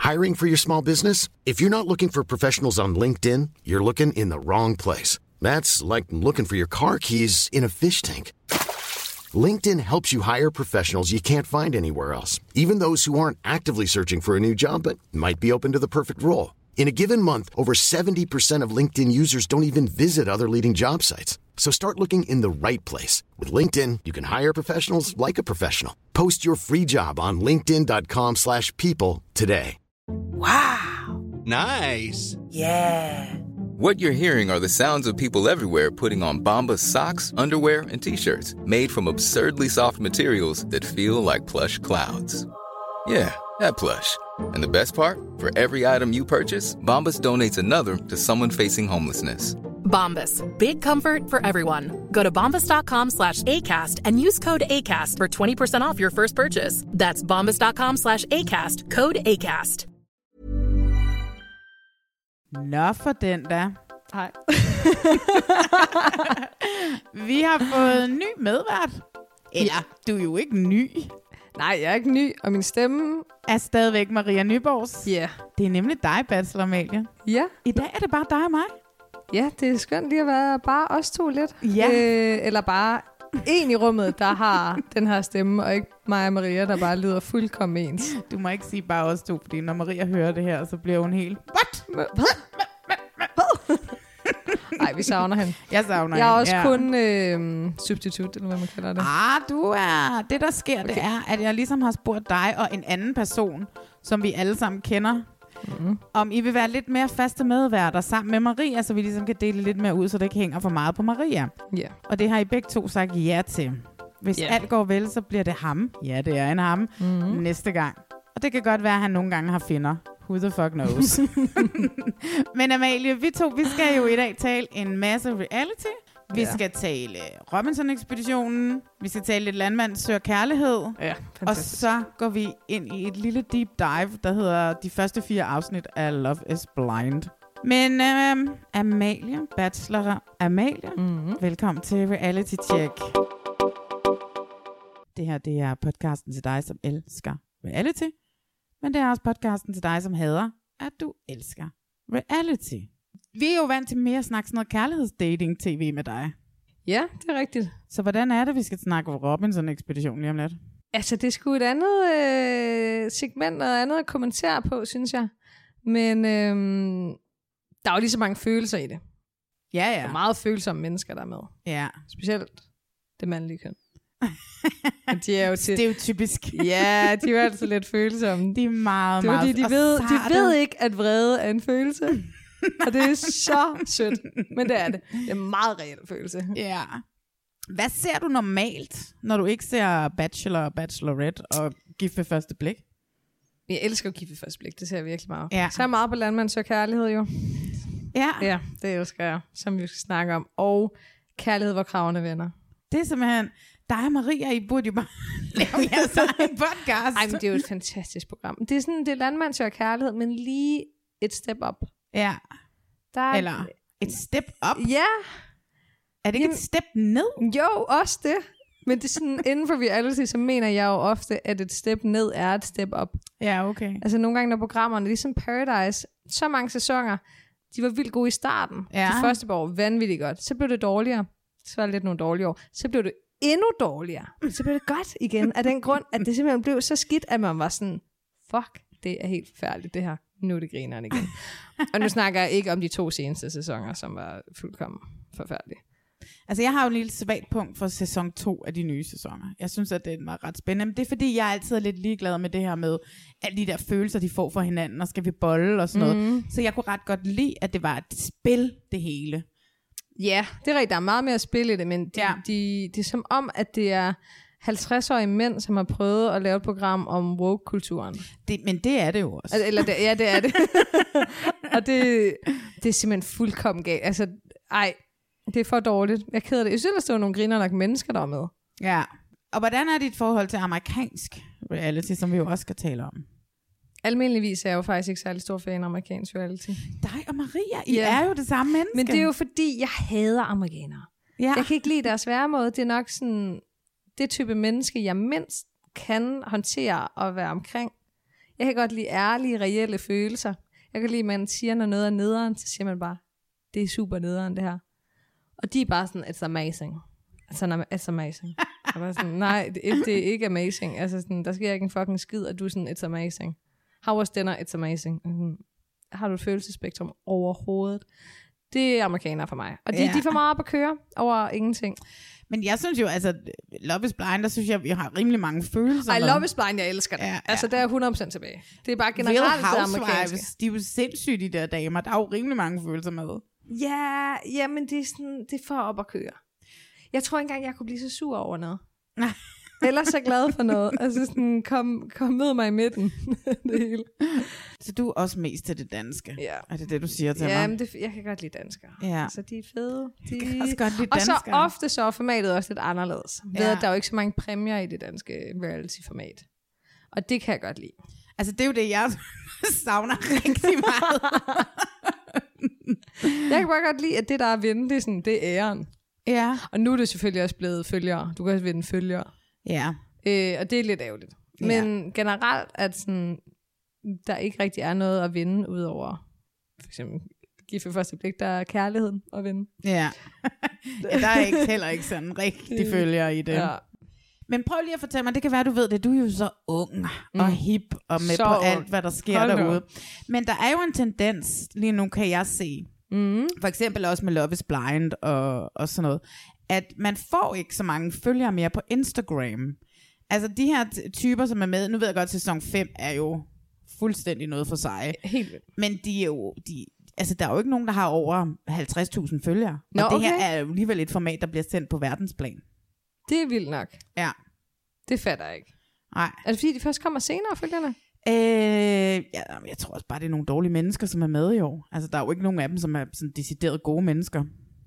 Hiring for your small business? If you're not looking for professionals on LinkedIn, you're looking in the wrong place. That's like looking for your car keys in a fish tank. LinkedIn helps you hire professionals you can't find anywhere else, even those who aren't actively searching for a new job but might be open to the perfect role. In a given month, over 70% of LinkedIn users don't even visit other leading job sites. So start looking in the right place. With LinkedIn, you can hire professionals like a professional. Post your free job on linkedin.com/people today. Wow. Nice. Yeah. What you're hearing are the sounds of people everywhere putting on Bombas socks, underwear, and T-shirts made from absurdly soft materials that feel like plush clouds. Yeah, that plush. And the best part? For every item you purchase, Bombas donates another to someone facing homelessness. Bombas. Big comfort for everyone. Go to bombas.com/ACAST and use code ACAST for 20% off your first purchase. That's bombas.com/ACAST. Code ACAST. Nå for den der. Nej. Vi har fået en ny medvært. Eller, du er jo ikke ny. Nej, jeg er ikke ny, og min stemme Er stadigvæk Maria Nyborgs. Ja. Yeah. Det er nemlig dig, Bachelor Amalie. Ja. I dag er det bare dig og mig. Ja, det er skønt lige at være bare os to lidt. Ja. Eller bare en i rummet, der har den her stemme, og ikke mig og Maria, der bare lyder fuldkommen ens. Du må ikke sige bare os to, fordi når Maria hører det her, så bliver hun helt... What? Nej, vi savner hende. Jeg savner Jeg er hende, også kun substitut, eller hvad man kalder det. Du er... Det, der sker, okay. Det er, at jeg ligesom har spurgt dig og en anden person, som vi alle sammen kender, om I vil være lidt mere faste medværter sammen med Maria, så vi ligesom kan dele lidt mere ud, så det ikke hænger for meget på Maria. Yeah. Og det har I begge to sagt ja til. Hvis alt går vel, så bliver det ham. Ja, det er en ham. Næste gang. Og det kan godt være, at han nogle gange har finder. Who the fuck knows? Men Amalie, vi skal jo i dag tale en masse reality. Vi skal tale Robinson-ekspeditionen. Vi skal tale lidt Landmand søger kærlighed. Ja, og så går vi ind i et lille deep dive, der hedder de første 4 afsnit af Love is Blind. Men Amalie, Bachelor Amalie, velkommen til Reality Check. Det her, det er podcasten til dig, som elsker reality. Men det er også podcasten til dig, som hader, at du elsker reality. Vi er jo vant til mere at snakke sådan noget kærlighedsdating-tv med dig. Ja, det er rigtigt. Så hvordan er det, vi skal snakke om Robinson-ekspeditionen lige om lidt? Altså, det er sgu et andet segment og andet at kommentere på, synes jeg. Men der er jo lige så mange følelser i det. Ja. Der er meget følsomme mennesker, der er med. Ja. Specielt det mandlige køn. De er jo til... Det er jo typisk. Ja, de er jo altid lidt følsomme. De er meget, det er meget... de ved ikke, at vrede er en følelse. Og det er så sødt. Men det er det. Det er en meget reel følelse. Ja. Hvad ser du normalt, når du ikke ser Bachelor og Bachelorette og Gift ved første blik? Jeg elsker jo Gift ved første blik. Det ser jeg virkelig meget. Ja. Så er meget på Landmand søger kærlighed jo. Ja. Ja, det elsker jeg. Som vi skal snakke om. Og Kærlighed, hvor kragerne vender. Det er simpelthen... Dig og Maria, I burde jo bare lave jeres egen podcast. Ej, men det er jo et fantastisk program. Det er sådan, det er Landmand søger kærlighed, men lige et step up. Ja. Eller et step up? Ja. Er det ikke et step ned? Jo, også det. Men det er sådan, inden for reality, så mener jeg jo ofte, at et step ned er et step up. Ja, okay. Altså nogle gange, når programmerne, ligesom Paradise, så mange sæsoner, de var vildt gode i starten. Ja. De første år, vanvittigt godt. Så blev det dårligere. Så var det lidt nogle dårlige år. Så blev det endnu dårligere. Så blev det godt igen. Af den grund, at det simpelthen blev så skidt, at man var sådan, fuck, det er helt forfærdeligt det her. Nu er det grineren igen. Og nu snakker jeg ikke om de 2 seneste sæsoner, som var fuldkommen forfærdelige. Altså jeg har jo en lille svagt punkt for sæson 2 af de nye sæsoner. Jeg synes, at det var ret spændende. Men det er fordi, jeg altid er lidt ligeglad med det her med alle de der følelser, de får for hinanden, og skal vi bolle og sådan noget. Så jeg kunne ret godt lide, at det var et spil, det hele. Ja, det er rigtigt. Der er meget mere spil i det, men det er som om, at det er 50-årige mænd, som har prøvet at lave et program om woke-kulturen. Men det er det jo også. Eller ja, det er det. Og det er simpelthen fuldkommen galt. Altså, det er for dårligt. Jeg keder det. Jeg synes, der er nogle grinerlagt mennesker, der er med. Ja. Og hvordan er dit forhold til amerikansk reality, som vi jo også skal tale om? Almindeligvis er jeg jo faktisk ikke særlig stor fan af amerikansk reality. Dig og Maria, I er jo det samme menneske. Men det er jo fordi, jeg hader amerikanere. Ja. Jeg kan ikke lide deres væremåde. Det er nok sådan, det type menneske, jeg mindst kan håndtere og være omkring. Jeg kan godt lide ærlige, reelle følelser. Jeg kan lide, at man siger, når noget er nederen, så siger man bare, det er super nederen, det her. Og de er bare sådan, it's amazing. It's amazing. Jeg var sådan, nej, det er ikke amazing. Altså sådan, der sker ikke en fucking skid, og du er sådan, it's amazing. How was dinner? It's amazing. Har du et følelsesspektrum overhovedet? Det er amerikanere for mig. Og de får meget op at køre over ingenting. Men jeg synes jo, altså, Love is Blind, der synes jeg, vi har rimelig mange følelser. Ej, Love is Blind, jeg elsker det. Ja. Altså, der er 100% tilbage. Det er bare generelt det amerikanske. De er jo sindssygt, de der damer. Der er jo rimelig mange følelser med. Ja, men det er sådan, det får op at køre. Jeg tror ikke engang, jeg kunne blive så sur over noget. Eller så glad for noget. Altså sådan, kom mød mig i midten. Det hele. Så du er også mest til det danske? Ja. Er det du siger til mig? Ja, men jeg kan godt lide danskere. Ja. Altså, de er fede. Jeg kan også godt lide danskere. danskere. Og så ofte så er formatet også lidt anderledes. Ja. Ved, at der er jo ikke så mange præmier i det danske reality-format. Og det kan jeg godt lide. Altså, det er jo det, jeg savner rigtig meget. Jeg kan bare godt lide, at det, der er at vinde, det er æren. Ja. Og nu er det selvfølgelig også blevet følgere. Du kan også vinde følgere. Ja. Og det er lidt ærgerligt. Men generelt, at sådan, der ikke rigtig er noget at vinde, udover for eksempel gift ved første blik, der er kærligheden at vinde. Ja. Der er heller ikke sådan rigtig følgere i det. Ja. Men prøv lige at fortælle mig, det kan være, du ved det, du er jo så ung og hip og med så på alt, hvad der sker derude. Men der er jo en tendens, lige nu kan jeg se, for eksempel også med Love is Blind og sådan noget, at man får ikke så mange følgere mere på Instagram. Altså de her typer, som er med, nu ved jeg godt, sæson 5 er jo fuldstændig noget for sig. Helt vildt. Men de er jo, altså der er jo ikke nogen, der har over 50.000 følgere. Og det her er jo alligevel et format, der bliver sendt på verdensplan. Det er vildt nok. Ja. Det fatter jeg ikke. Nej. Er det fordi, de først kommer senere, følgerne? Jeg tror også bare, det er nogle dårlige mennesker, som er med i år. Altså, der er jo ikke nogen af dem, som er sådan decideret gode mennesker.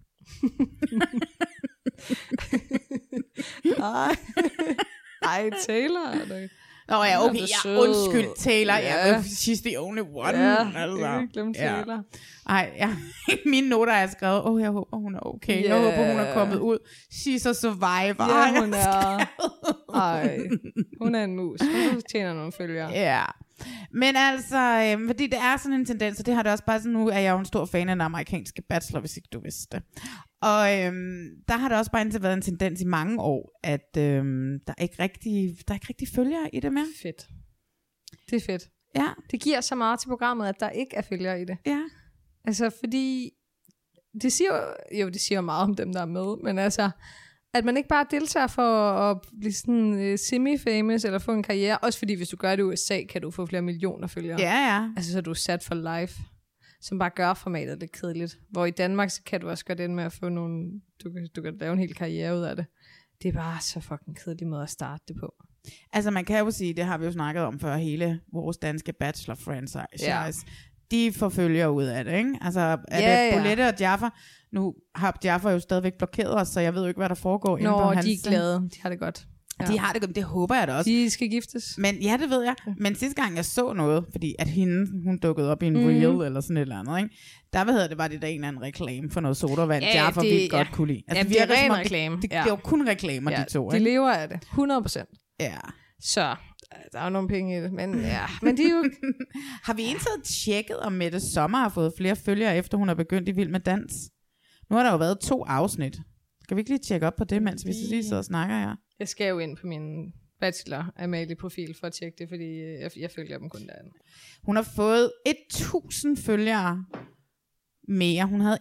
Ej, Taylor er det. Nå ja, okay, undskyld Taylor, she's the only one. Ja, altså. Ikke glemme Taylor. Ej, mine noter er skrevet, jeg håber hun er okay, jeg håber hun er kommet ud. She's a survivor. Ja, hun er. Ej, hun er en mus. Hun tjener nogle følgere. Ja. Men altså, fordi det er sådan en tendens, og det har det også bare sådan, nu er jeg jo en stor fan af den amerikanske Bachelor, hvis ikke du vidste det. Og der har det også bare været en tendens i mange år, at der er ikke rigtig følgere i det mere. Fedt. Det er fedt. Ja. Det giver så meget til programmet, at der ikke er følgere i det. Ja. Altså, fordi det siger meget om dem, der er med, men altså, at man ikke bare deltager for at blive sådan semi-famous eller få en karriere, også fordi hvis du gør det i USA, kan du få flere millioner følgere. Ja. Altså, så er du sat for life, som bare gør formatet lidt kedeligt. Hvor i Danmark, så kan du også gøre det med at få nogle, du kan lave en hel karriere ud af det. Det er bare så fucking kedelig måde at starte det på. Altså, man kan jo sige, det har vi jo snakket om før, hele vores danske Bachelor-franchise. Ja. De får følgere ud af det, ikke? Altså, er det Bolette og Jaffa? Nu har Jaffa jo stadigvæk blokeret os, så jeg ved jo ikke, hvad der foregår inde på hans... de er glade. De har det godt. Ja. De har det godt, det håber jeg da også. De skal giftes. Men ja, det ved jeg. Men sidste gang jeg så noget, fordi at hun dukkede op i en reel eller sådan et eller andet, ikke? Der var det der en eller anden reklame for noget sodavand, Jaffa vildt godt kunne lide. Altså, det er ren reklame. Det er jo kun reklamer, de to, ikke? De lever af det. 100%. Ja. Så der er jo nogle penge i det, men ja. Men de er jo... Har vi indtaget tjekket, om Mette Sommer har fået flere følgere, efter hun har begyndt i Vild med Dans? Nu har der jo været 2 afsnit. Skal vi ikke lige tjekke op på det, mens vi lige sidder og snakker her? Jeg skal jo ind på min Bachelor Amalie-profil for at tjekke det, fordi jeg følger dem kun derinde. Hun har fået 1000 følgere mere. Hun havde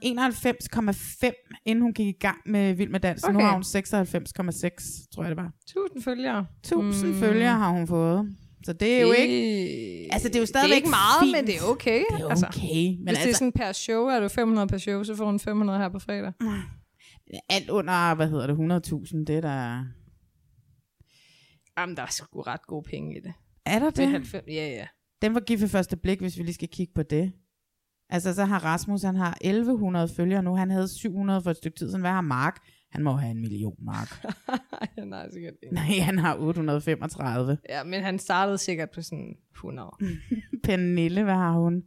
91,5, inden hun gik i gang med Vild med Dans. Okay. Nu har hun 96,6, tror jeg det var. 1000 følgere. 1000 følgere har hun fået. Så det er jo ikke... Altså, det er jo stadigvæk det er ikke meget, fint. Men det er okay. Det er okay. Altså, hvis det er sådan per show, er du 500 per show, så får hun 500 her på fredag. Alt under, 100.000, det er der... Jamen, der er sgu ret gode penge i det. Er der det? 90, ja. Den var givet ved første blik, hvis vi lige skal kigge på det. Altså, så har Rasmus, han har 1100 følgere nu. Han havde 700 for et stykke tid siden. Hvad har Mark? Han må have 1 million, Mark. Han har sikkert ikke. Nej, han har 835. Ja, men han startede sikkert på sådan 100. Pernille, hvad har hun?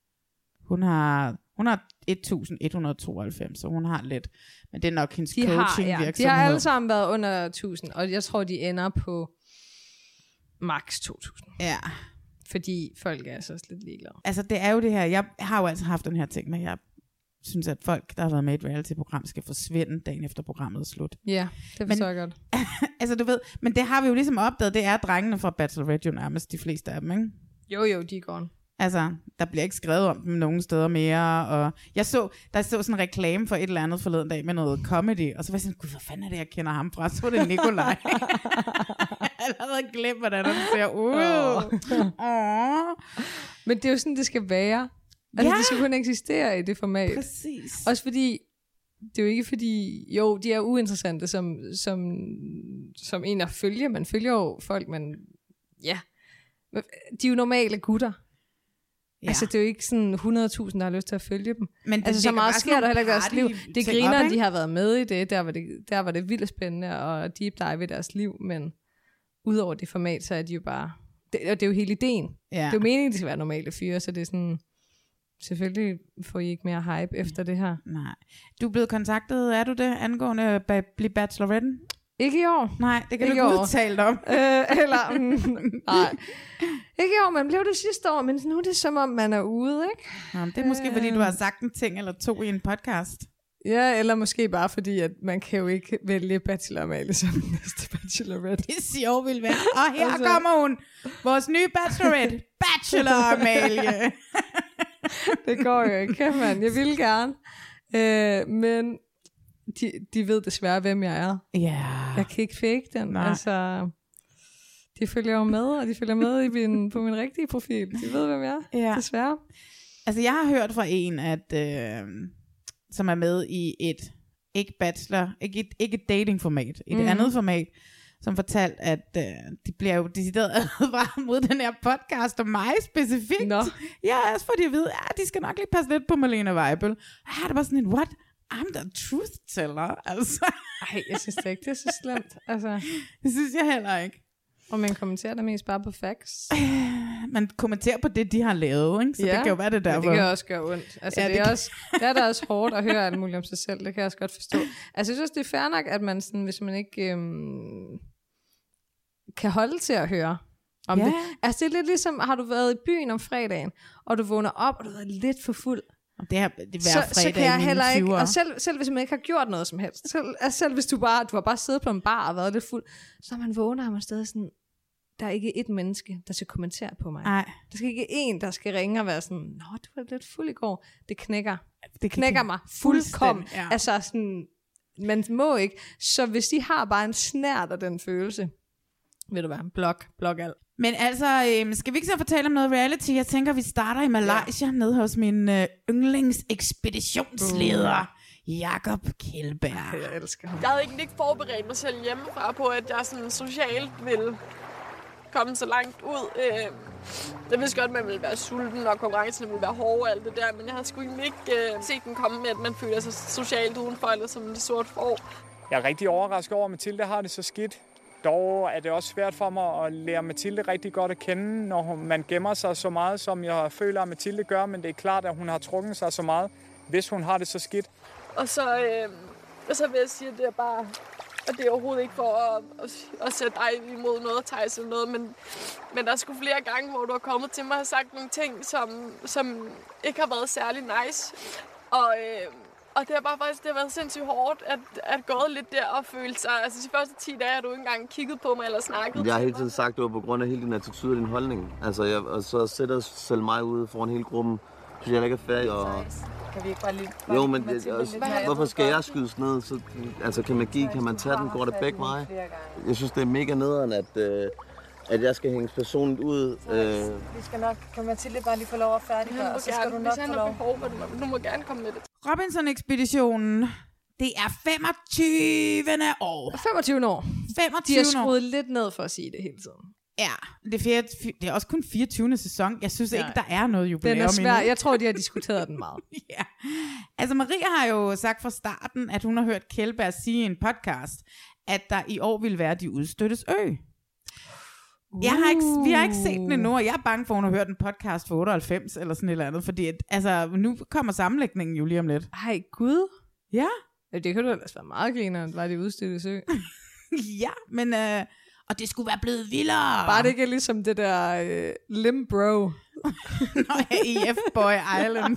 Hun har 1192, så hun har lidt. Men det er nok hendes coaching-virksomhed. De har alle sammen været under 1000, og jeg tror, de ender på max 2000. Ja. Fordi folk er så lidt ligeglade. Altså, det er jo det her. Jeg har jo altså haft den her ting med, jeg synes, at folk, der har været med i et reality-program, skal forsvinde dagen efter programmet er slut. Ja, det forstår jeg godt. Altså, du ved, men det har vi jo ligesom opdaget, det er drengene fra Bachelorette jo nærmest de fleste af dem, ikke? Jo, de er gone. Altså, der bliver ikke skrevet om dem nogen steder mere, og der stod sådan en reklame for et eller andet forleden dag med noget comedy, og så var jeg sådan, gud, hvad fanden er det, jeg kender ham fra? Så var det Nikolaj. Jeg havde glemt, hvordan han ser ud. Men det er jo sådan, det skal være. Altså, det skal kun eksistere i det format. Præcis. Også fordi, det er jo ikke fordi, jo, de er uinteressante som en at følge. Man følger jo folk, men ja, de er jo normale gutter. Ja. Altså, det er jo ikke sådan 100.000, der har lyst til at følge dem. Men altså, så meget sker der heller ikke i deres liv. Det griner, de har været med i det. Der var det vildt spændende og deep dive i deres liv, men udover det format, så er de jo bare... Det er jo hele ideen. Ja. Det er jo meningen, de skal være normale fyre, så det er sådan... Selvfølgelig får I ikke mere hype efter det her. Nej. Du er blevet kontaktet, er du det, angående at blive bachelorette? Ikke i år. Nej, det kan ikke du ikke udtale om. Nej. Ikke i år, man blev det sidste år, men nu er det som om, man er ude, ikke? Nå, det er måske, fordi du har sagt en ting eller to i en podcast. Ja, eller måske bare fordi, at man kan jo ikke vælge Bachelor Amalie som næste Bachelorette. Det siger jo vil være. Og her altså. Kommer hun, vores nye Bachelorette, Bachelor Amalie. Det går jo ikke, kan man. Jeg vil gerne. Men de ved desværre, hvem jeg er. Yeah. Jeg kan ikke fake den. Nej. Altså, de følger jo med, og de følger med på min rigtige profil. De ved, hvem jeg er, desværre. Altså, jeg har hørt fra en, at som er med i et, ikke et datingformat, et andet format, som fortalte, at de bliver jo decideret advaret mod den her podcast, og mig specifikt. Nå. Ja, også fordi jeg ved, at de skal nok lige passe lidt på Malene Weibel. Her er det bare sådan en, what? I'm the truth teller, altså. Ej, jeg synes ikke, det er så slemt. Altså. Det synes jeg heller ikke. Og man kommenterer der mest bare på facts. Man kommenterer på det, de har lavet, ikke? Så det kan jo være det derfor. Ja, det kan også gøre ondt. Altså, det er da også hårdt at høre alt muligt om sig selv. Det kan jeg også godt forstå. Altså, jeg synes, det er fair nok, at man sådan, hvis man ikke kan holde til at høre om det. Altså, det er lidt ligesom, har du været i byen om fredagen, og du vågner op, og du er lidt for fuld. Så kan jeg heller ikke, og selv hvis man ikke har gjort noget som helst, selv hvis du har bare siddet på en bar og været lidt fuld, så man vågner, og man stadig sådan, der er ikke et menneske, der skal kommentere på mig. Ej. Der skal ikke en, der skal ringe og være sådan, nå, du var lidt fuld i går. Det knækker mig fuldkommen. Ja. Altså sådan, man må ikke. Så hvis de har bare en snert af den følelse, ved du hvad, blok alt. Men altså, skal vi ikke så fortælle om noget reality? Jeg tænker, vi starter i Malaysia nede hos min yndlingsekspeditionsleder, Jakob Kjeldberg. Jeg elsker ham. Jeg havde ikke forberedt mig selv hjemmefra på, at jeg sådan socialt ville komme så langt ud. Jeg vidste godt, at man ville være sulten, og konkurrencen ville være hård og alt det der, men jeg havde sgu egentlig ikke set den komme med, at man føler sig socialt udenfor, eller som det sorte får. Jeg er rigtig overrasket over, at Mathilde har det så skidt. Dog er det også svært for mig at lære Mathilde rigtig godt at kende, når man gemmer sig så meget, som jeg føler, at Mathilde gør, men det er klart, at hun har trukket sig så meget, hvis hun har det så skidt. Og så vil jeg sige, at det er bare, og det er overhovedet ikke for at sætte dig imod noget, Thijs eller noget, men der er sgu flere gange, hvor du har kommet til mig og har sagt nogle ting, som ikke har været særlig nice. Og det har bare faktisk det har været sindssygt hårdt at gå lidt der og føle sig. Altså de første 10 dage har du ikke engang kigget på mig eller snakket. Jeg har hele tiden sagt, at det var på grund af hele din attitude og din holdning. Altså, og så sætter selv mig ude foran hele gruppen. Synes jeg ikke er fair. Og... Kan vi ikke bare lige... Jo, men hvorfor skal jeg skydes ned? Så, altså, kan man tage den? Går det begge veje? Jeg synes, det er mega nederen, at jeg skal hænges personligt ud. Vi skal nok... Kan Mathilde bare lige få lov at færdiggøre, og så skal du nok få lov. Du må gerne komme med det. Robinson-ekspeditionen, det er 25. år. 25 år. 25 De har skruet lidt ned for at sige det hele tiden. Ja, det er også kun 24. sæson. Jeg synes ikke, der er noget jubilæum endnu. Den er svær. Jeg tror, de har diskuteret den meget. Ja. Altså, Maria har jo sagt fra starten, at hun har hørt Kjeldberg sige i en podcast, at der i år ville være De Udstøttes Ø. Vi har ikke set den endnu, og jeg er bange for, at hun har hørt en podcast for 98 eller sådan et eller andet, fordi nu kommer sammenlægningen jo lige om lidt. Ej, gud. Ja. Det kunne da ellers være meget griner, at det var De Udstøttes Ø. Ja, men... og det skulle være blevet vildere. Bare det ikke er ligesom det der Limbro. Nå ja, i F-Boy Island.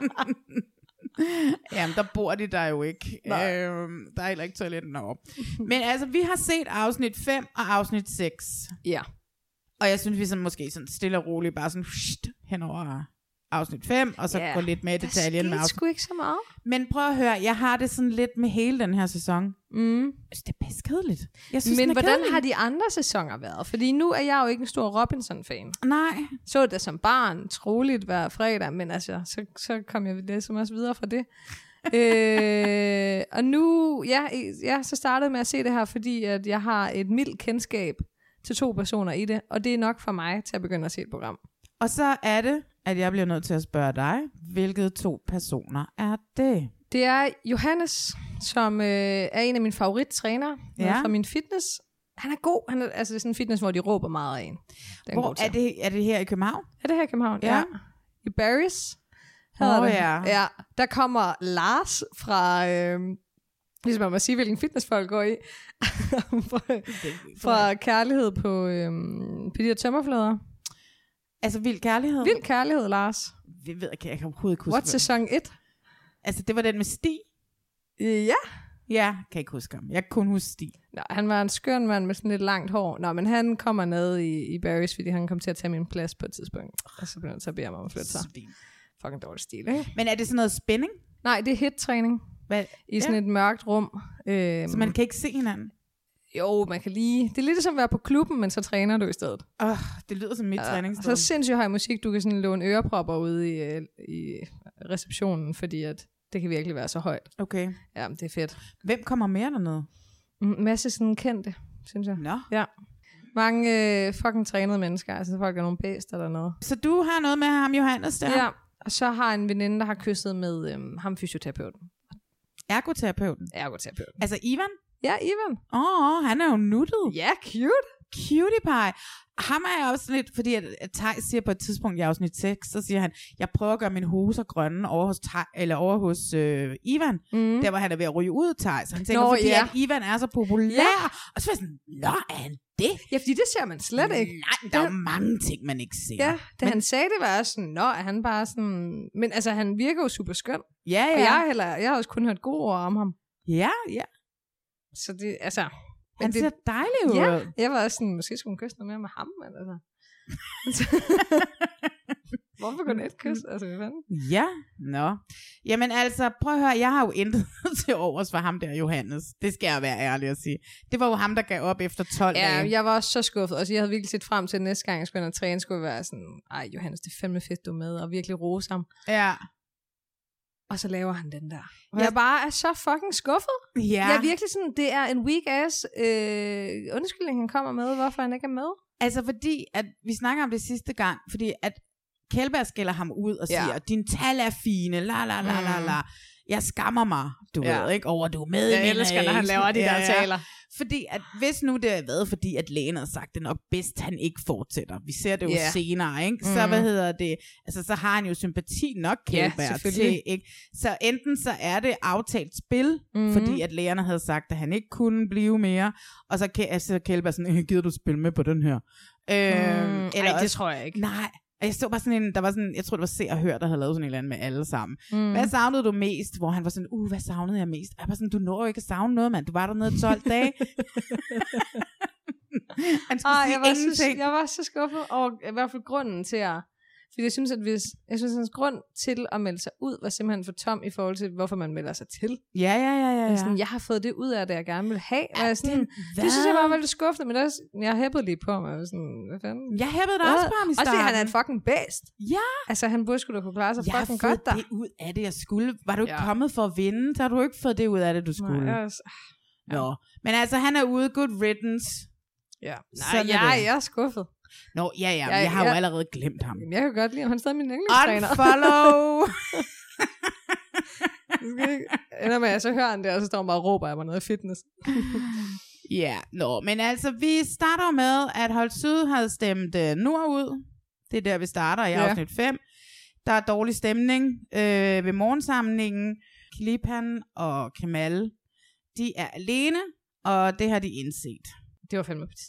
Jamen, der bor de der jo ikke. Der er heller ikke toiletten deroppe. Men altså, vi har set afsnit 5 og afsnit 6. Ja. Og jeg synes, vi sådan måske sådan stille og roligt bare sådan henover afsnit 5, og så gå lidt med i detaljen. Der skete sgu ikke så meget. Men prøv at høre, jeg har det sådan lidt med hele den her sæson. Det er pisse kedeligt. Men hvordan har de andre sæsoner været? Fordi nu er jeg jo ikke en stor Robinson-fan. Nej. Så det som barn, troligt hver fredag, men altså, så kom jeg ligesom også videre fra det. Og nu, så startede med at se det her, fordi at jeg har et mildt kendskab til 2 personer i det, og det er nok for mig til at begynde at se et program. Og så er det, at jeg bliver nødt til at spørge dig, hvilke 2 personer er det? Det er Johannes, som er en af mine favorittrænere fra min fitness. Han er god. Han er, altså det er sådan en fitness, hvor de råber meget af en. Hvor er det her i København? Er det her i København? Ja. I Barry's. Ja. Der kommer Lars fra... ligesom man må sige, hvilken fitness folk går i. fra Kærlighed på de her tømmerflader. Altså Vild Kærlighed? Vild Kærlighed, Lars. Det ved jeg kan overhovedet ikke huske. What, sæson 1? Altså det var den med Stig? Ja. Ja, kan ikke huske ham. Jeg kan kun huske Stig. Nå, han var en skøn mand med sådan lidt langt hår. Nå, men han kommer ned i Barry's, fordi han kom til at tage min plads på et tidspunkt. Og så blev han så beder mig om at flytte sig. Fucking dårlig stil, ikke? Men er det sådan noget spænding? Nej, det er hit-træning. I sådan et mørkt rum. Så man kan ikke se hinanden? Jo, man kan lige... Det er lidt som at være på klubben, men så træner du i stedet. Det lyder som mit træningssted. Så sindssygt høj musik, du kan sådan låne ørepropper ude i receptionen, fordi at det kan virkelig være så højt. Okay. Ja, det er fedt. Hvem kommer mere dernede? En masse sådan kendte, synes jeg. Nå. Ja. Mange fucking trænede mennesker, altså folk er nogle bæster dernede. Så du har noget med ham, Johannes, der? Ja, og så har en veninde, der har kysset med ham fysioterapeuten. Ergoterapeuten? Ergoterapeuten. Altså Ivan? Ja, Ivan. Han er jo nuttet. Ja, cute. Cutie pie. Ham er jeg også lidt, fordi at Theis siger på et tidspunkt i afsnit 6, så siger han, jeg prøver at gøre mine hoser grønne over hos Ivan, der hvor han er ved at ryge ud, Theis. Han tænker, fordi at Ivan er så populær. Og så var jeg sådan, er han det? Ja, fordi det ser man slet ikke. Nej, der er mange ting, man ikke ser. Ja, men han sagde det, var sådan, er han bare sådan... Men altså, han virker jo super skøn. Ja. Og jeg har også kun hørt gode ord om ham. Ja. Så det, altså... Han ser dejlig ud. Ja, jeg var også sådan, måske skulle hun kysse noget mere med ham, men altså... Hvorfor kun et kys? Altså, hvad fanden? Ja, Jamen altså, prøv at høre, jeg har jo intet til overs for ham der, Johannes. Det skal jeg være ærlig at sige. Det var jo ham, der gav op efter 12 dage. Ja, jeg var også så skuffet. Altså, jeg havde virkelig set frem til, at næste gang, jeg skulle ind og træne, skulle være sådan, ej, Johannes, det er fandme fedt, du er med, og virkelig rose ham. Ja. Og så laver han den der. Og jeg bare er så fucking skuffet. Ja. Jeg er virkelig sådan, det er en weak ass undskyldning, han kommer med, hvorfor han ikke er med. Altså fordi, at vi snakker om det sidste gang, fordi at Kjellberg skælder ham ud og siger, din tal er fine, la. Jeg skammer mig, du ved ikke, over du er med. Jeg elsker, når han laver de der taler. Fordi at hvis nu det havde været, fordi at lægen havde sagt, det nok bedst, han ikke fortsætter. Vi ser det jo senere, ikke? Så så har han jo sympati nok, Kjellberg, til, ikke? Så enten så er det aftalt spil, fordi at lægerne havde sagt, at han ikke kunne blive mere, og så Kjellberg sådan, gider du spille med på den her? Eller det tror jeg ikke. Nej. Og jeg så bare sådan der var sådan, jeg tror det var Se og Hør, der havde lavet sådan en eller anden med alle sammen. Hvad savnede du mest? Hvor han var sådan, hvad savnede jeg mest? Jeg var sådan, du når jo ikke at savne noget, mand. Du var dernede 12 dage. Han skulle sige ingenting. Jeg var så skuffet, og i hvert fald grunden til at... Fordi jeg synes, at hans grund til at melde sig ud, var simpelthen for tom i forhold til, hvorfor man melder sig til. Ja. Sådan, jeg har fået det ud af det, jeg gerne vil have. Ja, det synes jeg var veldig skuffende, men også, jeg hæppede lige på mig. Sådan, hvad fanden? Jeg hæppede det også på ham i starten. Også fordi han er en fucking bedst. Ja. Altså, han burde skulle da kunne klare sig fucking godt der. Jeg har fået det ud af det, jeg skulle. Var du ikke kommet for at vinde, så har du ikke fået det ud af det, du skulle. Nej, men altså, han er ude. Good riddance. Ja. Nej, jeg er skuffet. Nå, jeg har jo allerede glemt ham. Jamen, jeg kan godt lide ham. Han er stadig min yndlingstræner. Unfollow! Ender med, at så hører han det, og så står han bare og råber af mig noget fitness. Men altså, vi starter med, at Hold Syd havde stemt Nord ud. Det er der, vi starter i afsnit 5. Der er dårlig stemning ved morgensamlingen. Klipan og Kemal, de er alene, og det har de indset. Det var fandme på tide.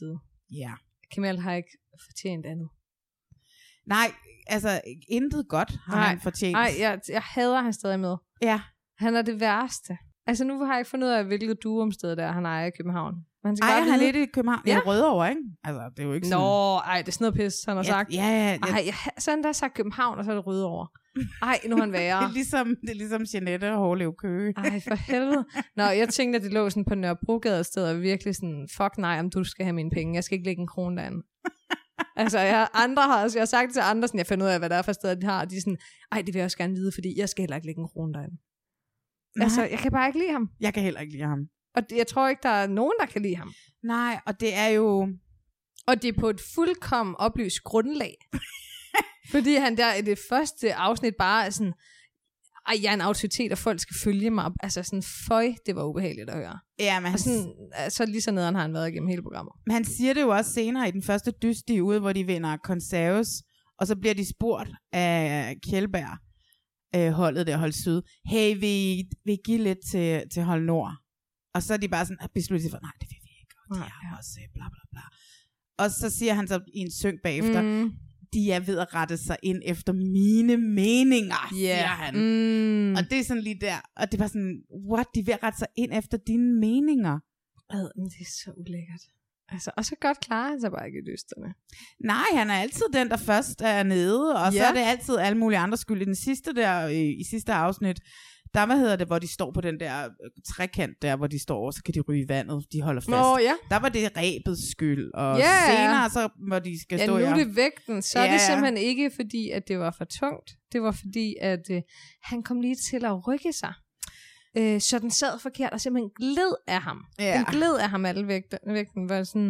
Ja. Kemal har ikke fortjent andet. Nej, altså intet godt har han fortjent. Nej, jeg hader han stadig med. Ja. Han er det værste. Altså nu har jeg ikke fundet ud af, hvilket duomsted der han ejer i København. Ejer han lidt i København? Ja, Rødovre, ikke? Altså, det er jo ikke sådan... Ej, det er sådan noget pis, han har sagt. Ja. Så han der sagt København, og så er det Rødovre. Ej, nu er han værre. det er ligesom Jeanette og Hårlev Køge. Ej, for helvede. Nå, jeg tænkte, at det lå sådan på Nørrebrogade sted, og virkelig sådan, fuck nej, om du skal have mine penge. Jeg skal ikke lægge en krone derinde. Altså, jeg har sagt til andre, sådan, jeg finder ud af, hvad der er for steder, de har, og de er sådan, ej, det vil jeg også gerne vide, fordi jeg skal heller ikke lægge en krone derinde. Altså, jeg kan bare ikke lide ham. Jeg kan heller ikke lide ham. Og jeg tror ikke, der er nogen, der kan lide ham. Nej, og det er jo... Og det er på et fuldkommen oplyst grundlag. Fordi han der i det første afsnit bare er sådan, jeg er en autoritet, og folk skal følge mig. Altså sådan, det var ubehageligt at høre. Ja, men sådan, så lige så nederen har han været igennem hele programmet. Men han siger det jo også senere i den første dyst, de er ude, hvor de vinder konserves, og så bliver de spurgt af Kjeldberg, holdet der, Hold Syd, hey, vi give lidt til Hold Nord? Og så er de bare sådan, besluttet sig for, nej, det vil vi ikke, og de er også bla bla bla. Og så siger han så i en synk bagefter, de er ved at rette sig ind efter mine meninger, siger han. Og det er sådan lige der, og det var sådan, what, de er ved at rette sig ind efter dine meninger? Men det er så ulækkert. Altså, og så godt klarer han sig bare ikke i dysterne. Nej, han er altid den, der først er nede, og så er det altid alle mulige andre skyld. I den sidste der, i sidste afsnit, der, hvor de står på den der trekant der, hvor de står, og så kan de ryge i vandet, de holder fast. Der var det rebets skyld, og senere, så hvor de skal stå... Ja, nu er det vægten, så er det simpelthen ikke fordi, at det var for tungt. Det var fordi, at han kom lige til at rykke sig. Så den sad forkert, og simpelthen gled af ham. Den gled af ham, alle vægten var sådan,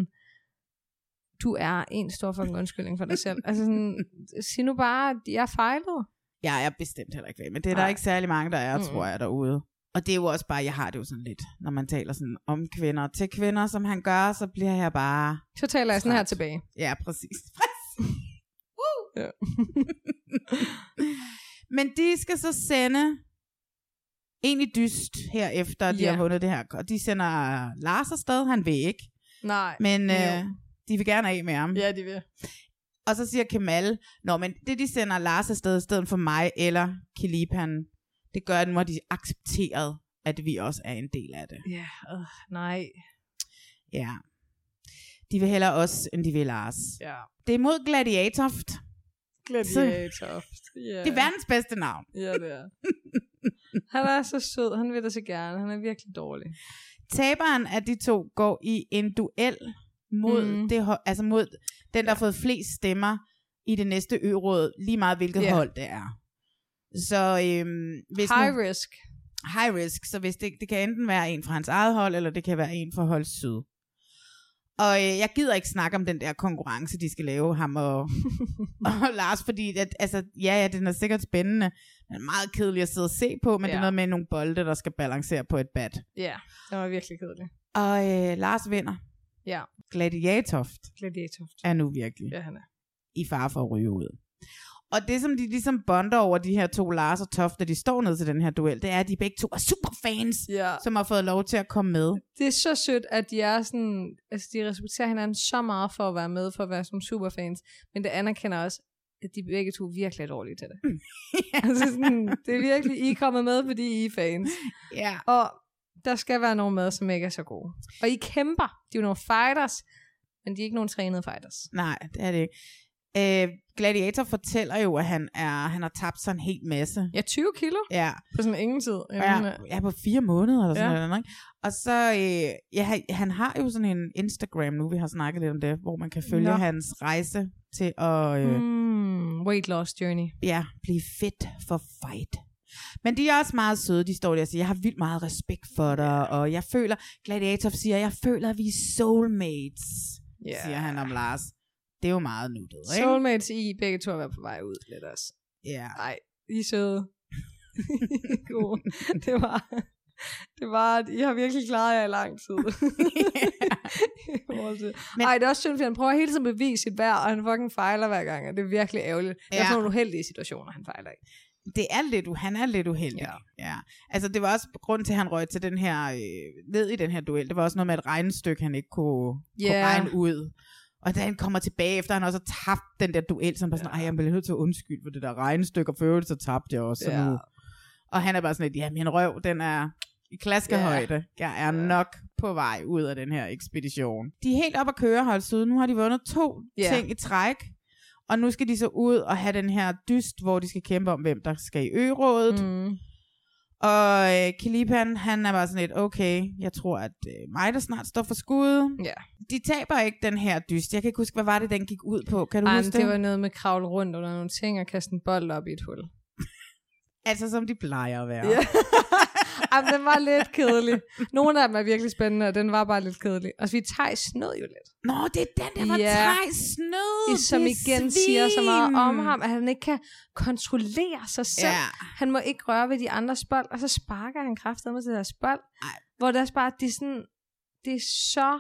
du er en stor fucking undskyldning for dig selv. Altså sådan, sig nu bare, at jeg fejlede. Jeg er bestemt heller ikke ved, men det er der ikke særlig mange, der er, tror jeg, derude. Og det er jo også bare, jeg har det jo sådan lidt, når man taler sådan om kvinder til kvinder, som han gør, så bliver jeg bare... Så taler jeg sådan her tilbage. Ja, præcis. Ja. Men de skal så sende egentlig dyst herefter, de har vundet det her. Og de sender Lars afsted, han vil ikke. Nej. Men de vil gerne af med ham. Ja, de vil. Og så siger Kemal, men det de sender Lars afsted i stedet for mig eller Kilipan, det gør, at nu har de accepteret, at vi også er en del af det. Ja, nej. Ja. De vil hellere os, end de vil Lars. Ja. Det er mod Gladiatoft. Gladiatoft. Yeah. Det er verdens bedste navn. Ja, det er. Han er så sød, han vil det så gerne. Han er virkelig dårlig. Taberen af de to går i en duel mod, mod den, der har fået flest stemmer i det næste ø-råd, lige meget hvilket hold det er. Så hvis high risk, så hvis det kan enten være en fra hans eget hold, eller det kan være en fra Hold Syd. Og jeg gider ikke snakke om den der konkurrence, de skal lave, ham og Lars, fordi at, altså, den er sikkert spændende. Den er meget kedelig at sidde og se på, men det er noget med nogle bolde, der skal balancere på et bat. Ja, det var virkelig kedeligt. Og Lars vinder. Ja. Gladiatoft er nu virkelig i fare for at ryge ud. Og det, som de ligesom bonder over de her to, Lars og Toft, da de står ned til den her duel, det er, at de begge to er superfans, som har fået lov til at komme med. Det er så sødt, at de er sådan, altså de respekterer hinanden så meget for at være med, for at være som superfans, men det anerkender også, at de begge to virkelig er dårlige til det. Altså sådan, det er virkelig, I er kommet med, fordi I er fans. Ja. Og der skal være nogen med, som ikke er så gode. Og I kæmper. De er jo nogle fighters, men de er ikke nogen trænede fighters. Nej, det er det ikke. Gladiator fortæller jo, at han har tabt sig en hel masse. Ja, 20 kilo. Ja. På sådan ingen tid. Ja, på 4 måneder eller sådan noget. Ikke? Og så, han har jo sådan en Instagram nu, vi har snakket lidt om det, hvor man kan følge hans rejse til at... weight loss journey. Ja, blive fit for fight. Men de er også meget søde, de står der og siger, jeg har vildt meget respekt for dig, og jeg føler, Gladiator siger, jeg føler, at vi er soulmates, siger han om Lars. Det er jo meget nuttet, ikke? Soulmates i begge to har været på vej ud lidt også. Ja. Ej, I er søde. Det var, at I har virkelig klaret jer i lang tid. Men det er også synd, fordi han prøver hele tiden at bevise sit værd, og han fucking fejler hver gang, og det er virkelig ærgerligt. Det er sådan nogle uheldige situationer, han fejler i. Han er lidt uheldig. Ja. Altså det var også grund til, at han røg til den her, ned i den her duel. Det var også noget med et regnestykke, han ikke kunne regne ud. Og da han kommer tilbage, efter han også har tabt den der duel, så han bare sådan, jeg bliver nødt til at undskylde for det der regnestykke, og for øvrigt, så tabte jeg også. Ja. Nu. Og han er bare sådan lidt, min røv, den er i klaskehøjde. Jeg er nok på vej ud af den her ekspedition. De er helt op at køre, Holsud. Nu har de vundet 2 ting i træk. Og nu skal de så ud og have den her dyst, hvor de skal kæmpe om, hvem der skal i ø-rådet. Og Kilipan, han er bare sådan lidt, okay, jeg tror, at mig, der snart står for skud. Ja. De taber ikke den her dyst. Jeg kan ikke huske, hvad var det, den gik ud på. Kan du huske det? Det var noget med kravle rundt under nogle ting og kaste en bold op i et hul. Altså, som de plejer at være. Ja. Jamen, den var lidt kedelig. Nogle af dem er virkelig spændende, og den var bare lidt kedelig. Og vi Theis snød jo lidt. Nå, det er den der, hvor Theis snød. Som igen siger så meget om ham, at han ikke kan kontrollere sig selv. Ja. Han må ikke røre ved de andres bold, og så sparker han kraftedeme til deres bold. Hvor det er bare, det er så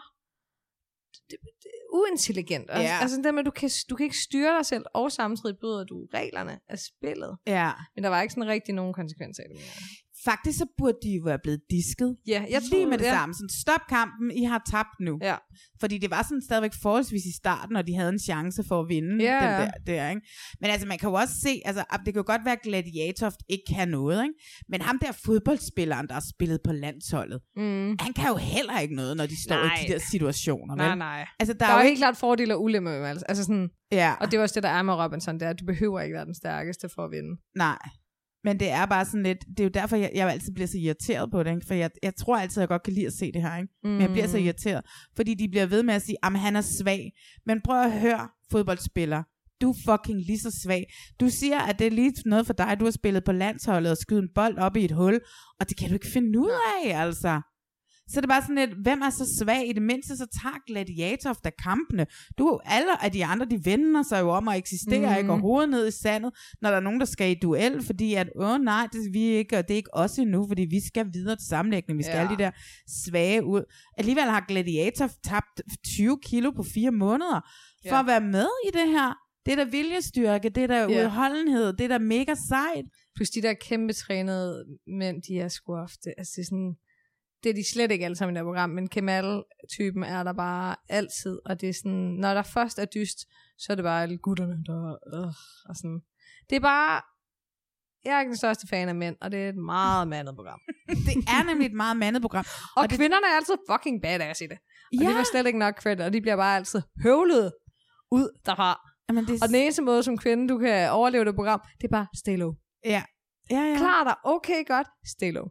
uintelligent. Ja. Altså det med, du kan ikke styre dig selv, og samtidig bryder du reglerne af spillet. Ja. Men der var ikke sådan rigtig nogen konsekvenser af det mere. Faktisk så burde de jo være blevet disket. Ja, jeg lige med det samme. Sådan, stop kampen, I har tabt nu. Ja. Fordi det var sådan stadigvæk forholdsvis i starten, og de havde en chance for at vinde den der, ikke? Men altså, man kan jo også se, altså, det kan jo godt være, at Gladiatoft ikke kan noget, ikke? Men ham der fodboldspilleren, der har spillet på landsholdet, han kan jo heller ikke noget, når de står i de der situationer. Nej. Altså, der er jo helt klart fordele og ulemper med dem. Altså sådan, og det er også det, der er med Robinson, det er, at du behøver ikke være den stærkeste for at vinde. Nej. Men det er bare sådan lidt, det er jo derfor, jeg altid bliver så irriteret på det, ikke? For jeg tror altid, jeg godt kan lide at se det her, ikke? Men jeg bliver så irriteret, fordi de bliver ved med at sige, at han er svag. Men prøv at høre, fodboldspiller, du er fucking lige så svag. Du siger, at det er lige noget for dig, du har spillet på landsholdet og skyde en bold op i et hul, og det kan du ikke finde ud af, altså. Så det er bare sådan lidt, hvem er så svag? I det mindste, så tager Gladiator af kampene. Alle af de andre, de vender sig jo om at eksistere, ikke? Og hovedet ned i sandet, når der er nogen, der skal i duel, fordi at, nej, det er vi ikke, og det er ikke os endnu, fordi vi skal videre til sammenlægning. Vi skal alle de der svage ud. Alligevel har Gladiator tabt 20 kilo på 4 måneder, for at være med i det her. Det er der viljestyrke, det er der udholdenhed, det er der mega sejt. Plus de der kæmpe trænede mænd, de er sgu ofte, altså det er sådan... Det er de slet ikke alle sammen i det program, men Kemal-typen er der bare altid, og det er sådan, når der først er dyst, så er det bare alle gutterne, der og sådan. Det er bare, jeg er ikke den største fan af mænd, og det er et meget mandet program. Det er nemlig et meget mandet program. Og kvinderne er altid fucking badass i det. Og det var slet ikke nok credit, og de bliver bare altid høvlet ud derfra. Jamen, og den eneste måde som kvinde, du kan overleve det program, det er bare stay low. Ja. Klar dig, okay godt, stay low.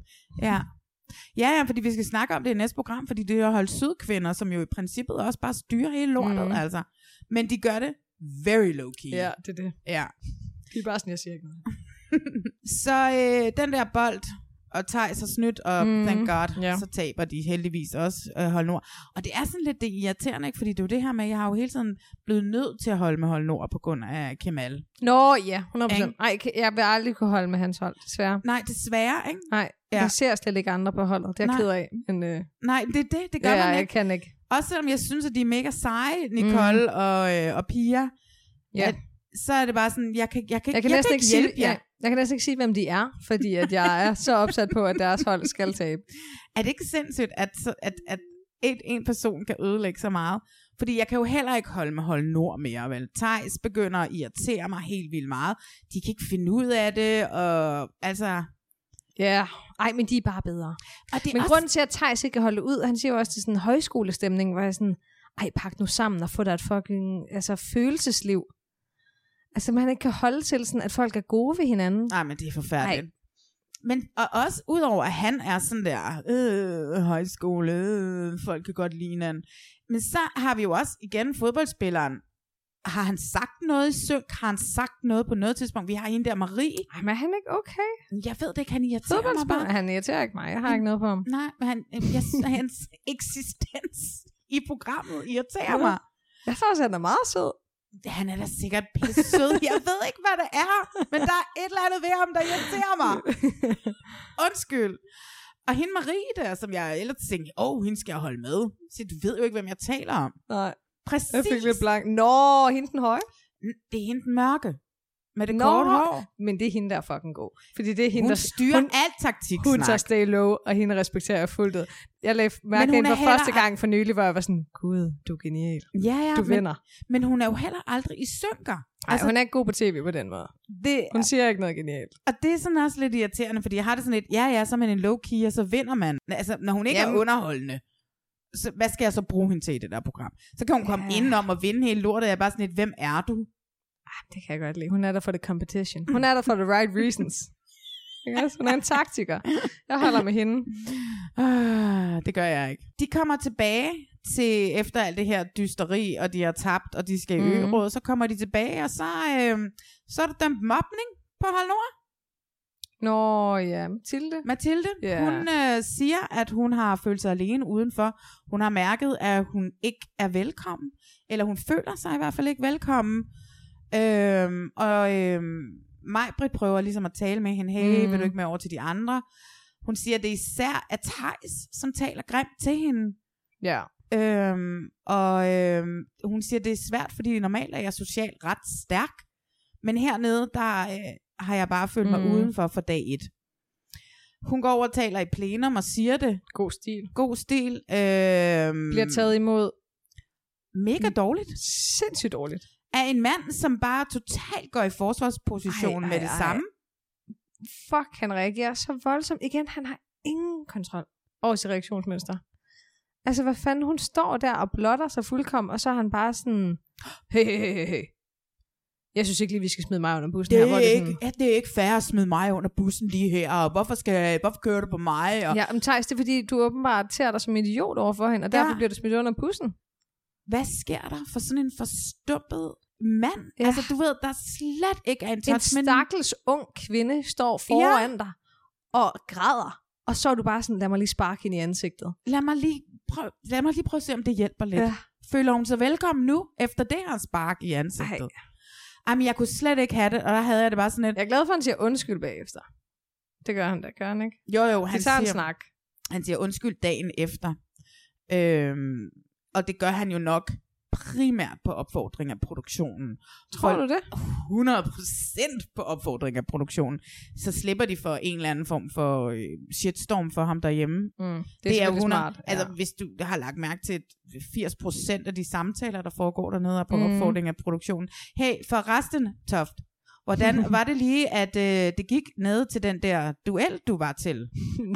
Ja, fordi vi skal snakke om det i næste program, fordi det er holdt sydkvinder, som jo i princippet også bare styrer hele lortet, altså. Men de gør det very low-key. Ja, det er det. Ja. Det er bare sådan, jeg siger ikke noget. Så den der bold, og Theis har snydt, og thank God, så taber de heldigvis også Hold Nord. Og det er sådan lidt det irriterende, ikke? Fordi det er jo det her med, jeg har jo hele tiden blevet nødt til at holde med Hold Nord på grund af Kemal. Nå, ja, 100%. Nej, jeg vil aldrig kunne holde med hans hold, desværre. Nej, desværre, ikke? Nej, jeg ser slet ikke andre på holdet, det er jeg ked af. Men, nej, det gør man ikke. Jeg kan ikke. Også selvom jeg synes, at de er mega seje, Nicole og Pia, så er det bare sådan, jeg kan næsten ikke hjælpe jer. Jeg kan næsten ikke sige, hvem de er, fordi at jeg er så opsat på, at deres hold skal tabe. Er det ikke sindssygt, at en person kan ødelægge så meget? Fordi jeg kan jo heller ikke holde med Hold Nord mere, vel? Theis begynder at irritere mig helt vildt meget. De kan ikke finde ud af det, og altså... Ja, men de er bare bedre. Men også... grunden til, at Theis ikke kan holde ud, han siger jo også til sådan en højskolestemning, hvor jeg sådan, pak nu sammen og få dig et fucking følelsesliv. Altså, man ikke kan holde til sådan, at folk er gode ved hinanden. Nej, men det er forfærdeligt. Men og også, udover at han er sådan der, højskole, folk kan godt lide hinanden. Men så har vi jo også igen fodboldspilleren. Har han sagt noget i synk? Har han sagt noget på noget tidspunkt? Vi har hende der Marie. Men er han ikke okay? Jeg ved det ikke, han irriterer mig bare. Han irriterer ikke mig, jeg har ikke noget på ham. Nej, men hans eksistens i programmet irriterer mig. Jeg tror også, han er meget sød. Han er da sikkert pisse sød. Jeg ved ikke, hvad det er, men der er et eller andet ved ham, der irriterer mig. Undskyld. Og hende Marie der, som jeg ellers tænkte, hende skal jeg holde med. Så du ved jo ikke, hvem jeg taler om. Nej. Præcis. Jeg fik lidt blank. Nå, hende den høje? Det er hende den mørke. Med det korte hår. Men det er hende, der er fucking god. Fordi det er hende, hun styrer alt taktiksnak. Hun tager stay low, og hende respekterer jeg fuldt ud. Jeg lagde mærke hende for første gang for nylig, hvor jeg var sådan, gud, du er genial. Ja, du vinder. Men hun er jo heller aldrig i synker. Nej, hun er ikke god på tv på den måde. Hun siger ikke noget genialt. Og det er sådan også lidt irriterende, fordi jeg har det sådan lidt, så er man en low-key, og så vinder man. Altså, når hun ikke er underholdende, så hvad skal jeg så bruge hende til i det der program? Så kan hun komme indenom og vinde hele lortet, og jeg er bare sådan lidt, hvem er du? Det kan jeg godt lide. Hun er der for the competition. Hun er der for the right reasons. Hun er en taktiker. Jeg holder med hende. Det gør jeg ikke. De kommer tilbage til, efter alt det her dysteri, og de har tabt, og de skal i øråd, så kommer de tilbage, og så er der dømt mobning på Hold Nord. Nå ja, Mathilde. Yeah. Hun siger, at hun har følt sig alene udenfor. Hun har mærket, at hun ikke er velkommen, eller hun føler sig i hvert fald ikke velkommen. Maj-Britt prøver ligesom at tale med hende, hey, vil du ikke med over til de andre? Hun siger, at det er især at Theis, som taler grimt til hende. Ja. Hun siger, at det er svært, fordi normalt er jeg socialt ret stærk. Men hernede, der har jeg bare følt mig udenfor for dag 1. Hun går over og taler i plenum og siger det. God stil. Bliver taget imod. Mega dårligt. Sindssygt dårligt. Af en mand, som bare totalt går i forsvarsposition med det samme. Fuck, han reagerer så voldsomt. Igen, han har ingen kontrol over sit reaktionsmønster. Altså, hvad fanden, hun står der og blotter sig fuldkommen, og så er han bare sådan, hey. Jeg synes ikke lige, vi skal smide mig under bussen det her. Det er ikke fair at smide mig under bussen lige her, og hvorfor kører du på mig? Og... Ja, men Theis, det er fordi, du åbenbart ser dig som idiot overfor hende, og derfor bliver du smidt under bussen. Hvad sker der for sådan en forstumpet mand? Ja. Altså, du ved, der slet ikke er en touch. En stakkels ung kvinde står foran dig og græder, og så er du bare sådan, lad mig lige sparke hende i ansigtet. Lad mig lige prøve at se, om det hjælper lidt. Ja. Føler hun sig velkommen nu, efter det her spark i ansigtet? Jamen, jeg kunne slet ikke have det, og der havde jeg det bare sådan lidt. Jeg er glad for, at han siger undskyld bagefter. Det gør han da, gør han ikke? Jo, han tager en snak. Han siger undskyld dagen efter. Og det gør han jo nok primært på opfordring af produktionen. Tror du det? 100% på opfordring af produktionen. Så slipper de for en eller anden form for shitstorm for ham derhjemme. Det er 100, smart. Ja. Altså, hvis du har lagt mærke til 80% af de samtaler, der foregår dernede, er på opfordring af produktionen. Hey, forresten, Toft, hvordan var det lige, at det gik ned til den der duel, du var til?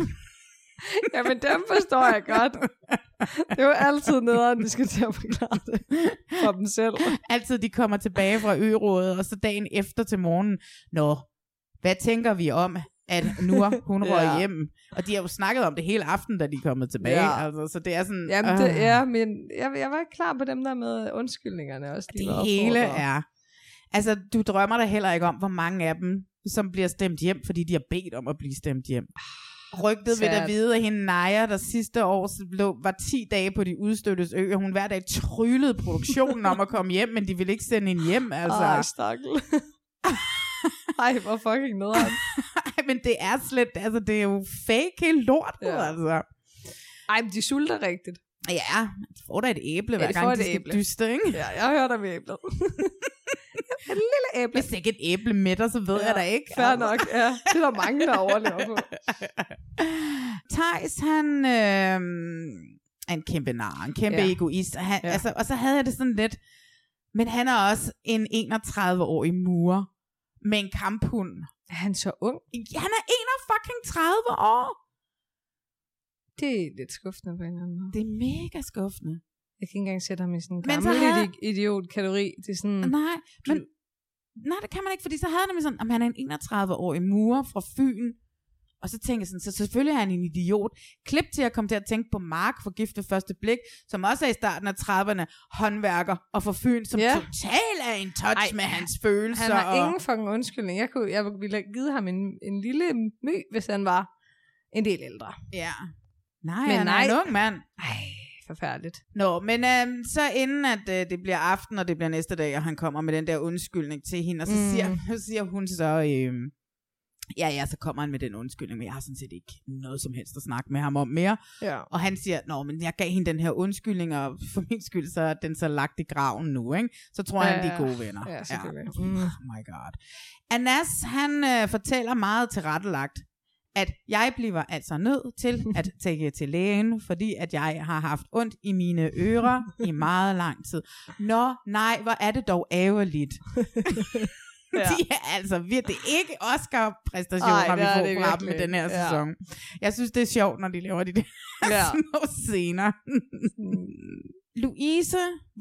Jamen, dem forstår jeg godt. Det er jo altid nederen, de skal til at forklare det for dem selv. Altid de kommer tilbage fra ørådet, og så dagen efter til morgenen. Nå, hvad tænker vi om, at nu hun røg hjem? Og de har jo snakket om det hele aften, da de er kommet tilbage. Ja. Altså, så det er sådan... Jamen, det er, men jeg var ikke klar på dem der med undskyldningerne også. Det hele er... Altså, du drømmer da heller ikke om, hvor mange af dem, som bliver stemt hjem, fordi de har bedt om at blive stemt hjem. Rygtet ved at vide, at hende Naja, der sidste år var 10 dage på de udstøttes ø, og hun hver dag tryllede produktionen om at komme hjem, men de ville ikke sende hende hjem, altså. Ej, stakkel. Ej, hvor fucking nederen. Ej, men det er slet, altså det er jo fake helt lort, altså. Ej, men de sulter rigtigt. Ja, de får da et æble, hver gang de skal dyste, ikke? Ja, jeg hører dig med æblet. Et lille æble. Hvis ikke et æble mætter, så ved jeg da ikke. Fair nok, ja. Det er der mange, der overlever på. Theis, han er en kæmpe nar, en kæmpe egoist. Altså, og så havde jeg det sådan lidt, men han er også en 31-årig murer med en kamphund. Er han så ung? Han er 30 år. Det er lidt skuffende på en eller anden måde. Det er mega skuffende. Jeg kan ikke engang sætte ham i sådan en gammel idiot-kategori. Det er sådan... Nej, det kan man ikke, fordi så havde han sådan, at han er en 31-årig murer fra Fyn. Og så tænker jeg sådan, så selvfølgelig er han en idiot. Klip til at komme til at tænke på Mark fra Gift ved første blik, som også er i starten af 30'erne, håndværker og fra Fyn, som totalt er in touch med hans følelser. Han har ingen fucking undskyldning. Jeg ville have givet ham en lille my, hvis han var en del ældre. Ja. Nej, men han er en ung mand. Ej, forfærdeligt. Nå, men så inden at det bliver aften, og det bliver næste dag, og han kommer med den der undskyldning til hende, og så siger hun så, Ja, så kommer han med den undskyldning, men jeg har sådan set ikke noget som helst at snakke med ham om mere. Ja. Og han siger, men jeg gav hende den her undskyldning, og for min skyld, så er den så lagt i graven nu, ikke? Så tror jeg, de er gode venner. Ja, selvfølgelig. Oh my god. Anas, han fortæller meget tilrettelagt, at jeg bliver altså nødt til at tage til lægen, fordi at jeg har haft ondt i mine ører i meget lang tid. Nå, nej, hvor er det dog ærgerligt. Ja. De er altså virkelig ikke Oscar-præstationer, vi får fra dem med den her sæson. Jeg synes, det er sjovt, når de laver de der små scener. Louise,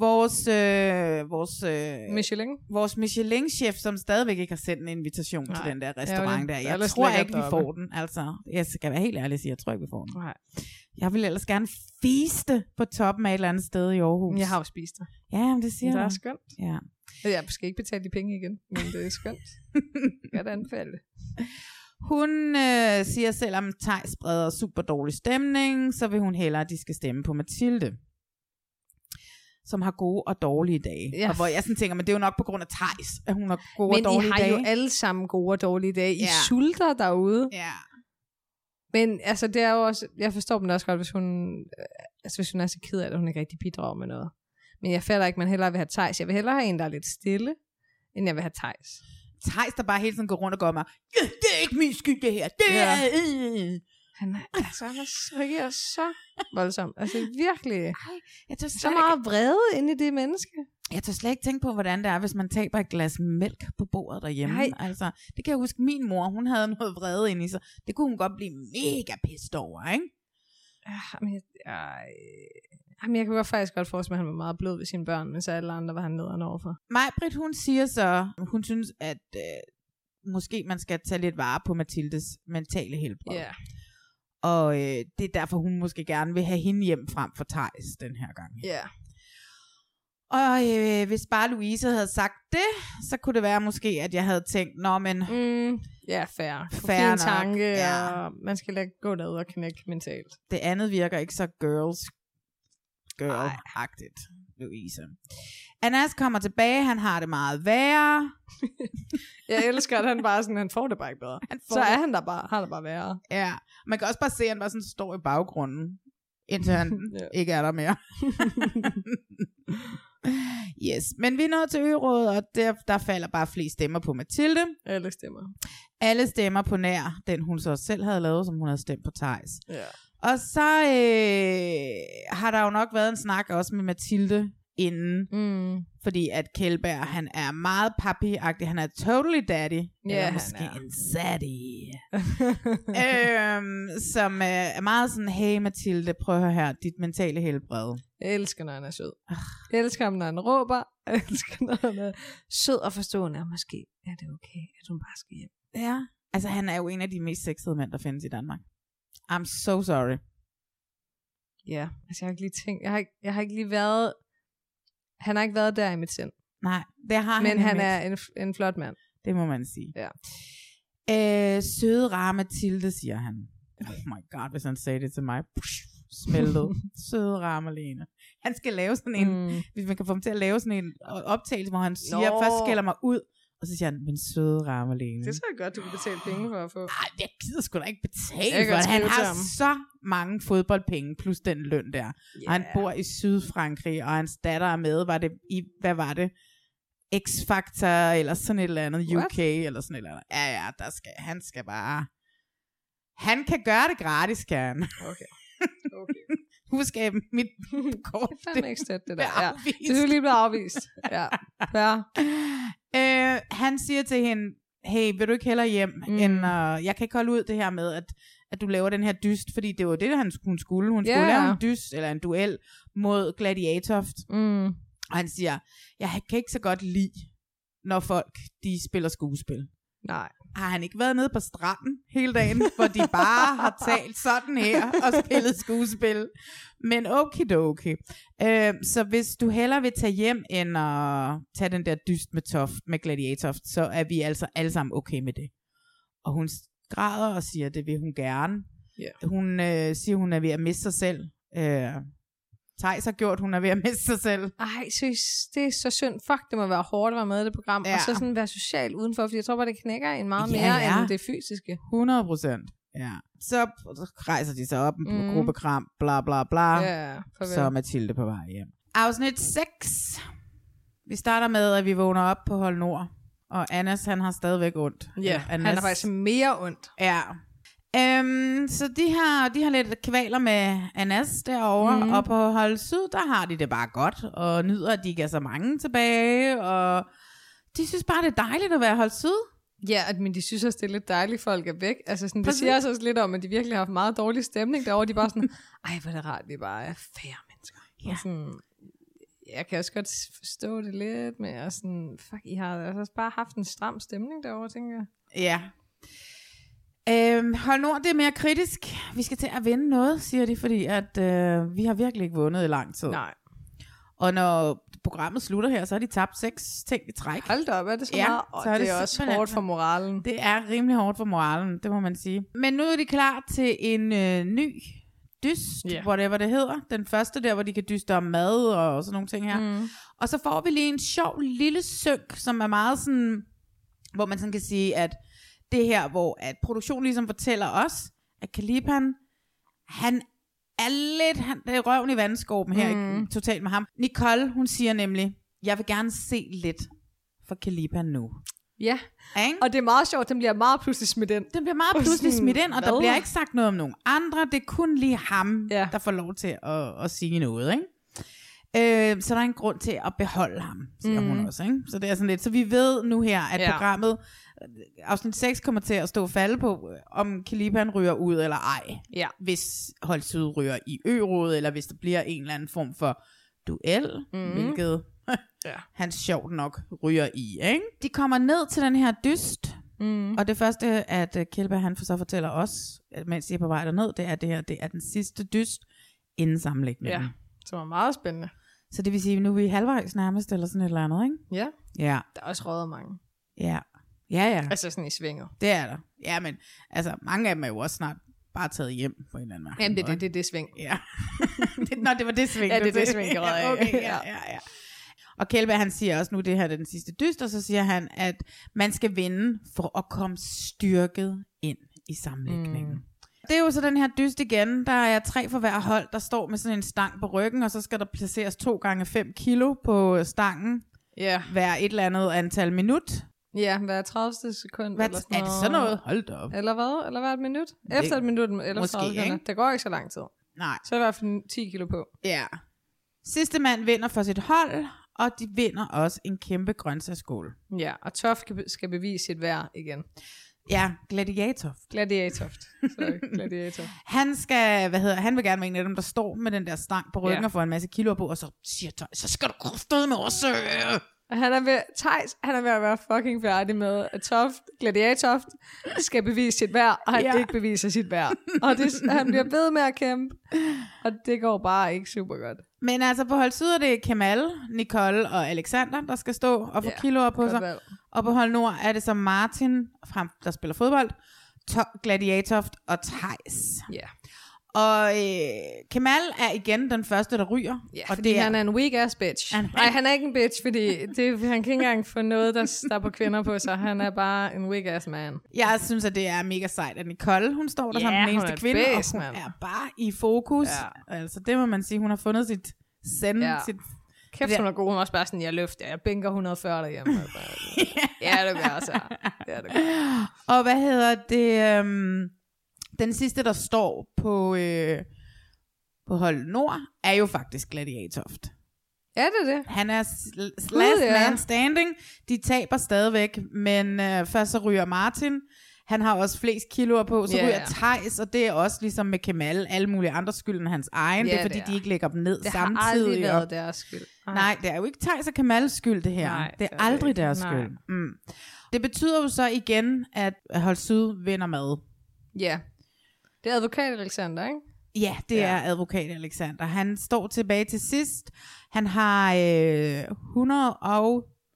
vores Michelin-chef, som stadigvæk ikke har sendt en invitation til den der restaurant der. Jeg tror ikke, vi får den. Altså, jeg skal være helt ærlig og sige, jeg tror ikke, vi får den. Nej. Jeg vil ellers gerne feaste på toppen af et eller andet sted i Aarhus. Jeg har jo spist det. Ja, det siger du. Det er skønt. Ja. Jeg skal ikke betale de penge igen, men det er skønt. Jeg kan anbefale det. Hun siger, selvom Theis spreder super dårlig stemning, så vil hun hellere, at de skal stemme på Mathilde, som har gode og dårlige dage. Ja. Og hvor jeg sådan tænker, men det er jo nok på grund af Theis, at hun har gode og dårlige dage. Men I har jo alle sammen gode og dårlige dage. I sulter derude. Ja. Men altså, det er jo også, jeg forstår dem også godt, hvis hun er så ked af, at hun ikke rigtig bidrager med noget. Men jeg føler ikke, man hellere vil have Theis. Jeg vil hellere have en, der er lidt stille, end jeg vil have Theis. Theis, der bare hele tiden går rundt og går med, det er ikke min skyld, det her. Det er... Han er så voldsom. Altså virkelig. Så meget vrede inde i det menneske. Jeg tør slet ikke tænke på, hvordan det er, hvis man taber et glas mælk på bordet derhjemme. Altså, det kan jeg huske, min mor, hun havde noget vrede inde i sig. Det kunne hun godt blive mega pissed over, ikke? Jamen, jeg kan faktisk godt forestille mig, at han var meget blød ved sine børn, men så alle andre var han nederen overfor. Maj-Brit, hun siger så, hun synes, at måske man skal tage lidt vare på Mathildes mentale helbred. Yeah. Og det er derfor, hun måske gerne vil have hende hjem frem for Theis den her gang. Ja. Yeah. Og hvis bare Louise havde sagt det, så kunne det være måske, at jeg havde tænkt, men... ja, fair fin tanke, og man skal lade gå derud og knække mentalt. Det andet virker ikke så girl-agtigt, Louise. Anas kommer tilbage, han har det meget værre. Jeg elsker, at han bare sådan, han får det bare ikke bedre. Så er han der bare, har det bare værre. Ja, man kan også bare se, at han bare sådan står i baggrunden, indtil han ikke er der mere. Yes, men vi er nået til ørådet, og der falder bare flere stemmer på Mathilde. Alle stemmer på nær den, hun så selv havde lavet, som hun havde stemt på Theis. Ja. Og så har der jo nok været en snak også med Mathilde inden, fordi at Kjeldberg, han er meget papi-agtig, han er totally daddy, eller måske en zaddy, som er meget sådan, hey Mathilde, prøv at høre her, dit mentale helbred. Jeg elsker, når han er sød. Jeg elsker ham, når han råber. Jeg elsker, når han er sød og forstående, og måske er det okay, at hun bare skal hjem. Ja, altså han er jo en af de mest sexede mænd, der findes i Danmark. I'm so sorry. Ja, altså jeg har ikke lige tænkt, jeg har ikke lige været, han har ikke været der i mit sind. Nej, det har han. Men han er en flot mand. Det må man sige. Ja. Søde rare Mathilde, siger han. Oh my god, hvis han sagde det til mig. Smeltet. Søde rare Malene. Han skal lave sådan en, hvis man kan få ham til at lave sådan en optagelse, hvor han siger, først skælder mig ud, og så siger han, men søde rare Malene. Det er så godt, du kan betale penge for at få. Nej, jeg gider sgu da ikke betale for det. Han har så mange fodboldpenge, plus den løn der. Yeah. Og han bor i Sydfrankrig, og hans datter er med, hvad var det? X-Factor, eller sådan et eller andet, UK, eller sådan et eller andet. Ja, han skal bare... Han kan gøre det gratis, kan han. Okay. Husk mit kort. Det er fandme ikke stødt, det der. Ja. Det er jo lige blevet afvist. Ja. Han siger til hende, hey, vil du ikke hellere hjem, end jeg kan ikke holde ud det her med, at du laver den her dyst, fordi det var det, hun skulle. Hun skulle lave en dyst, eller en duel mod Gladiatoft. Og han siger, jeg kan ikke så godt lide, når folk, de spiller skuespil. Nej. Har han ikke været nede på stranden hele dagen, hvor de bare har talt sådan her og spillet skuespil? Men okidoki. Så hvis du hellere vil tage hjem end at tage den der dyst med Gladiatoft, så er vi altså alle sammen okay med det. Og hun græder og siger, det vil hun gerne. Yeah. Hun siger, hun er ved at miste sig selv. Theis har gjort, hun er ved at miste sig selv. Ej, det er så synd. Fuck, det må være hårdt at være med i det program. Ja. Og så sådan være social udenfor, fordi jeg tror bare, det knækker en meget mere end det fysiske. 100%. Ja. Så rejser de sig op på gruppekram, bla bla bla. Ja, så er Mathilde på vej hjem. Afsnit 6. Vi starter med, at vi vågner op på Hold Nord. Og Annas, han har stadigvæk ondt. Ja, han har faktisk mere ondt. Ja. Så de har lidt kvaler med Annas derovre, og på Hold Syd, der har de det bare godt, og nyder, at de ikke er så mange tilbage, og de synes bare, det er dejligt at være Hold Syd. Ja, men de synes også, det er lidt dejligt, folk er væk. Altså sådan, det siger også lidt om, at de virkelig har haft meget dårlig stemning derovre. De er bare sådan, ej, hvor er det rart, vi bare er færre mennesker. Ja. Sådan, jeg kan også godt forstå det lidt, men jeg sådan, fuck, I har altså bare haft en stram stemning derovre, tænker jeg. Ja. Hold Nord, det er mere kritisk. Vi skal til at vinde noget, siger de, fordi at vi har virkelig ikke vundet i lang tid. Nej. Og når programmet slutter her, så har de tabt 6 ting i træk. Hold da op, er det så meget? Og så er det er også hårdt for moralen. Det er rimelig hårdt for moralen, det må man sige. Men nu er de klar til en ny dyst, whatever det hedder. Den første der, hvor de kan dyste om mad og sådan nogle ting her. Og så får vi lige en sjov lille synk, som er meget sådan, hvor man sådan kan sige, at det her, hvor at produktionen ligesom fortæller os, at Kalipan, han er lidt, det er røven i vandskorben her, totalt med ham. Nicole, hun siger nemlig, jeg vil gerne se lidt for Kalipan nu. Ja, og det er meget sjovt, den bliver meget pludselig smidt ind. Den bliver meget pludselig smidt ind, og der bliver ikke sagt noget om nogen andre, det er kun lige ham, der får lov til at sige noget, ikke? Så der er en grund til at beholde ham, siger hun også, ikke? Så det er sådan lidt, så vi ved nu her, at programmet, afsnit 6 kommer til at stå og falde på, om Kalipan ryger ud eller ej. Hvis Hold Syd ryger i ø-rådet, eller hvis der bliver en eller anden form for duel, hvilket han sjovt nok ryger i, ikke? De kommer ned til den her dyst, og det første, at Kjellberg han så fortæller os, mens de er på vej derned, det er den sidste dyst inden sammenlægningen. Ja, som er meget spændende. Så det vil sige, nu er vi halvvejs nærmest, eller sådan et eller andet, ikke? Ja. Ja. Der er også røget mange. Ja. Ja. Altså sådan i svinget. Det er der. Ja, men altså, mange af dem er jo også snart bare taget hjem på en eller anden måde. Jamen, det er det sving. Ja. Det var det sving. Ja, det er det sving, jeg rød. Okay, ja. Og Kjellberg, han siger også, nu det her er den sidste dyst, og så siger han, at man skal vinde for at komme styrket ind i sammenlægningen. Det er jo så den her dyst igen. Der er 3 for hver hold, der står med sådan en stang på ryggen, og så skal der placeres 2 gange 5 kilo på stangen. Hver et eller andet antal minut. Ja, hver 30 sekund. Eller sådan er det sådan noget? Hold da op. Eller hvad? Eller hver et minut? Efter et minut eller 30 sekunder. Det går ikke så lang tid. Nej. Så er i hvert fald 10 kilo på. Ja. Sidste mand vinder for sit hold, og de vinder også en kæmpe grøntsagsskål. Ja, og Toft skal bevise sit værd igen. Ja, Gladiator. Han skal, han vil gerne være en af dem, der står med den der stang på ryggen og får en masse kilo på, og så siger Theis, så skal du kraftedeme med os. Han er ved at være fucking færdig med, at Gladiator skal bevise sit værd, og han ikke beviser sit værd. Og han bliver ved med at kæmpe, og det går bare ikke super godt. Men altså på Hold Syd er det Kemal, Nicole og Alexander, der skal stå og få kiloer på sig. Valg. Og på Hold Nord er det så Martin, der spiller fodbold, Gladiator og Theis. Ja. Og Kemal er igen den første, der ryger. Ja, og fordi han er en weak ass bitch. Nej, han er ikke en bitch, fordi han kan ikke engang få noget, der er på kvinder på sig. Han er bare en weak ass man. Jeg synes, at det er mega sejt, at Nicole, hun står der som den eneste kvinde, og hun er bare i fokus. Ja. Altså, det må man sige, hun har fundet sit send. Sit kæft, hun er god. Hun er også bare sådan, jeg løfter. Jeg bænker 140 derhjemme. Ja, det gør også. Ja, det gør. Og hvad hedder det? Den sidste, der står på Hold Nord, er jo faktisk Gladiator. Er det? Han er last man standing. De taber stadigvæk, men først så ryger Martin. Han har også flest kiloer på. Så ryger Theis, og det er også ligesom med Kemal, alle mulige andre skylden hans egen. Det er fordi, de ikke lægger dem ned samtidig. Det har aldrig været deres skyld. Nej, det er jo ikke Theis og Kemals skyld, det her. Nej, det er aldrig deres skyld. Det betyder jo så igen, at Hold Syd vinder mad. Ja. Det er advokat Alexander, ikke? Ja, det er advokat Alexander. Han står tilbage til sidst. Han har 104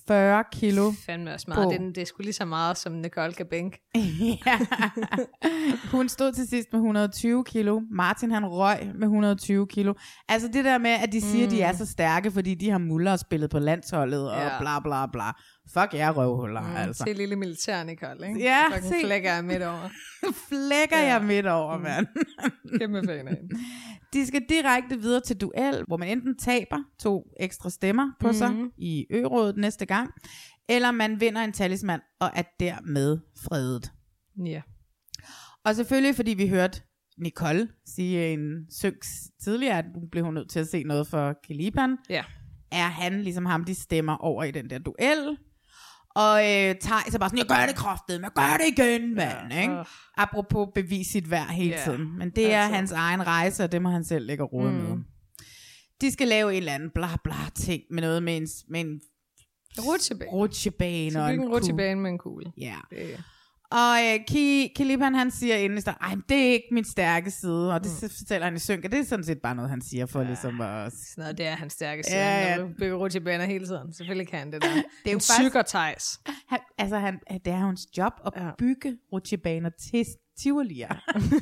40 kilo. Fandme også meget. Det er sgu lige så meget, som Nicole kan bænke. Ja. Hun stod til sidst med 120 kilo. Martin, han røg med 120 kilo. Altså det der med, at de siger, at de er så stærke, fordi de har muller og spillet på landsholdet, og bla bla bla. Fuck, jeg røvhuller, altså. Det er lille militær, Nicole, ikke? Ja, se. Flækker jeg midt over. Flækker jeg midt over, mand. Kæmpe fan af. De skal direkte videre til duel, hvor man enten taber 2 ekstra stemmer på sig i ø-rådet næste gang, eller man vinder en talisman og er dermed fredet. Ja. Og selvfølgelig, fordi vi hørte Nicole sige en synks tidligere, at nu blev hun nødt til at se noget for Caliban, er han ligesom ham, de stemmer over i den der duel. Og Theis er bare sådan, jeg gør det kraftigt, men jeg gør det igen, mand. Ikke? Apropos bevis sit værd hele tiden. Men det er hans egen rejse, og det må han selv lægge råd med. De skal lave en eller anden bla bla ting med noget med en rutsjebane. Så bygge en rutsjebane med en kugle. Ja. Og Caliban, han siger endelig, ej, det er ikke min stærke side, og det fortæller han i synk, og det er sådan set bare noget, han siger for ligesom at... Sådan det er hans stærke side, når du bygger rutsjebaner hele tiden. Selvfølgelig kan han det der. Det er jo psyker Theis. Det er hans job at bygge rutsjebaner til Tivolier.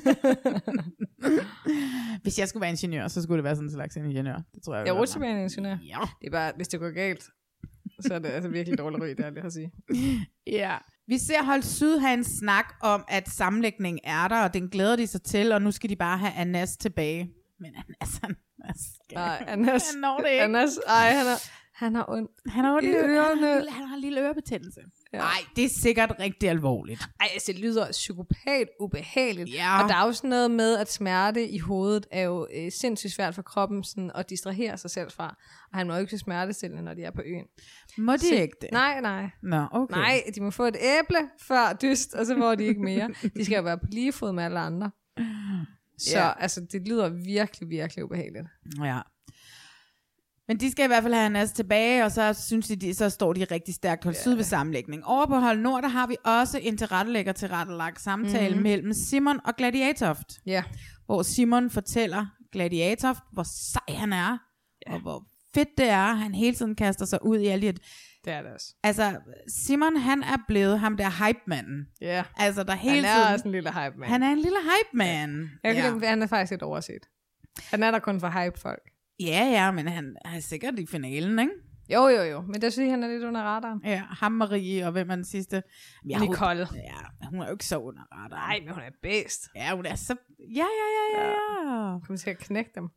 Hvis jeg skulle være ingeniør, så skulle det være sådan en slags ingeniør. Det tror jeg. Ja, rutsjebaneingeniør. Ja. Det er bare, hvis det går galt, så er det altså virkelig dårligt ryg, det er det at sige. Ja. Vi ser Hold Syd have en snak om, at sammenlægning er der, og den glæder de sig til, og nu skal de bare have Anas tilbage. Men Anas, Anas han når det ikke. Anas, han har ondt. Han har ondt i ørerne. Han har en lille ørebetændelse. Nej, det er sikkert rigtig alvorligt. Ej, altså, det lyder psykopat ubehageligt. Ja. Og der er jo sådan noget med, at smerte i hovedet er jo sindssygt svært for kroppen sådan, at distrahere sig selv fra. Og han må jo ikke smertestillende, når de er på øen. Må de ikke det? Nej. Nå, okay. Nej, de må få et æble før dyst, og så får de ikke mere. De skal jo være på lige fod med alle andre. Så altså, det lyder virkelig, virkelig ubehageligt. Ja. Men de skal i hvert fald have Anas tilbage, og så synes de, så står de rigtig stærkt Hold Syd ved sammenlægning. Over på Hold Nord, der har vi også en tilrettelagt samtale mellem Simon og Gladiatoft. Ja. Hvor Simon fortæller Gladiatoft, hvor sej han er, og hvor fedt det er, han hele tiden kaster sig ud i alle de... Det er det også. Altså, Simon, han er blevet ham der hype-manden. Ja. Altså, der hele han er tiden... også en lille hype-man. Han er en lille hype-man. Han er faktisk lidt overset. Han er der kun for hype-folk. Ja, men han er sikkert i finalen, ikke? Jo, men det synes jeg, han er lidt under radaren. Ja, ham, Marie, og hvem er den sidste? Nicole. Hun er jo ikke så under radaren. Nej, men hun er bedst. Ja, hun er så... Ja. Kommer til at knække dem.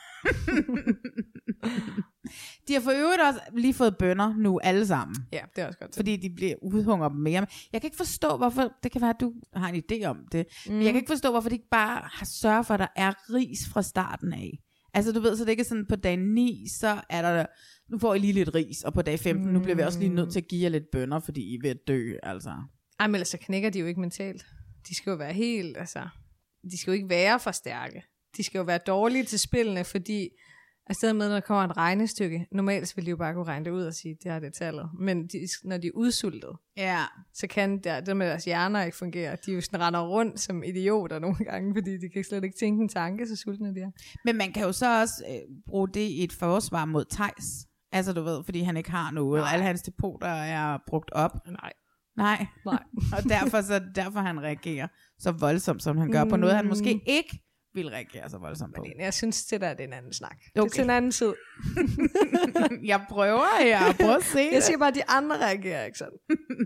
De har for øvrigt også lige fået bønner nu, alle sammen. Ja, det er også godt. Fordi de bliver udhungret mere. Jeg kan ikke forstå, hvorfor... Det kan være, at du har en idé om det. Men jeg kan ikke forstå, hvorfor de ikke bare har sørget for, at der er ris fra starten af. Altså du ved, så det ikke er sådan på dag 9, så er der, nu får I lige lidt ris, og på dag 15, nu bliver vi også lige nødt til at give jer lidt bønner, fordi I er ved at dø, altså. Ej, men ellers så knækker de jo ikke mentalt. De skal jo være helt, altså, de skal jo ikke være for stærke. De skal jo være dårlige til spillene, fordi afsted med, når der kommer et regnestykke, normalt vil de jo bare kunne regne det ud og sige, det er det tallet. Men når de er udsultet, så kan det med deres hjerner ikke fungere. De jo sådan render rundt som idioter nogle gange, fordi de kan slet ikke tænke en tanke, så sultne de er. Men man kan jo så også bruge det i et forsvar mod Theis. Altså du ved, fordi han ikke har noget, og alle hans depoter er brugt op. Nej. Og derfor han reagerer så voldsomt, som han gør på noget, han måske ikke vil reagere så voldsomt på. Jeg synes, det er en anden snak. Okay. Det er til en anden tid. Jeg prøver at se det. Jeg siger bare, at de andre reagerer ikke sådan.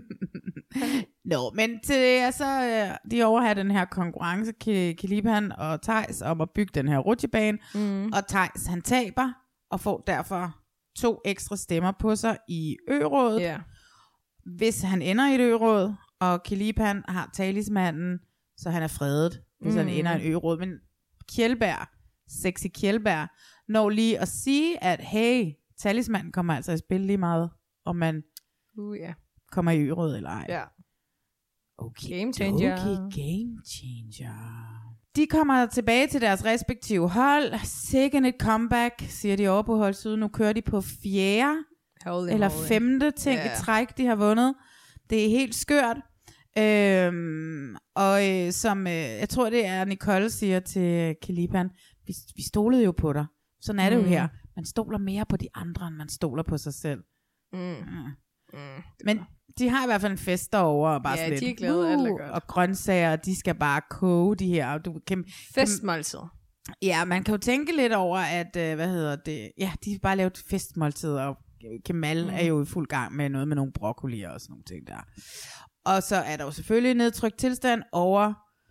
Men til de overhaver den her konkurrence, Caliban og Theis, om at bygge den her rutsjebane, og Theis, han taber, og får derfor 2 ekstra stemmer på sig i ø-rådet. Yeah. Hvis han ender i et ø-råd, og Caliban har talismanden, så han er fredet, hvis han ender i et ø-råd. Men Sexy Kjeldberg, når lige at sige, at hey, talismanden kommer altså i spil lige meget, om man kommer i ø-råd eller ej. Ja. Okay, game changer. Game changer. De kommer tilbage til deres respektive hold. Second et comeback, siger de over på Hold Syd. Nu kører de på 4. eller 5. ting i træk, de har vundet. Det er helt skørt. Som jeg tror det er Nicole siger til Caliban, vi stolede jo på dig. Sådan er det jo her. Man stoler mere på de andre, end man stoler på sig selv. Men de har i hvert fald en fest derovre, og bare sådan lidt, de er glade, alt er godt. Og grøntsager, de skal bare koge de her. Festmåltid. Ja, man kan jo tænke lidt over, at, ja, de har bare lavet festmåltid, og Kemal er jo i fuld gang med noget med nogle broccoli og sådan nogle ting der. Og så er der jo selvfølgelig nedtrykt tilstand over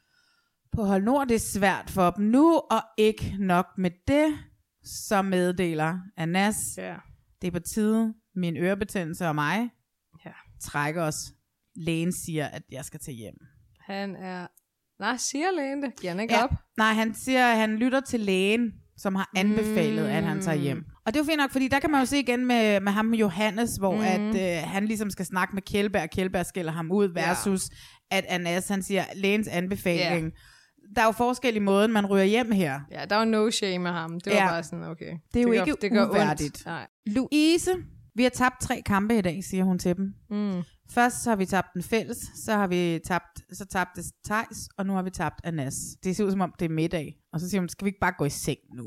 på Hold Nord. Det er svært for dem nu, og ikke nok med det, så meddeler Anas. Ja. Det er på tide, min ørebetændelse og mig trækker os. Lægen siger, at jeg skal tage hjem. Han er... Nej, siger lægen det? Giver han ikke op? Nej, han siger, at han lytter til lægen, som har anbefalet, at han tager hjem. Og det er jo fint nok, fordi der kan man jo se igen med ham med Johannes, hvor at, han ligesom skal snakke med Kjellberg, og Kjellberg skiller ham ud, versus at Anas, han siger, lægens anbefaling. Der er jo forskel i måden, man ryger hjem her. Ja, der var no shame med ham. Det var bare sådan, okay. Det er jo ikke uværdigt. Louise, vi har tabt 3 kampe i dag, siger hun til dem. Først så har vi tabt den fælles, så har vi tabt Theis, og nu har vi tabt Anas. Det ser ud som om det er middag. Og så siger hun, skal vi ikke bare gå i seng nu?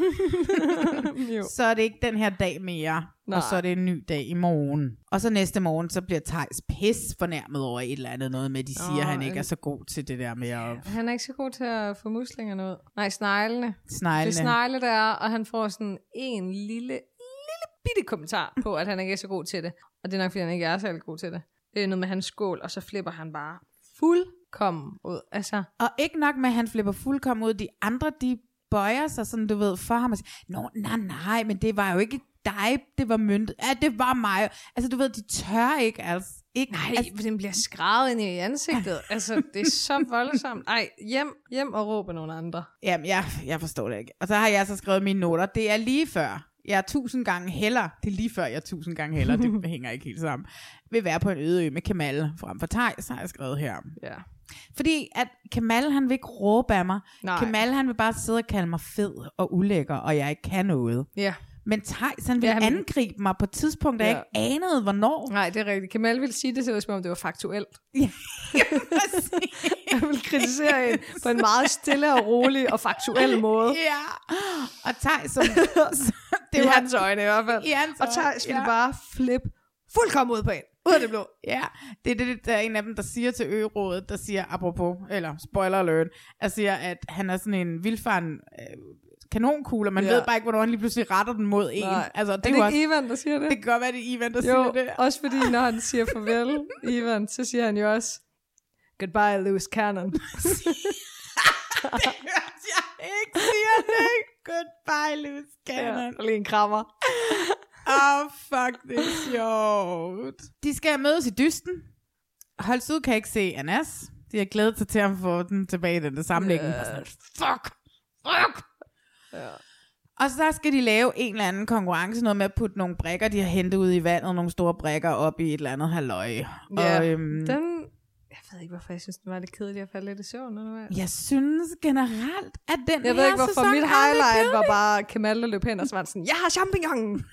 Så er det ikke den her dag mere, og så er det en ny dag i morgen. Og så næste morgen, så bliver Theis pis fornærmet over et eller andet noget med, de siger, at han ikke er så god til det der med at... Han er ikke så god til at få muslingerne ud. Nej, sneglene. Det er snegle, der er, og han får sådan en lille bitte kommentar på, at han ikke er så god til det. Og det er nok, fordi han ikke er særlig god til det. Det er noget med hans skål, og så flipper han bare fuldkommen ud. Altså. Og ikke nok med, at han flipper fuldkommen ud. De andre, de bøjer sig sådan, du ved, for ham og siger, nej, men det var jo ikke dig, det var møntet. Ja, det var mig. Altså, du ved, de tør ikke, altså. For den bliver skrevet ind i ansigtet. Altså, det er så voldsomt. Ej, hjem og råbe nogle andre. Jamen, jeg forstår det ikke. Og så har jeg så skrevet mine noter. Det er lige før. Jeg er 1000 gange hellere, det er lige før jeg er 1000 gange hellere, det hænger ikke helt sammen, vil være på en øde ø med Kemal frem for Theis, har jeg skrevet her. Ja. Fordi at Kemal, han vil ikke råbe af mig. Nej. Kemal, han vil bare sidde og kalde mig fed og ulækker, og jeg ikke kan noget. Ja. Men Theis, han vil angribe mig på et tidspunkt, da jeg ikke anede, hvornår. Nej, det er rigtigt. Kemal ville sige det, som om det var faktuelt. Ja, han ville kritisere en på en meget stille og rolig og faktuel måde. Ja, og Theis, det var hans øjne i hvert fald. Og Theis ville bare flippe fuldkommen ud på en. Ud af det blå. Ja, det er det, der er en af dem, der siger til Ø-rådet, der siger, apropos, eller spoiler alert, at siger, at han er sådan en vildfaren kanonkugle, man ved bare ikke, hvornår han lige pludselig retter den mod en. Altså, det er ikke Ivan, der siger det? Det kan godt være, det er Ivan, der siger det. Også fordi, når han siger farvel, Ivan, så siger han jo også, goodbye, loose cannon. Det hørte jeg ikke, siger det. Goodbye, loose cannon. Ja, lige en krammer. Fuck, det er sjovt. De skal mødes i dysten. Holsud kan ikke se Anas. De har glædet sig til at få den tilbage i den sammenlægning. Fuck. Ja. Og så skal de lave en eller anden konkurrence, noget med at putte nogle brikker, de har hentet ud i vandet, nogle store brikker op i et eller andet halløj. Ja, og, jeg ved ikke, hvorfor jeg synes, det var lidt kedeligt at falde lidt i søvn. Eller jeg synes generelt, at den her jeg ved ikke, hvorfor mit highlight var bare Kemal, der løb hen og svarede sådan, jeg har champignon!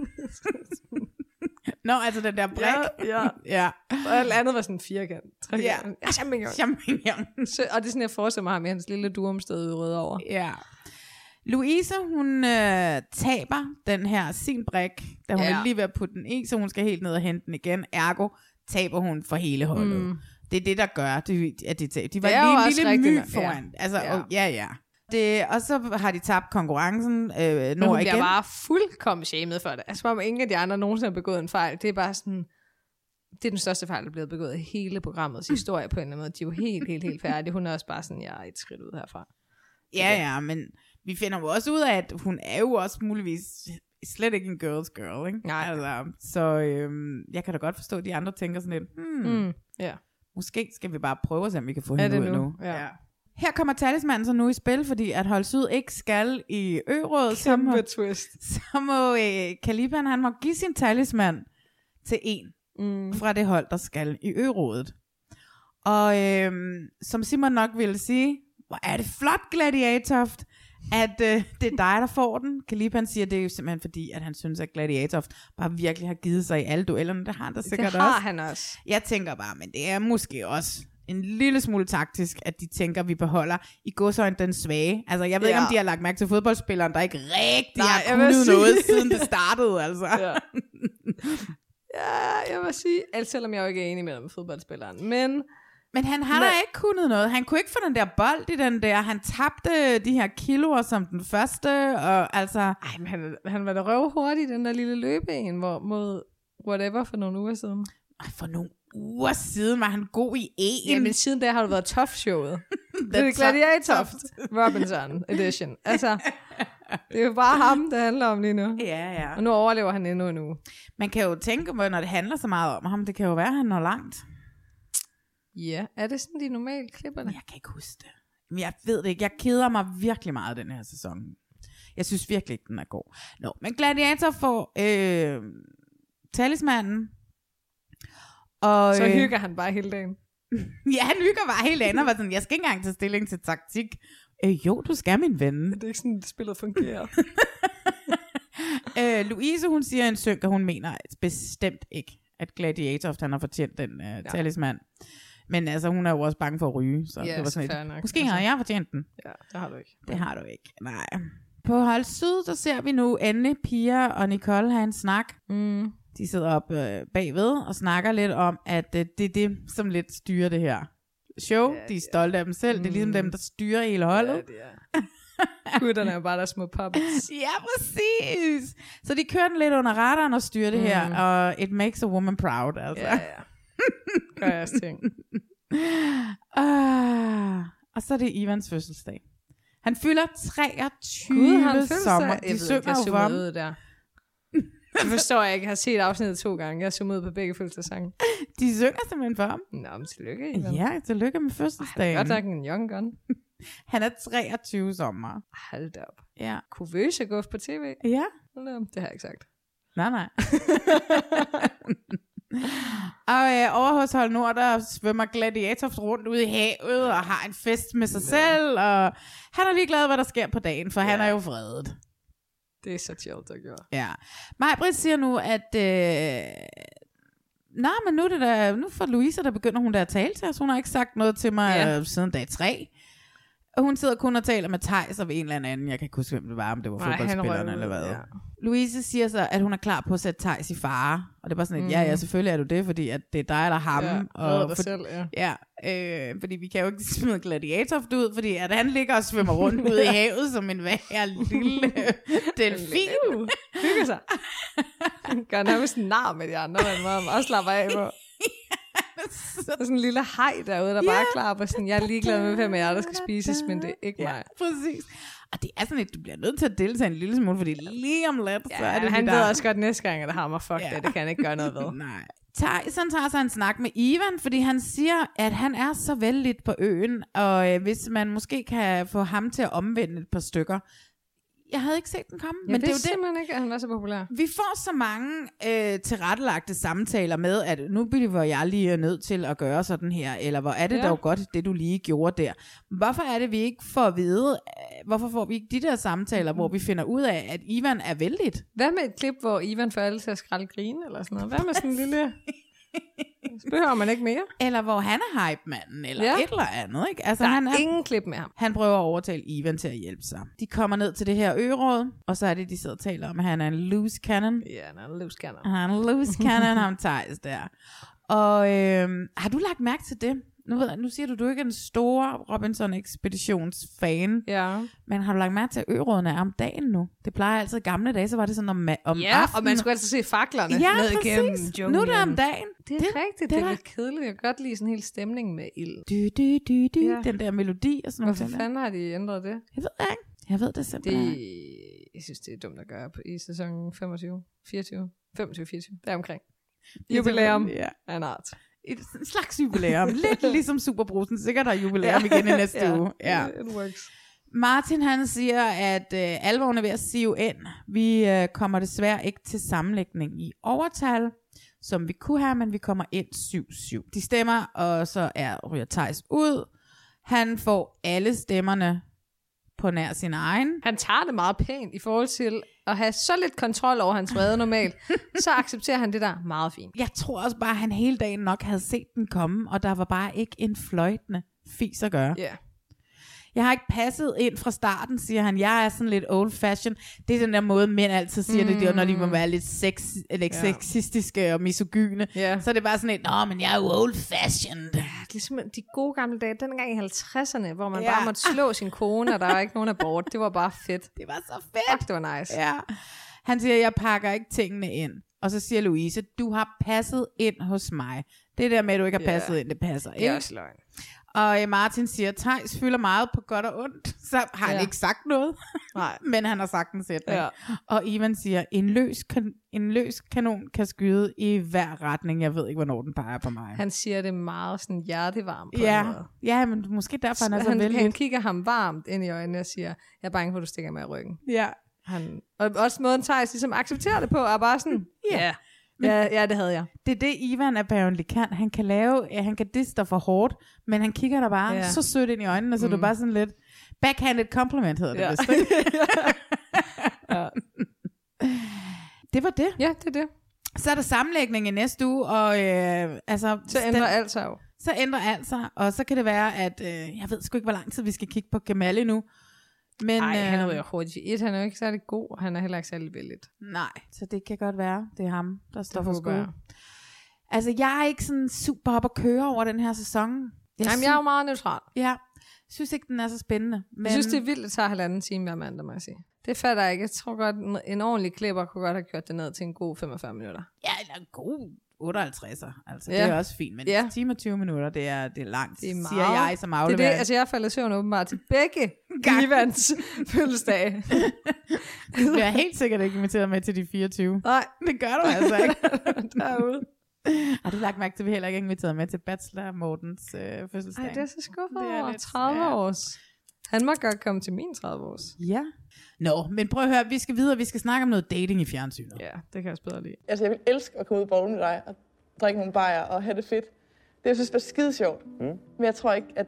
Nå, altså den der brik. Ja. Og alt andet var sådan en firkant. Ja, champignon. Og det er sådan, jeg forestiller mig ham i hans lille durumsted Rødovre. Ja. Louise, hun taber den her sin brik, da hun er lige ved at putte den i, så hun skal helt ned og hente den igen. Ergo taber hun for hele holdet. Det er det, der gør, at de taber. De var lige en lille my foran. Altså, og så har de tabt konkurrencen. Men hun bliver bare fuldkommen shamed for det. Altså, som om ingen af de andre nogensinde har begået en fejl. Det er bare sådan, det er den største fejl, der er blevet begået i hele programmets historie på en eller anden måde. De er jo helt færdige. Hun er også bare sådan, jeg er et skridt ud herfra. Ja, men vi finder jo også ud af, at hun er jo også muligvis slet ikke en girls girl, ikke? Nej. Altså, så jeg kan da godt forstå, at de andre tænker sådan lidt, måske skal vi bare prøve at se, om vi kan få hende ud nu. Ja. Her kommer talismanden så nu i spil, fordi at Holsud ikke skal i Ø-rådet. Kæmpe twist. Så må Kaliban, han må give sin talisman til en fra det hold, der skal i Ø-rådet. Og som Simon nok ville sige, hvor er det flot, Gladiatoft, at det er dig, der får den. Kaliban siger, det er jo simpelthen fordi, at han synes, at Gladiatoft bare virkelig har givet sig i alle duellerne. Det har han da sikkert også. Det har han også. Jeg tænker bare, men det er måske også en lille smule taktisk, at de tænker, at vi beholder i godsøjne den svage. Altså, jeg ved ikke, om de har lagt mærke til fodboldspilleren, der ikke rigtig har kunnet noget, siden det startede, altså. Ja, jeg vil sige, alt selvom jeg jo ikke er enig med fodboldspilleren, Men han har da ikke kunnet noget. Han kunne ikke få den der bold i den der. Han tabte de her kiloer som den første, og altså... Ej, men han var da røvhurtig i den der lille løbeen mod whatever for nogle uger siden. For nogle uger siden var han god i en. Jamen siden da har du været tough-showet. Det er Gladiator Robinson edition. Altså, det er jo bare ham, det handler om lige nu. Ja. Og nu overlever han endnu en uge. Man kan jo tænke på, når det handler så meget om ham, det kan jo være, at han når langt. Ja, er det sådan de normale klipperne? Jeg kan ikke huske det. Men jeg ved det ikke. Jeg keder mig virkelig meget den her sæson. Jeg synes virkelig ikke, den er god. Men Gladiator får talismanden. Og, så hygger han bare hele dagen. Ja, han hygger bare hele dagen. Og var sådan, jeg skal ikke engang tage stilling til taktik. Jo, du skal, min ven. Det er ikke sådan, spillet fungerer. Louise, hun siger en synk, og hun mener bestemt ikke, at Gladiator, han har fortjent den talisman. Men altså, hun er jo også bange for at ryge, så det var sådan lidt. Måske har jeg fortjent den. Ja, det har du ikke. Det har du ikke, nej. På Hold Syd, der ser vi nu endelig Pia og Nicole have en snak. De sidder op bagved og snakker lidt om, at det er det, som lidt styrer det her show. De er stolte af dem selv. Det er ligesom dem, der styrer hele holdet. Ja, det er. Gutterne er bare der små puppets. Ja, præcis. Så de kører den lidt under radaren og styrer det her, og it makes a woman proud, altså. Ja. Gør jeg også ting. Og så er det Ivans fødselsdag. Han fylder 23 sommer. De synger jo for ham. Der. Det forstår jeg ikke. Jeg har set afsnittet 2 gange. Jeg har summet ud på begge fødselsdagssange. De synger simpelthen for ham. Nå, men tillykke, Ivan. Ja, tillykke med fødselsdagen. Godt nok en young gun. Han er 23 sommer. Hold da op. Ja. Kuvøse gå på tv. Ja. Det har jeg ikke sagt. Nej. Og over hos Hold Nord, der svømmer Gladiator rundt ude i havet og har en fest med sig selv, og han er lige glad, hvad der sker på dagen, for han er jo fredet. Det er så chill, der gør. Ja. Maj-Brit siger nu, at men nu får Louise, der begynder hun der at tale til os. Hun har ikke sagt noget til mig siden dag 3. Og hun sidder kun og taler med Theis og en eller anden. Jeg kan ikke huske, hvem det var, om det var fodboldspillerne eller hvad. Ja. Louise siger så, at hun er klar på at sætte Theis i fare. Og det er bare sådan, at ja, selvfølgelig er du det, fordi at det er dig eller ham. Ja, og selv, fordi vi kan jo ikke smide Gladiator ud, fordi at han ligger og svømmer rundt ude i havet som en lille delfin. Hygger sig. Gør nærmest en nar med de andre, man også slapper af på. Der er sådan en lille haj derude, der bare er klar på sådan, jeg er ligeglad med, hvem af jer, der skal spises, men det er ikke mig. Præcis. Og det er sådan lidt, du bliver nødt til at deltage en lille smule, fordi lige om lidt, så er det han ved også godt næste gang, at det hammer det kan han ikke gøre noget ved. Nej. Tyson tager sig en snak med Ivan, fordi han siger, at han er så vældigt på øen, og hvis man måske kan få ham til at omvende et par stykker. Jeg havde ikke set den komme, men det er jo simpelthen ikke, at han var så populær. Vi får så mange tilrettelagte samtaler med, at nu bliver jeg lige nødt til at gøre sådan her, eller hvor er det dog godt, det du lige gjorde der. Hvorfor er det, vi ikke får at vide, hvorfor får vi ikke de der samtaler, hvor vi finder ud af, at Ivan er vældigt? Hvad med et klip, hvor Ivan får alle til at skralde grine, eller sådan noget? Hvad med sådan en lille... Så behøver man ikke mere. Eller hvor han er hype-manden, eller et eller andet, ikke? Altså, der er ingen klip med ham. Han prøver at overtale Ivan til at hjælpe sig. De kommer ned til det her øråd, og så er det, de sidder og taler om, at han er en loose cannon. Ja, han er en loose cannon. Han er en loose cannon, ham Theis der. Og har du lagt mærke til det? Nu siger du ikke er en stor Robinson-ekspeditionsfan. Ja. Men har du lagt mærke til, at ørådene er om dagen nu? Det plejer altid i gamle dage, så var det sådan om aftenen. Og man skulle altid se faklerne ned igennem junglen. Nu er det om dagen. Det er rigtigt, det er lidt kedeligt. Jeg kan godt lide sådan en hel stemning med ild. Den der melodi og sådan noget. Hvorfor fanden har de ændret det? Jeg ved ikke. Jeg ved det simpelthen. Jeg synes, det er dumt at gøre i sæson 25, 24, 25, 24. Der omkring. Jubilæum af en art. Et slags jubilæum. Lidt ligesom Superbrusen. Sikkert har jubilæum igen i næste uge. Ja, it works. Martin han siger, at alvoren er ved at sive ind. Vi kommer desværre ikke til sammenlægning i overtal, som vi kunne have, men vi kommer ind 7-7. De stemmer, og så ryger Theis ud. Han får alle stemmerne på nær sin egen. Han tager det meget pænt i forhold til at have så lidt kontrol over hans vrede normalt. Så accepterer han det der meget fint. Jeg tror også bare, at han hele dagen nok havde set den komme, og der var bare ikke en fløjtende fis at gøre. Yeah. Jeg har ikke passet ind fra starten, siger han. Jeg er sådan lidt old fashion. Det er den der måde, mænd altid siger det, når de må være lidt sexistiske og misogyne. Så er det bare sådan et, men jeg er jo old fashioned. Det er ligesom de gode gamle dage, dengang i 50'erne, hvor man bare måtte slå sin kone, og der er ikke nogen abort. Det var bare fedt. Det var så fedt. Fuck, det var nice. Ja. Han siger, jeg pakker ikke tingene ind. Og så siger Louise, du har passet ind hos mig. Det der med, at du ikke har passet ind, det passer ikke. Det er også løgn. Og Martin siger, Theis fylder meget på godt og ondt. Så har han ikke sagt noget. Nej. Men han har sagt en sætning. Og Ivan siger, en løs kanon kan skyde i hver retning. Jeg ved ikke, hvornår den peger på mig. Han siger det meget sådan hjertevarmt på en måde. Ja, men måske derfor han er så vældig. Han kigger ham varmt ind i øjnene og siger, jeg er bange for, at du stikker mig i ryggen. Ja. Og også måden Theis ligesom accepterer det på, er bare sådan, ja, det havde jeg. Det er det, Ivan apparently kan. Han kan lave, han kan disse dig for hårdt, men han kigger der bare så sødt ind i øjnene, og så er du bare sådan lidt, backhanded compliment hedder det vist, ikke? Det var det. Ja, det er det. Så er der sammenlægning i næste uge, og så ændrer alt sig jo. Så ændrer alt sig, og så kan det være, at jeg ved sgu ikke, hvor lang tid vi skal kigge på Kemal nu. Nej, han er jo hurtigt. Han er jo ikke særlig god, og han er heller ikke særlig vældig. Nej, så det kan godt være, det er ham, der står for skud. Altså, jeg er ikke sådan super op at køre over den her sæson. Jeg er jo meget neutral. Ja, synes ikke, den er så spændende. Men jeg synes, det er vildt, at det tager 1,5 time hver mandag, må jeg sige. Det fatter jeg ikke. Jeg tror godt, en ordentlig klipper kunne godt have kørt det ned til en god 45 minutter. Ja, eller en god 58'er. Altså, det er også fint, men 1 time og 20 minutter, det er langt, det er meget, siger jeg som afleverer. Det er det, altså jeg falder søvn åbenbart til begge Ivans fødselsdage. Du bliver helt sikkert ikke inviteret med til de 24. Nej, det gør du altså ikke. Derude. Har du lagt mærke til, at vi heller ikke er inviteret med til Bachelor Mortens fødselsdag? Ej, det er så skuffet over 30 års. Han må godt komme til min 30 års. Ja. Men prøv at høre, vi skal videre, vi skal snakke om noget dating i fjernsynet. Ja, det kan jeg også bedre lide. Altså, jeg vil elske at komme ud og bolle med dig og drikke nogle bajer og have det fedt. Det jeg synes var skide sjovt. Men jeg tror ikke,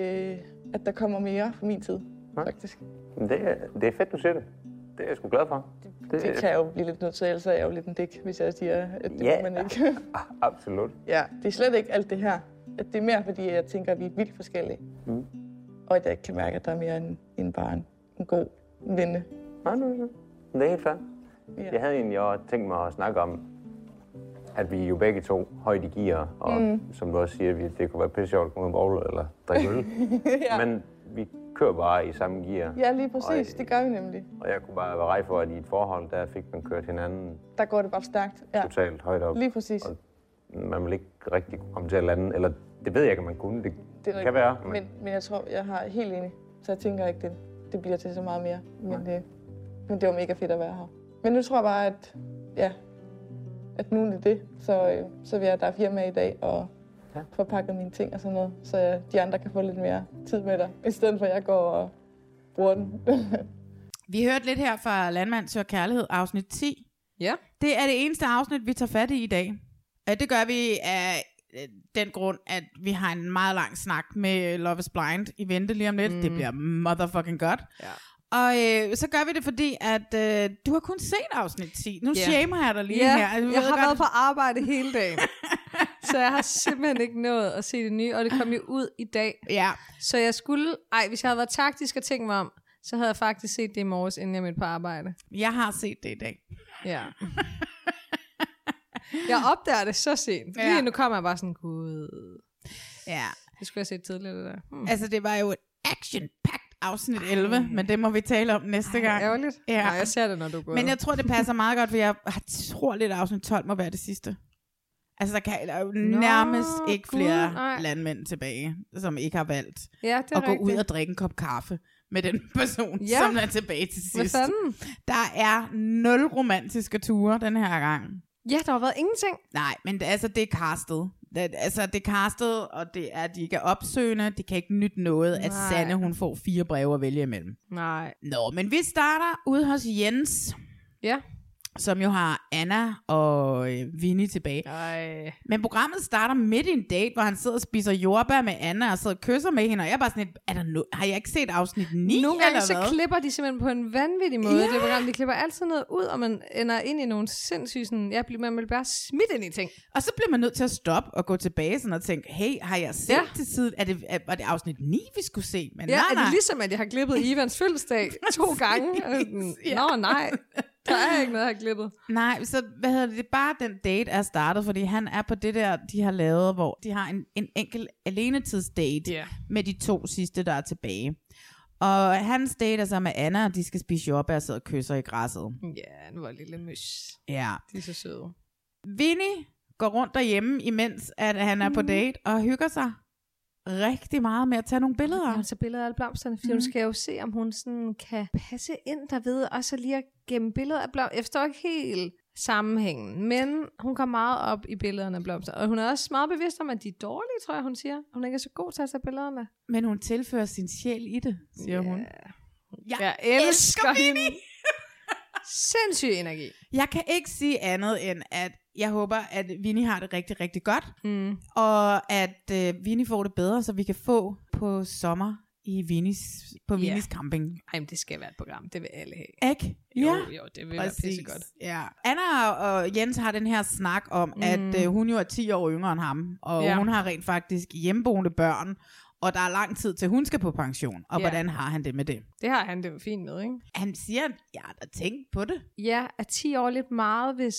at der kommer mere fra min tid, faktisk. Det er fedt, du siger det. Det er jeg sgu glad for. Det kan jeg jo blive lidt nødt til, ellers er jeg jo lidt en dæk, hvis jeg siger, at det må man ikke. Absolut. Ja, det er slet ikke alt det her. At det er mere, fordi jeg tænker, at vi er vildt forskellige. Og at jeg ikke kan mærke, at der er mere end bare en god venne. Nej, det er helt fair. Ja. Jeg havde egentlig også tænkt mig at snakke om, at vi jo begge to højt i gear, og som du også siger, det kunne være pisse sjovt at komme ud og bowle eller drikke øl. Men vi kører bare i samme gear. Ja, lige præcis. Det gør vi nemlig. Og jeg kunne bare være rej for, at i et forhold, der fik man kørt hinanden. Der går det bare stærkt. Ja. Totalt højt op. Lige præcis. Og man vil ikke rigtig komme til at lande, eller det ved jeg ikke, om man kunne. Det kan være. Men jeg tror, jeg har helt enig. Så jeg tænker ikke, det bliver til så meget mere. Men det var mega fedt at være her. Men nu tror jeg bare, at nu er det. Så vil jeg, der er 4 med i dag, og få pakket mine ting og sådan noget. Så de andre kan få lidt mere tid med dig, i stedet for at jeg går og bruger den. Vi hørte lidt her fra Landmand søger kærlighed, afsnit 10. Ja. Det er det eneste afsnit, vi tager fat i dag. Det gør vi af den grund, at vi har en meget lang snak med Love is Blind i vente lige om lidt. Det bliver motherfucking godt. Ja. Og så gør vi det, fordi at du har kun set afsnit 10. Nu shamer jeg dig lige her. Jeg har været på arbejde hele dagen. Så jeg har simpelthen ikke nået at se det nye, og det kom jo ud i dag. Ja. Så jeg skulle, hvis jeg havde været taktisk og tænkt mig om, så havde jeg faktisk set det i morges, inden jeg mødte på arbejde. Jeg har set det i dag. Ja. Jeg opdager det så sent. Lige nu kommer jeg bare sådan, gud. Ja. Det skulle jeg se tidligere, det der. Altså, det var jo et action-packed afsnit 11, men det må vi tale om næste gang. Ærgerligt. Ja. Nej, jeg ser det, når du går. Men jeg tror, det passer meget godt, for jeg tror lidt, at afsnit 12 må være det sidste. Altså, der er jo nærmest ikke flere landmænd tilbage, som ikke har valgt at gå ud og drikke en kop kaffe med den person, som er tilbage til sidst. Hvad fanden? Der er 0 romantiske ture den her gang. Ja, der har været ingenting. Nej, men det er castet. Det er castet, og det er, de ikke er opsøgende. De kan ikke nytte noget, at Sanne, hun får 4 breve at vælge imellem. Nej. Men vi starter ude hos Jens. Ja. som jo har Anna og Vinnie tilbage. Ej. Men programmet starter midt i en date, hvor han sidder og spiser jordbær med Anna, og sidder og kysser med hende, og jeg er bare sådan lidt, har jeg ikke set afsnit 9 Nogle gange så hvad? klipper de simpelthen på en vanvittig måde. Det program, de klipper altid noget ud, og man ender ind i nogle sindssyge, sådan, man vil bare smidt ind i ting. Og så bliver man nødt til at stoppe og gå tilbage sådan og tænke, hey, har jeg set til siden? Var det afsnit 9, vi skulle se? Men er det ligesom, at jeg har klippet Ivans fødselsdag 2 gange? Nå, nej. Der er ikke noget, jeg har klippet. Nej, så det er bare den date er startet, fordi han er på det der, de har lavet, hvor de har en enkelt alenetidsdate med de 2 sidste, der er tilbage. Og hans date er så med Anna, og de skal spise jordbær og sidde og kysser i græsset. Ja, nu var lille mys. Ja. De er så søde. Vinnie går rundt derhjemme, imens at han er på date, og hygger sig rigtig meget med at tage nogle billeder. Hun tager billeder af alle blomsterne, fordi hun skal jo se, om hun sådan kan passe ind derved, og så lige at gemme billeder af blomster. Jeg forstår ikke helt sammenhængen, men hun går meget op i billederne af blomster, og hun er også meget bevidst om, at de er dårlige, tror jeg, hun siger. Hun er ikke så god til at tage billederne. Men hun tilfører sin sjæl i det, siger hun. Jeg elsker hende. Sindssyg energi. Jeg kan ikke sige andet end, at jeg håber, at Vinnie har det rigtig, rigtig godt. Og at Vinnie får det bedre, så vi kan få på sommer i Vinnies camping. Ej, det skal være et program. Det vil alle have. Ikke? Jo, det vil være pissegodt. Ja. Anna og Jens har den her snak om, at hun jo er 10 år yngre end ham. Og hun har rent faktisk hjemmeboende børn. Og der er lang tid til, hun skal på pension. Og hvordan har han det med det? Det har han det fint med, ikke? Han siger, at jeg har da tænkt på det. Ja, er 10 år lidt meget, hvis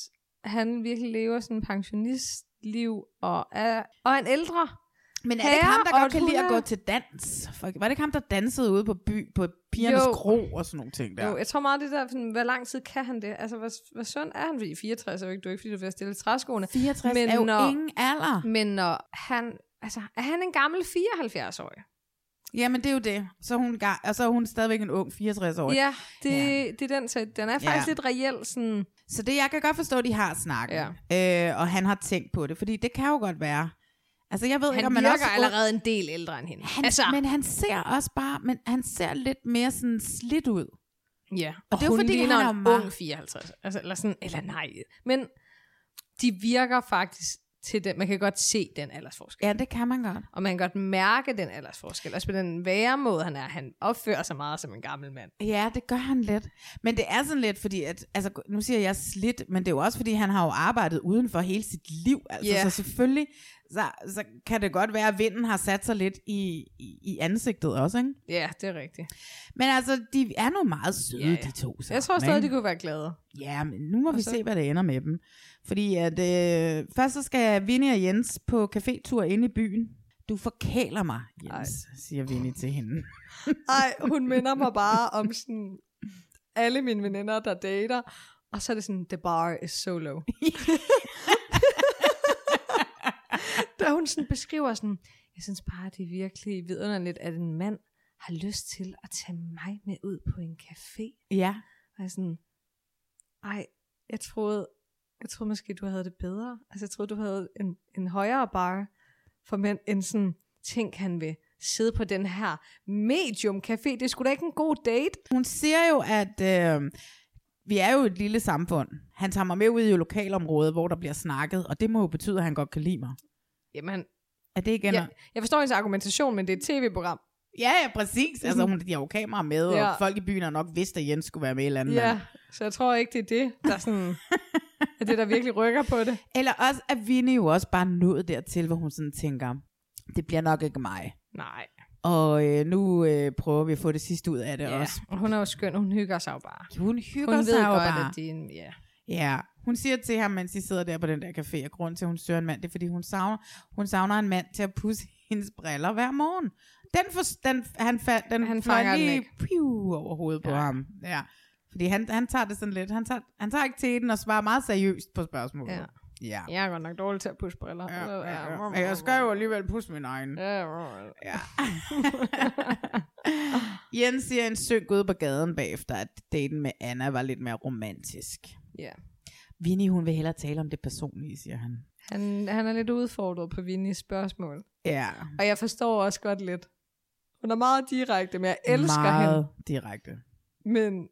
han virkelig lever sådan en pensionistliv og er en ældre. Men er det ikke ham, der godt kan lide at gå til dans? Var det ikke ham, der dansede ude på pigernes kro og sådan nogle ting der? Jo, jeg tror meget det der, hvor lang tid kan han det? Altså, hvor sund er han? Fordi 64 er jo ikke, du er ikke fordi, du vil stille træskoene. 64 men er jo ingen alder. Men når han, altså, er han en gammel 74-årig? Jamen, det er jo det. Så er hun stadigvæk en ung 64-årig. Ja, det er den, så den er faktisk lidt reelt sådan. Så det, jeg kan godt forstå, at de har snakket. Og han har tænkt på det, fordi det kan jo godt være. Altså, jeg ved ikke, om man virker allerede en del ældre end hende. Men han ser også bare, han ser lidt mere sådan slidt ud. Ja, og det er jo fordi, han er en ung 54. Altså, eller nej. Men de virker faktisk til den, man kan godt se den aldersforskel. Ja, det kan man godt. Og man kan godt mærke den aldersforskel. Altså på den væremåde, han opfører sig meget som en gammel mand. Ja, det gør han lidt. Men det er sådan lidt, fordi at, altså, nu siger jeg slidt, men det er jo også, fordi han har jo arbejdet uden for hele sit liv. Altså, så selvfølgelig, så kan det godt være, at vinden har sat sig lidt i ansigtet også, ikke? Ja, det er rigtigt. Men altså, de er nu meget søde, de to. Sammen, jeg tror stadig, de kunne være glade. Ja, men nu må vi se, hvad det ender med dem. Fordi at først så skal Vinnie og Jens på cafétur inde i byen. Du forkæler mig, Jens, siger Vinnie til hende. Ej, hun minder mig bare om sådan alle mine veninder, der dater. Og så er det sådan, the bar is so low. Da hun sådan beskriver sådan, jeg synes bare, det er virkelig vidunderligt, at en mand har lyst til at tage mig med ud på en café. Ja. Og jeg sådan, jeg troede måske, du havde det bedre. Altså, jeg troede, du havde en højere bar for mænd, end sådan, tænk, han vil sidde på den her medium café. Det er sgu da ikke en god date. Hun siger jo, at vi er jo et lille samfund. Han tager mig med ud i lokalområdet, hvor der bliver snakket, og det må jo betyde, at han godt kan lide mig. Jamen, er det ikke jeg forstår hendes argumentation, men det er et tv-program. Ja, præcis. Altså, de har jo kamera med, og folk i byen har nok vidst, at Jens skulle være med i et eller andet. Ja, så jeg tror ikke, det er det, der sådan, er det, der virkelig rykker på det. Eller også, at Vinnie jo også bare nået dertil, hvor hun sådan tænker, det bliver nok ikke mig. Nej. Og nu prøver vi at få det sidste ud af det også. Og hun er jo skøn, hun hygger sig jo bare. Hun hygger sig jo bare. At det er Ja, hun siger til ham, mens de sidder der på den der café, og grund til, at hun søger en mand, det er, fordi hun savner en mand til at pusse hendes briller hver morgen. Han fanger lige over hovedet på ham. Ja. Fordi han tager det sådan lidt, han tager ikke til den og svarer meget seriøst på spørgsmålet. Ja. Ja. Jeg er godt nok dårlig til at pusse briller. Ja. Jeg skal jo alligevel pusse min egen. Ja. Jens siger en synk ude på gaden bagefter, at daten med Anna var lidt mere romantisk. Ja. Vinnie, hun vil hellere tale om det personlige, siger han. Han er lidt udfordret på Vinnies spørgsmål. Ja. Og jeg forstår også godt lidt. Hun er meget direkte, men jeg elsker hende. Meget direkte. Men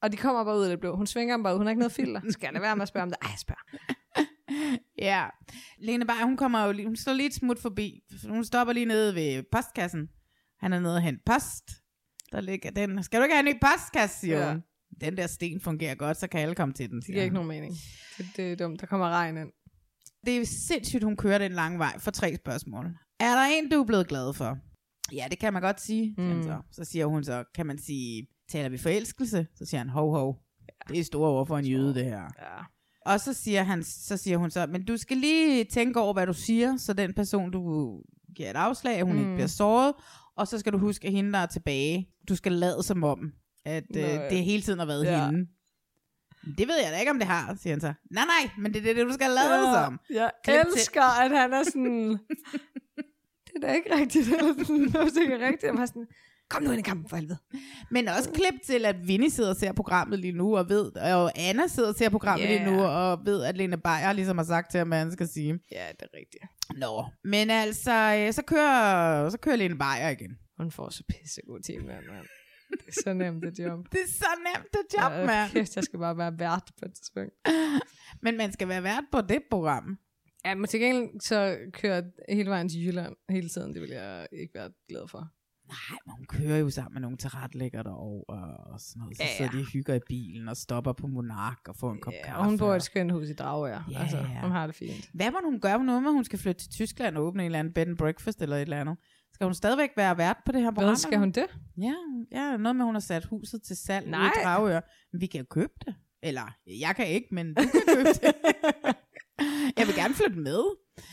Og de kommer bare ud af det blå. Hun svinger dem bare ud. Hun har ikke noget filter. Skal jeg lade være med at spørge om det? Ej, jeg spørger. Ja. Lene Beyer, hun står lige et smut forbi. Hun stopper lige nede ved postkassen. Han er nede og hente post. Der ligger den. Skal du ikke have en ny postkasse, siger hun. Den der sten fungerer godt, så kan alle komme til den. Det giver ikke nogen mening. Det er dumt. Der kommer regn ind. Det er sindssygt, hun kører den lange vej for 3 spørgsmål. Er der en, du er blevet glad for? Ja, det kan man godt sige. Så siger hun så, kan man sige, taler vi forelskelse? Så siger han, hov. Det er store ord for en jøde, det her. Ja. Og så siger hun så, men du skal lige tænke over, hvad du siger, så den person, du giver et afslag, at hun ikke bliver såret. Og så skal du huske, at hende, der er tilbage, du skal lade som om, at det hele tiden har været hende. Det ved jeg da ikke, om det har, siger han så. Nej, men det er det, du skal lade som. Jeg elsker, at han er sådan... det er da ikke rigtigt. Det er ikke rigtigt. Jeg var sådan, kom nu ind i kampen for helvede. Men også klip til, at Vinnie sidder og ser programmet lige nu, og Anna sidder og ser programmet lige nu, og ved, at Lene Beyer ligesom har sagt til ham, hvad han skal sige. Ja, det er rigtigt. Nå, men altså, så kører Lene Beyer igen. Hun får så pissegod time, mand. Det er så nemt et job. Det er så nemt et job, mand. Jeg skal bare være vært på et tidspunkt. Men man skal være vært på det program. Ja, men til gengæld så kører hele vejen til Jylland hele tiden. Det vil jeg ikke være glad for. Nej, men hun kører jo sammen med nogle tilrettelæggere derovre og sådan noget. Så sidder de hygger i bilen og stopper på Monark og får en kop kaffe. Og hun bor i et skønt hus i Dragør. Ja, altså, hun har det fint. Hvad må hun gøre noget med, at hun skal flytte til Tyskland og åbne en eller anden bed and breakfast eller et eller andet? Skal hun stadigvæk være vært på det her program? Hvad skal hun det? Ja, noget med, at hun har sat huset til salg ude i Dragør. Men vi kan jo købe det. Eller, jeg kan ikke, men du kan købe det. Jeg vil gerne flytte med.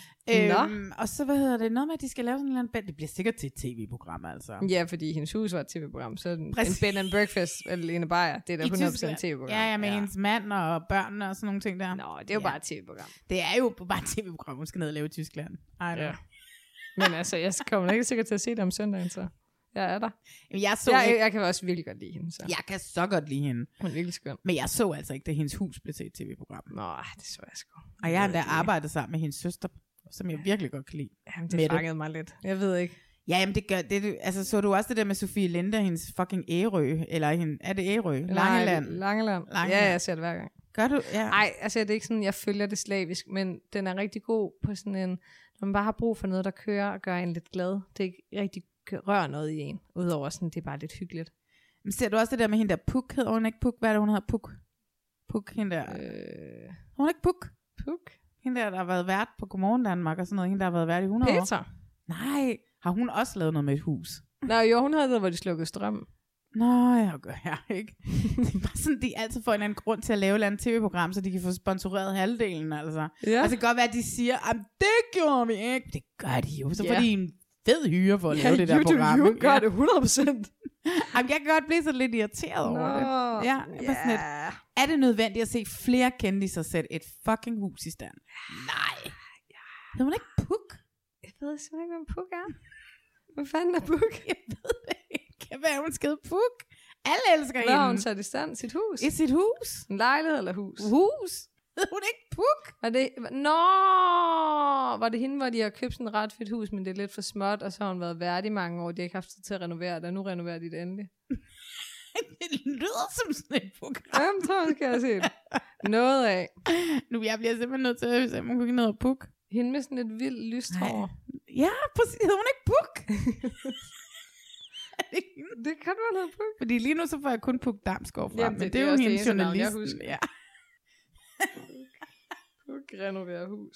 Og så, noget med, at de skal lave sådan en eller anden bed. Det bliver sikkert til et tv-program, altså. Ja, fordi hendes hus var et tv-program. Så en bed and breakfast, eller Lene Beyer, det er da 100% tv-program. Ja, med hendes mand og børnene og sådan nogle ting der. Nå, det er jo bare et tv-program. Det er jo bare et tv-program, hun skal ned og lave i Tyskland. Ja. Men altså, jeg kommer ikke sikkert til at se det om søndagen, så jeg er der. Jeg kan også virkelig godt lide hende. Så. Jeg kan så godt lide hende. Hun er virkelig skøn. Men jeg så altså ikke, da hendes hus blev til et tv-program. Nå, det så jeg sgu. Og jeg har da arbejdet sammen med hendes søster, som jeg virkelig godt kan lide. Jamen, det fangede mig lidt. Jeg ved ikke. Ja, jamen det gør det. Altså, så du også det der med Sofie Linde og hendes fucking Ærø? Eller er det Ærø? Langeland. Ja, jeg ser det hver gang. Gør du? Ja. Nej, altså det er ikke sådan, jeg følger det slavisk, men den er rigtig god på sådan en, når man bare har brug for noget, der kører og gør en lidt glad. Det er ikke rigtig rører noget i en, udover sådan, det er bare lidt hyggeligt. Men ser du også det der med hende der Puk? Hedder hun ikke Puk? Hvad er det, hun hedder? Puk, hende der. Hun er ikke Puk? Puk? Hende der har været vært på Godmorgen Danmark og sådan noget. Hende der har været vært i 100 år. Peter? Nej, har hun også lavet noget med et hus? Nå jo, hun havde det, hvor de slukkede strøm. Nå, jeg gør ikke. Det er bare sådan, de altid får en anden grund til at lave et eller andet tv-program, så de kan få sponsoreret halvdelen, altså. Ja. Altså det kan godt være, at de siger, det gjorde vi ikke. Det gør de jo, så får de en fed hyre for at lave det der program. Ja, gør det 100%. Jamen, jeg kan godt blive så lidt irriteret over det. Ja, sådan lidt. Er det nødvendigt at se flere kendiser sætte et fucking hus i stand? Nej. Hedder hun ikke Puk? Jeg ved simpelthen ikke, hvad Puk er. Hvad fanden er Puk? Jeg ved det ikke. Hvad er hun skrevet Puk? Alle elsker hende. Hvad har hun sat i stand? Sit hus? I sit hus? En lejlighed eller hus? Hus? Hedder hun ikke Puk? Var det hende, hvor de har købt sådan et ret fedt hus, men det er lidt for småt, og så har hun været vært i mange år. De har ikke haft tid til at renovere det, og nu renoverer de det endelig. Det lyder som sådan et program. Jamen, tror jeg, skal jeg se det. Noget af. Nu, jeg bliver simpelthen nødt til at se, om hun kunne noget Puk. Hende med sådan et vildt lyst hår. Ja, præcis. Hedder hun ikke Puk? Det kan du have Puk. Fordi lige nu så får jeg kun Puk Damsgaard frem. Jamen, det er jo hendes journalist. Ja. Puk renoverer hus.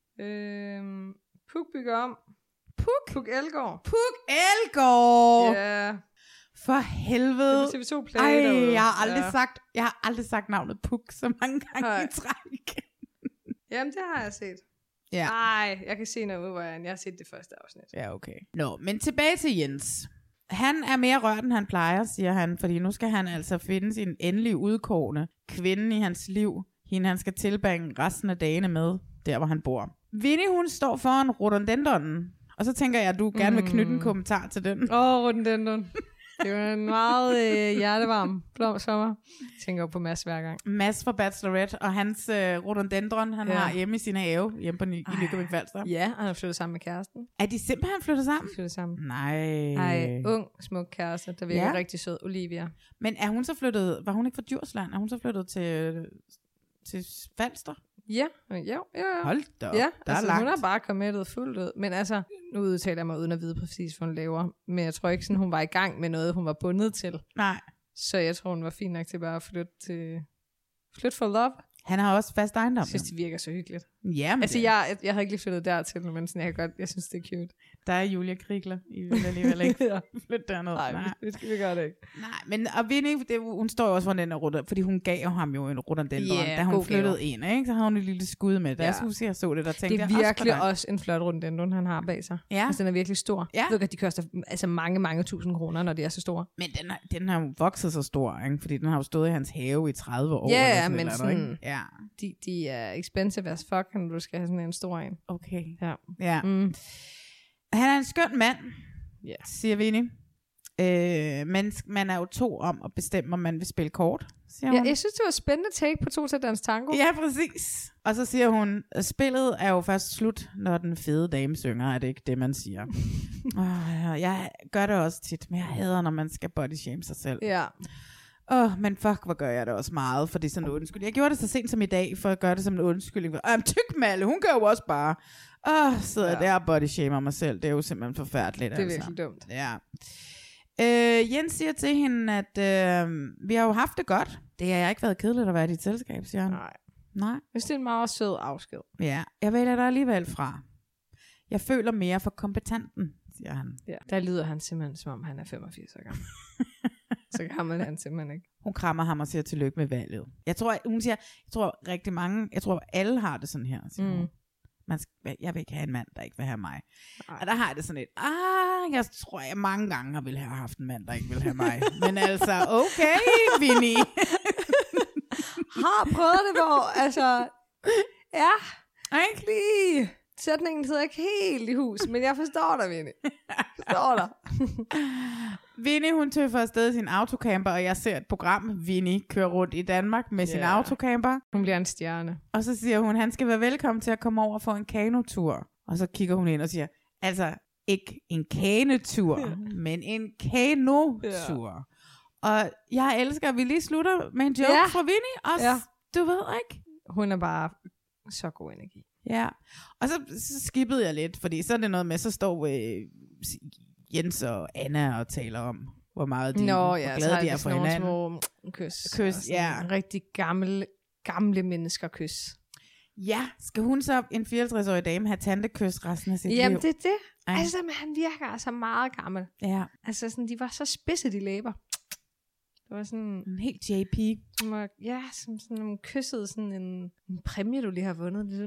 Puk bygger om. Puk Elgård. Puk Elgård! Ja. Yeah. For helvede. Det er TV2 Play. Ej, jeg har aldrig sagt navnet Puk så mange gange i træk. Jamen, det har jeg set. Ja. Ej, jeg kan se noget ud, hvor jeg har set det første afsnit. Ja, okay. Nå, men tilbage til Jens. Han er mere rørt, end han plejer, siger han, fordi nu skal han altså finde sin endelig udkårne kvinde i hans liv. Hende han skal tilbringe resten af dagene med, der hvor han bor. Vinnie, hun står foran rhododendronen, og så tænker jeg, at du gerne vil knytte en kommentar til den. Rhododendron. Det var en meget hjertevarm blom sommer. Jeg tænker på Mads hver gang. Mads fra Bachelorette, og hans rhododendron, han har hjemme i sin have, hjemme på Nykøbing Falster. Ja, han har flyttet sammen med kæresten. Er de simpelthen flyttet sammen? De flyttet sammen. Nej. Ej, ung, smuk kæreste, der virker rigtig sød, Olivia. Men er hun så flyttet, var hun ikke fra Djursland? Er hun så flyttet til Falster? Ja. Hold da op, ja, der er langt. Hun har bare committet fuldt ud. Men altså, nu udtaler jeg mig uden at vide præcis, hvad hun laver. Men jeg tror ikke, sådan, hun var i gang med noget, hun var bundet til. Nej. Så jeg tror, hun var fin nok til bare at flytte for love. Han har også fast ejendom. Jeg synes, det virker så hyggeligt. Ja, men altså, jeg har ikke lige flyttet dertil, men sådan, jeg synes, det er cute. Der er Julia Krigler. I vil alligevel ikke flytte derned. Nej, det skal vi gøre det ikke. Nej, men og Vinnie, hun står jo også for den her rutter, fordi hun gav ham jo en rhododendron, da hun flyttede ind, ikke? Så havde hun et lille skud med. Da jeg så det, der tænkte jeg det er virkelig også en flot rhododendron, han har bag sig. Ja. Altså, den er virkelig stor. Ja. Jeg ved godt, de koster altså mange tusind kroner, når de er så store. Men den har jo vokset så stor, ikke? Fordi den har jo stået i hans have i 30 år. Ja, men sådan, de er expensive as fuck, når du skal have sådan en stor en. Okay. Ja. Han er en skøn mand, siger Vinnie. Men man er jo 2 om at bestemme, om man vil spille kort, siger hun. Ja, jeg synes, det var spændende take på 2 til dans tango. Ja, præcis. Og så siger hun, spillet er jo først slut, når den fede dame synger, er det ikke det, man siger. Jeg gør det også tit, men jeg hader, når man skal body shame sig selv. Ja. Men fuck, hvor gør jeg det også meget, for det er sådan en undskyldning. Jeg gjorde det så sent som i dag, for at gøre det som en undskyldning. Tykmalle, hun gør jo også bare. Sidder jeg der og body shamer mig selv. Det er jo simpelthen forfærdeligt. Det er virkelig dumt. Ja. Jens siger til hende, at vi har jo haft det godt. Det har ikke været kedeligt at være i dit selskab, siger han. Nej. Hvis det er en meget sød afsked. Ja, jeg vælger dig alligevel fra. Jeg føler mere for kompetenten, siger han. Ja, der lyder han simpelthen, som om han er 85 år gammel. Så gammel er han simpelthen ikke. Hun krammer ham og siger tillykke med valget. Hun siger, rigtig mange, alle har det sådan her, siger hun. Jeg vil ikke have en mand, der ikke vil have mig. Ej. Og der har jeg det sådan lidt, jeg tror, jeg mange gange vil have haft en mand, der ikke vil have mig. Men altså, okay, Vinnie. Har prøvet det, hvor, altså, ja, ikke lige. Sætningen sidder ikke helt i hus, men jeg forstår dig, Vinnie. Forstår dig. Vinnie, hun tøffer afsted i sin autocamper, og jeg ser et program, Vinnie kører rundt i Danmark med sin autocamper. Hun bliver en stjerne. Og så siger hun, han skal være velkommen til at komme over for en kanotur. Og så kigger hun ind og siger, altså ikke en kanetur, men en kanotur. Og jeg elsker, at vi lige slutter med en joke fra Vinnie, og du ved ikke. Hun er bare så god energi. Ja, og så skippede jeg lidt, fordi så er det noget med, så står Jens og Anna og taler om, hvor meget de hvor glade de er for hinanden. Små kys, ja. Rigtig gamle mennesker kys. Ja, skal hun så, en 54-årig dame, have tantekys resten af sit liv? Jamen det er det. Altså, men han virker altså meget gammel. Ja. Altså, sådan, de var så spidse, de læber. Det var sådan en helt JP. Som sådan hun kyssede sådan en præmie, du lige har vundet.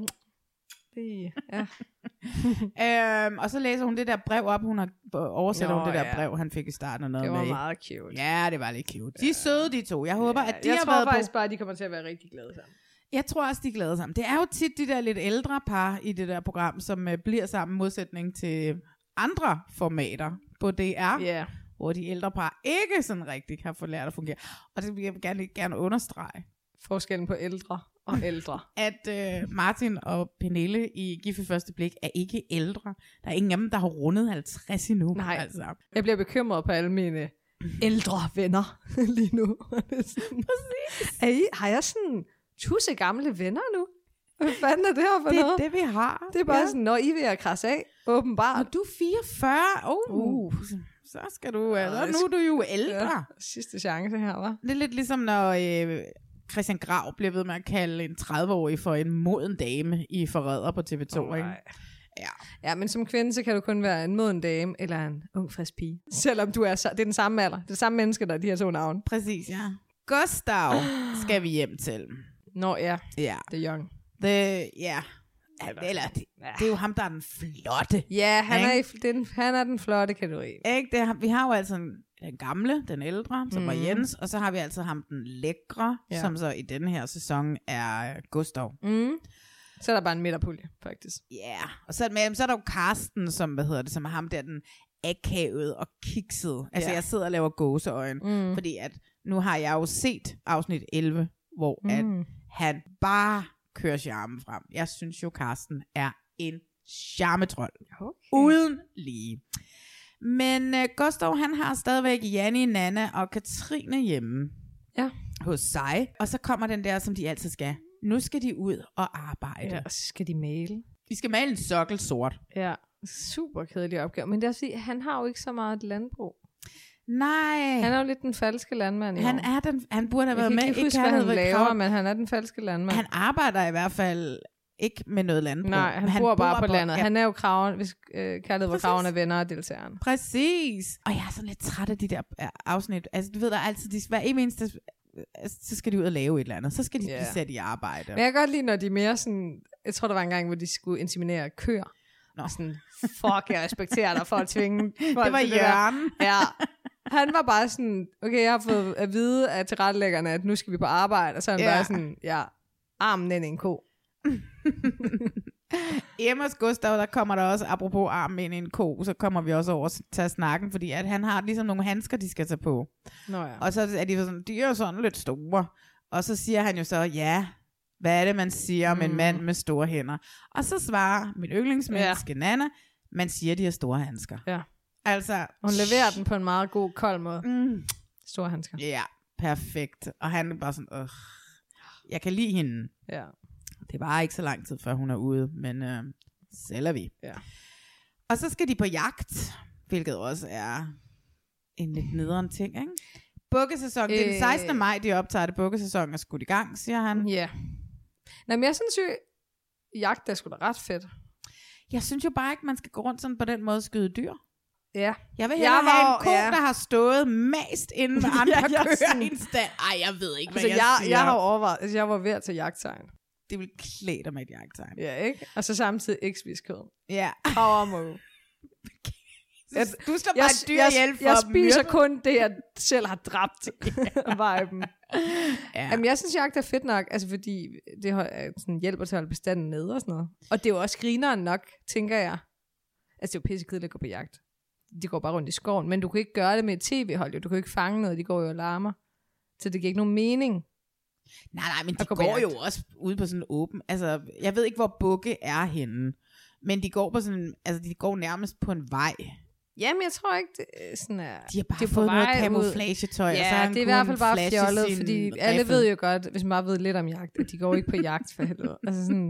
Og så læser hun det der brev op. Hun har oversætter hun det der brev, han fik i starten og noget med. Det var meget cute. Ja, det var lidt cute. De er søde, de to. Jeg håber, at de har været tror faktisk bare, at de kommer til at være rigtig glade sammen. Jeg tror også, de er glade sammen. Det er jo tit de der lidt ældre par i det der program, som bliver sammen i modsætning til andre formater på DR, hvor de ældre par ikke sådan rigtig kan få lært at fungere. Og det vil jeg gerne understrege. Forskellen på ældre og ældre. At Martin og Pernille i Gift ved første blik er ikke ældre. Der er ingen af dem, der har rundet 50 endnu. Nej, altså. Jeg bliver bekymret på alle mine ældre venner lige nu. Præcis. Har jeg sådan tusse gamle venner nu? Hvad fanden er det her for noget? Det er det, vi har. Det er bare sådan, når I vil have krasse af, åbenbart. Når du er 44, så skal du, altså, nu er du jo ældre. Ja, sidste chance her, hva'? Det er lidt ligesom, når Christian Grau bliver ved med at kalde en 30-årig for en moden dame i Forræder på TV2, ikke? Ja, men som kvinde, så kan du kun være en moden dame eller en ung, frisk pige. Selvom du det er den samme alder. Det er det samme mennesker, der er de her to navne. Præcis, ja. Gustav skal vi hjem til. Nå ja, The Young. Det er jo ham, der er den flotte. Ja, han er den flotte kategori. Ikke? Vi har jo altså den gamle, den ældre, som var Jens, og så har vi altså ham den lækre, som så i denne her sæson er Gustav. Så er der bare en midterpulje, faktisk. Ja, og så er der jo Karsten, som er ham der, den akavet og kiksede. Altså jeg sidder og laver gåseøjne, fordi at nu har jeg jo set afsnit 11, hvor at han bare kører charmen frem. Jeg synes jo, Karsten er en charmetrold. Okay. Uden lige. Men Gustav, han har stadigvæk Janni, Nanna og Katrine hjemme. Ja. Hos sig. Og så kommer den der, som de altid skal. Nu skal de ud og arbejde. Ja, og så skal de male. De skal male en sokkel sort. Ja, super kedelig opgave. Men det er at sige, han har jo ikke så meget et landbrug. Nej. Han er jo lidt den falske landmand. Han burde have været med. Jeg kan ikke huske, hvad han laver, men han er den falske landmand. Han arbejder i hvert fald ikke med noget landbrug. Nej, han bor bare på landet. Ja. Han er jo kraven, hvis kærlighed var kraven af venner og deltageren. Præcis. Og jeg er sådan lidt træt af de der afsnit. Altså, du ved, der er altid, hver eneste, så skal de ud og lave et eller andet. Så skal de blive sat i arbejde. Men jeg kan godt lide, når de er mere sådan, jeg tror, der var en gang, hvor de skulle inseminere køer. Og sådan, fuck, jeg respekterer dig for at tvinge folk. Det var Jørgen. Ja. Han var bare sådan, okay, jeg har fået at vide af tilrettelæggerne, at nu skal vi på arbejde. Og så er han bare sådan, armen ind i en ko. Hjemme hos Gustav, der kommer der også, apropos armen ind i en ko, så kommer vi også over til at snakken, fordi at han har ligesom nogle handsker, de skal tage på. Nå ja. Og så er de sådan, de er jo sådan lidt store. Og så siger han jo så, hvad er det, man siger om en mand med store hænder? Og så svarer mit yndlingsmenneske Nanna, man siger, de har store handsker. Ja. Altså, hun leverer den på en meget god, kold måde. Store handsker. Ja, perfekt. Og han er bare sådan, jeg kan lide hende. Ja. Det var ikke så lang tid, før hun er ude, men sælger vi. Ja. Og så skal de på jagt, hvilket også er en lidt nederen ting, ikke? Bukkesæson, det er den 16. maj, de optager det. Bukkesæson er skudt i gang, siger han. Ja. Nej, men jeg synes jo, jagt er sgu da ret fedt. Jeg synes jo bare ikke, man skal gå rundt sådan på den måde og skyde dyr. Ja. Jeg vil hellere have en ko, der har stået mest inden med andre køer i en stand. Ej, jeg ved ikke, hvad jeg siger. Jeg har overvejet, altså jeg var ved at tage jagttegn. Det vil klæde dig med et jagttegn. Ja, ikke? Og så samtidig ikke spise kød. Ja. Power move. Du står bare dyr ihjel for jeg spiser kun det, jeg selv har dræbt. Viben. Ja. Jamen, jeg synes, jagt er fedt nok, altså fordi det sådan, hjælper til at holde bestanden nede og sådan noget. Og det er jo også grineren nok, tænker jeg. Altså, det er jo pissekedeligt at gå på jagt. De går bare rundt i skoven, men du kan ikke gøre det med et tv-hold, jo. Du kan ikke fange noget, de går jo og larmer. Så det giver ikke nogen mening. Nej, men de går jo også ude på sådan en åben, altså, jeg ved ikke, hvor Bukke er henne, men de går på sådan, altså, de går nærmest på en vej. Jamen, jeg tror ikke, det sådan er... De har bare fået noget camouflage-tøj. Ja, og så har det er i hvert fald bare fjollet, fordi alle ved jo godt, hvis man bare ved lidt om jagt, at de går ikke på jagt for helvede. Altså sådan,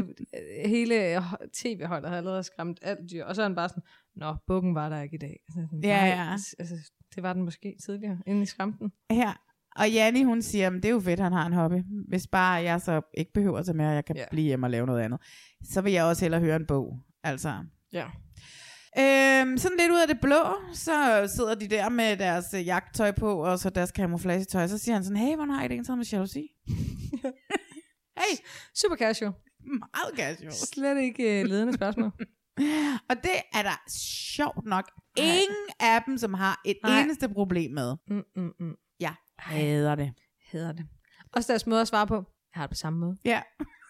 hele tv-holdet har allerede skræmt alt dyr, og så er han bare sådan, nå, bukken var der ikke i dag. Altså, sådan, ja. Altså, det var den måske tidligere, inden i skræmten. Ja, og Janni, hun siger, det er jo fedt, han har en hobby. Hvis bare jeg så ikke behøver så mere, jeg kan blive hjemme og lave noget andet, så vil jeg også hellere høre en bog. Altså. Ja. Sådan lidt ud af det blå, så sidder de der med deres jagttøj på, og så deres camouflage-tøj, så siger han sådan, hey, hvordan har I det egentlig med jalousi? Hey, super casual. Meget casual. Slet ikke ledende spørgsmål. Og det er der sjovt nok ingen af dem, som har et eneste problem med. Jeg hader det. Også deres måde at svare på, jeg har det på samme måde. Ja.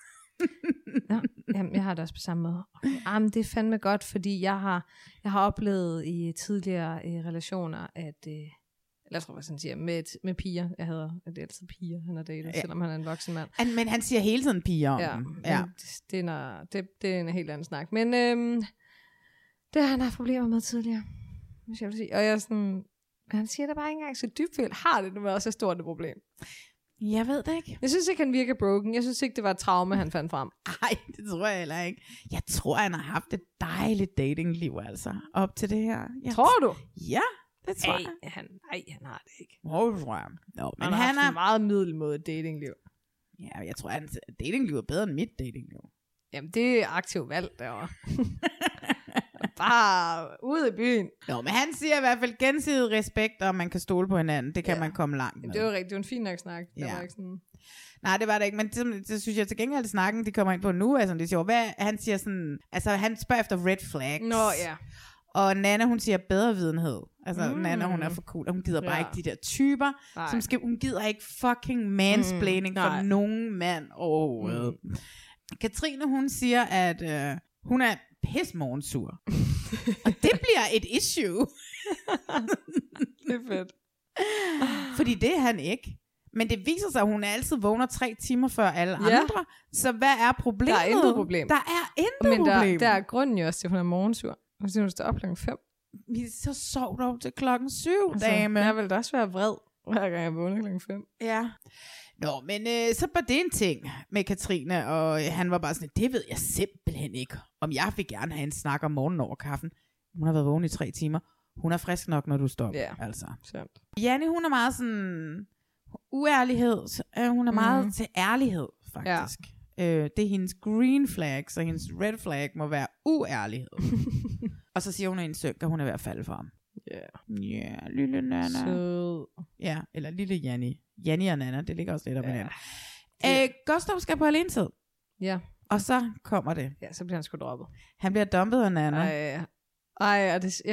Nå, jamen, jeg har det også på samme måde. Men det er fandme godt, fordi jeg har oplevet i tidligere relationer, at, jeg tror, hvad han siger, med piger. Jeg hader, at det er altid piger, han har datet, selvom han er en voksen mand. Men han siger hele tiden piger om dem. Ja. Det er en helt anden snak. Men det har han haft problemer med tidligere, hvis jeg vil sige. Og jeg er sådan, han siger da bare ikke engang så dybfølt, har det nu været så stort et problem. Jeg ved det ikke. Jeg synes ikke, han virker broken. Jeg synes ikke, det var et traume, han fandt frem. Nej, det tror jeg heller ikke. Jeg tror, han har haft et dejligt datingliv, altså, op til det her. Tror du? Ja, det tror jeg. Nej, han har det ikke. Tror jeg. No, men han har haft meget middelmåde datingliv. Ja, jeg tror, hans datingliv er bedre end mit datingliv. Jamen, det er aktivt valg derovre. Bare ude i byen. Nå, men han siger i hvert fald gensidig respekt, og man kan stole på hinanden. Det kan man komme langt med. Det var rigtigt. Det var en fin nok snak. Det var ikke sådan... Nej, det var det ikke, men det synes jeg til gengæld, at snakken, de kommer ind på nu, er sådan lidt sjovt. Han siger sådan, altså han spørger efter red flags. Nå, ja. Og Nanna, hun siger bedre videnhed. Altså, Nanna, hun er for cool, og hun gider bare ikke de der typer, hun gider ikke fucking mansplaining for nogen mand overhovedet. Katrine, hun siger, at hun er pismorgensur. Og det bliver et issue. Det er fedt. Fordi det er han ikke. Men det viser sig, at hun altid vågner 3 timer før alle andre. Så hvad er problemet? Der er intet problem. Der er intet problem. Der er grunden jo også til, at hun er morgensur. Hun siger, hun står op klokken 5. så sov dog til 7:00, dame. Jeg ville da også være vred, hver gang jeg vågnede 5:00. Ja. Nå, men så var det en ting med Katrine, og han var bare sådan, det ved jeg simpelthen ikke, om jeg vil gerne have en snak om morgenen over kaffen. Hun har været vågen i 3 timer. Hun er frisk nok, når du stopper. Ja, altså. Sandt. Janne, hun er meget sådan uærlighed. Hun er meget til ærlighed, faktisk. Ja. Det er hendes green flag, så hendes red flag må være uærlighed. Og så siger hun, at hendes søn, at hun er ved at falde for ham. Ja, lille Nana. Ja, eller lille Janni. Janni og Nana, det ligger også lidt op i den. Gustav skal på alenetid. Ja. Og så kommer det. Ja, så bliver han sgu droppet. Han bliver dumpet af Nana. Ej, og det,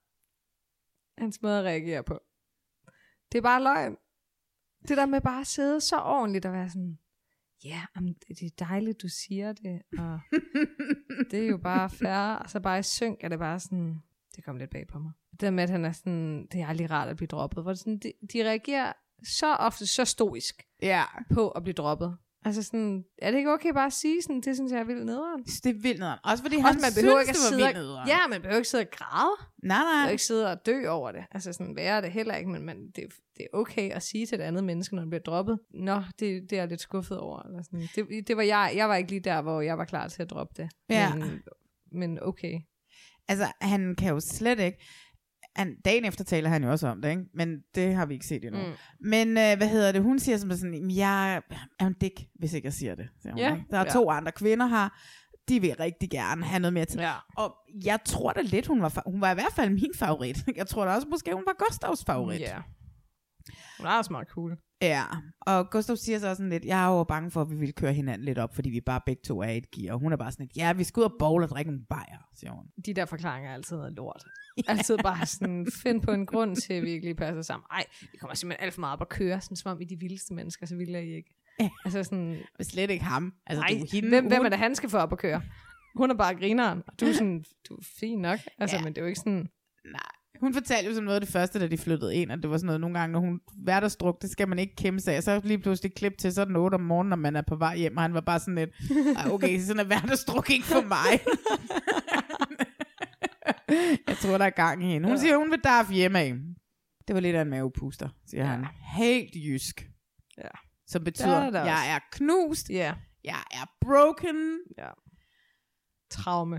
hans måde at reagere på. Det er bare løgn. Det der med bare at sidde så ordentligt og være sådan, det er dejligt, du siger det, og det er jo bare fair, og så bare i synk er det bare sådan, det kom lidt bag på mig. Det der med, at han er sådan, det er aldrig rart at blive droppet, hvor det sådan, de reagerer så ofte så stoisk på at blive droppet. Altså sådan, er det ikke okay bare at sige sådan, det synes jeg er vildt nederen? Det er vildt nederen. Også fordi han man behøver synes, det var vildt nederen. Ja, man behøver ikke sidde og græde. Nej. Man behøver ikke sidde og dø over det. Altså sådan, være det heller ikke, men det er okay at sige til et andet menneske, når man bliver droppet. Nå, det er jeg lidt skuffet over. Eller sådan. Det var jeg var ikke lige der, hvor jeg var klar til at droppe det. Ja. Men okay. Altså, han kan jo slet ikke. Dagen efter taler han jo også om det, ikke? Men det har vi ikke set endnu. Men hun siger som sådan, jeg er en dæk, hvis ikke jeg siger det. Hun, ikke? Der er 2 andre kvinder her, de vil rigtig gerne have noget mere til. Ja. Og jeg tror da lidt, hun var i hvert fald min favorit. Jeg tror da også måske, hun var Gustavs favorit. Ja. Hun er også meget cool. Ja, og Gustav siger så sådan lidt, jeg er jo bange for, at vi vil køre hinanden lidt op, fordi vi bare begge 2 er i et gear. Og hun er bare sådan lidt, vi skal ud og bowl og drikke nogle bajer, siger hun. De der forklaringer er altid noget lort. Altid bare sådan, find på en grund til, at vi ikke lige passer sammen. Ej, vi kommer simpelthen alt for meget op at køre, sådan som om I de vildeste mennesker, så vilde er I ikke. Altså sådan, slet ikke ham. Altså, nej, hvem er det, han skal få op at køre? Hun er bare grineren. Du er sådan, du er fin nok. Altså, men det er jo ikke sådan. Nej. Hun fortalte jo sådan noget af det første, da de flyttede ind, at det var sådan noget, nogle gange, når hun hverdagsdruk, det skal man ikke kæmpe sig af. Så lige pludselig klip til sådan 8 om morgenen, når man er på vej hjem, og han var bare sådan lidt, okay, sådan er hverdagsdruk ikke for mig. Jeg tror, der er gang i hende. Hun siger, hun vil derf hjemme af. Det var lidt af en mavepuster, siger han. Helt jysk. Ja. Som betyder, jeg er knust. Ja. Jeg er broken. Ja. Traume.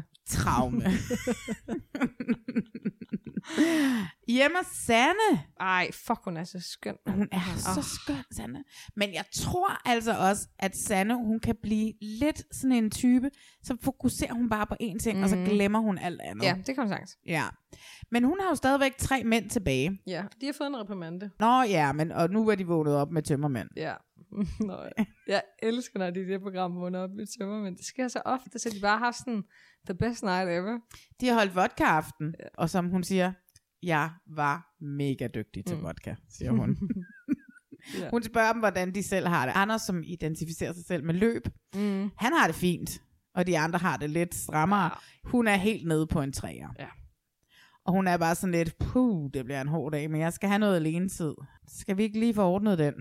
Hjemme Sanne. Ej, fuck, hun er så skøn. Hun er så skøn, Sanne. Men jeg tror altså også, at Sanne, hun kan blive lidt sådan en type, så fokuserer hun bare på én ting, og så glemmer hun alt andet. Ja, det kan hun sagtens. Ja. Men hun har jo stadigvæk 3 mænd tilbage. Ja, de har fået en reprimande. Nå ja, og nu er de vågnet op med tømmermænd. Ja. Nå, jeg elsker, når de i det program vågner op med tømmermænd. Det sker så ofte, så de bare har haft sådan the best night ever. De har holdt vodka-aften, og som hun siger, jeg var mega dygtig til vodka, siger hun. Ja. Hun spørger dem, hvordan de selv har det. Anders, som identificerer sig selv med løb, han har det fint, og de andre har det lidt strammere. Ja. Hun er helt nede på en 3'er. Ja. Og hun er bare sådan lidt, det bliver en hård dag, men jeg skal have noget alenetid. Skal vi ikke lige få ordnet den?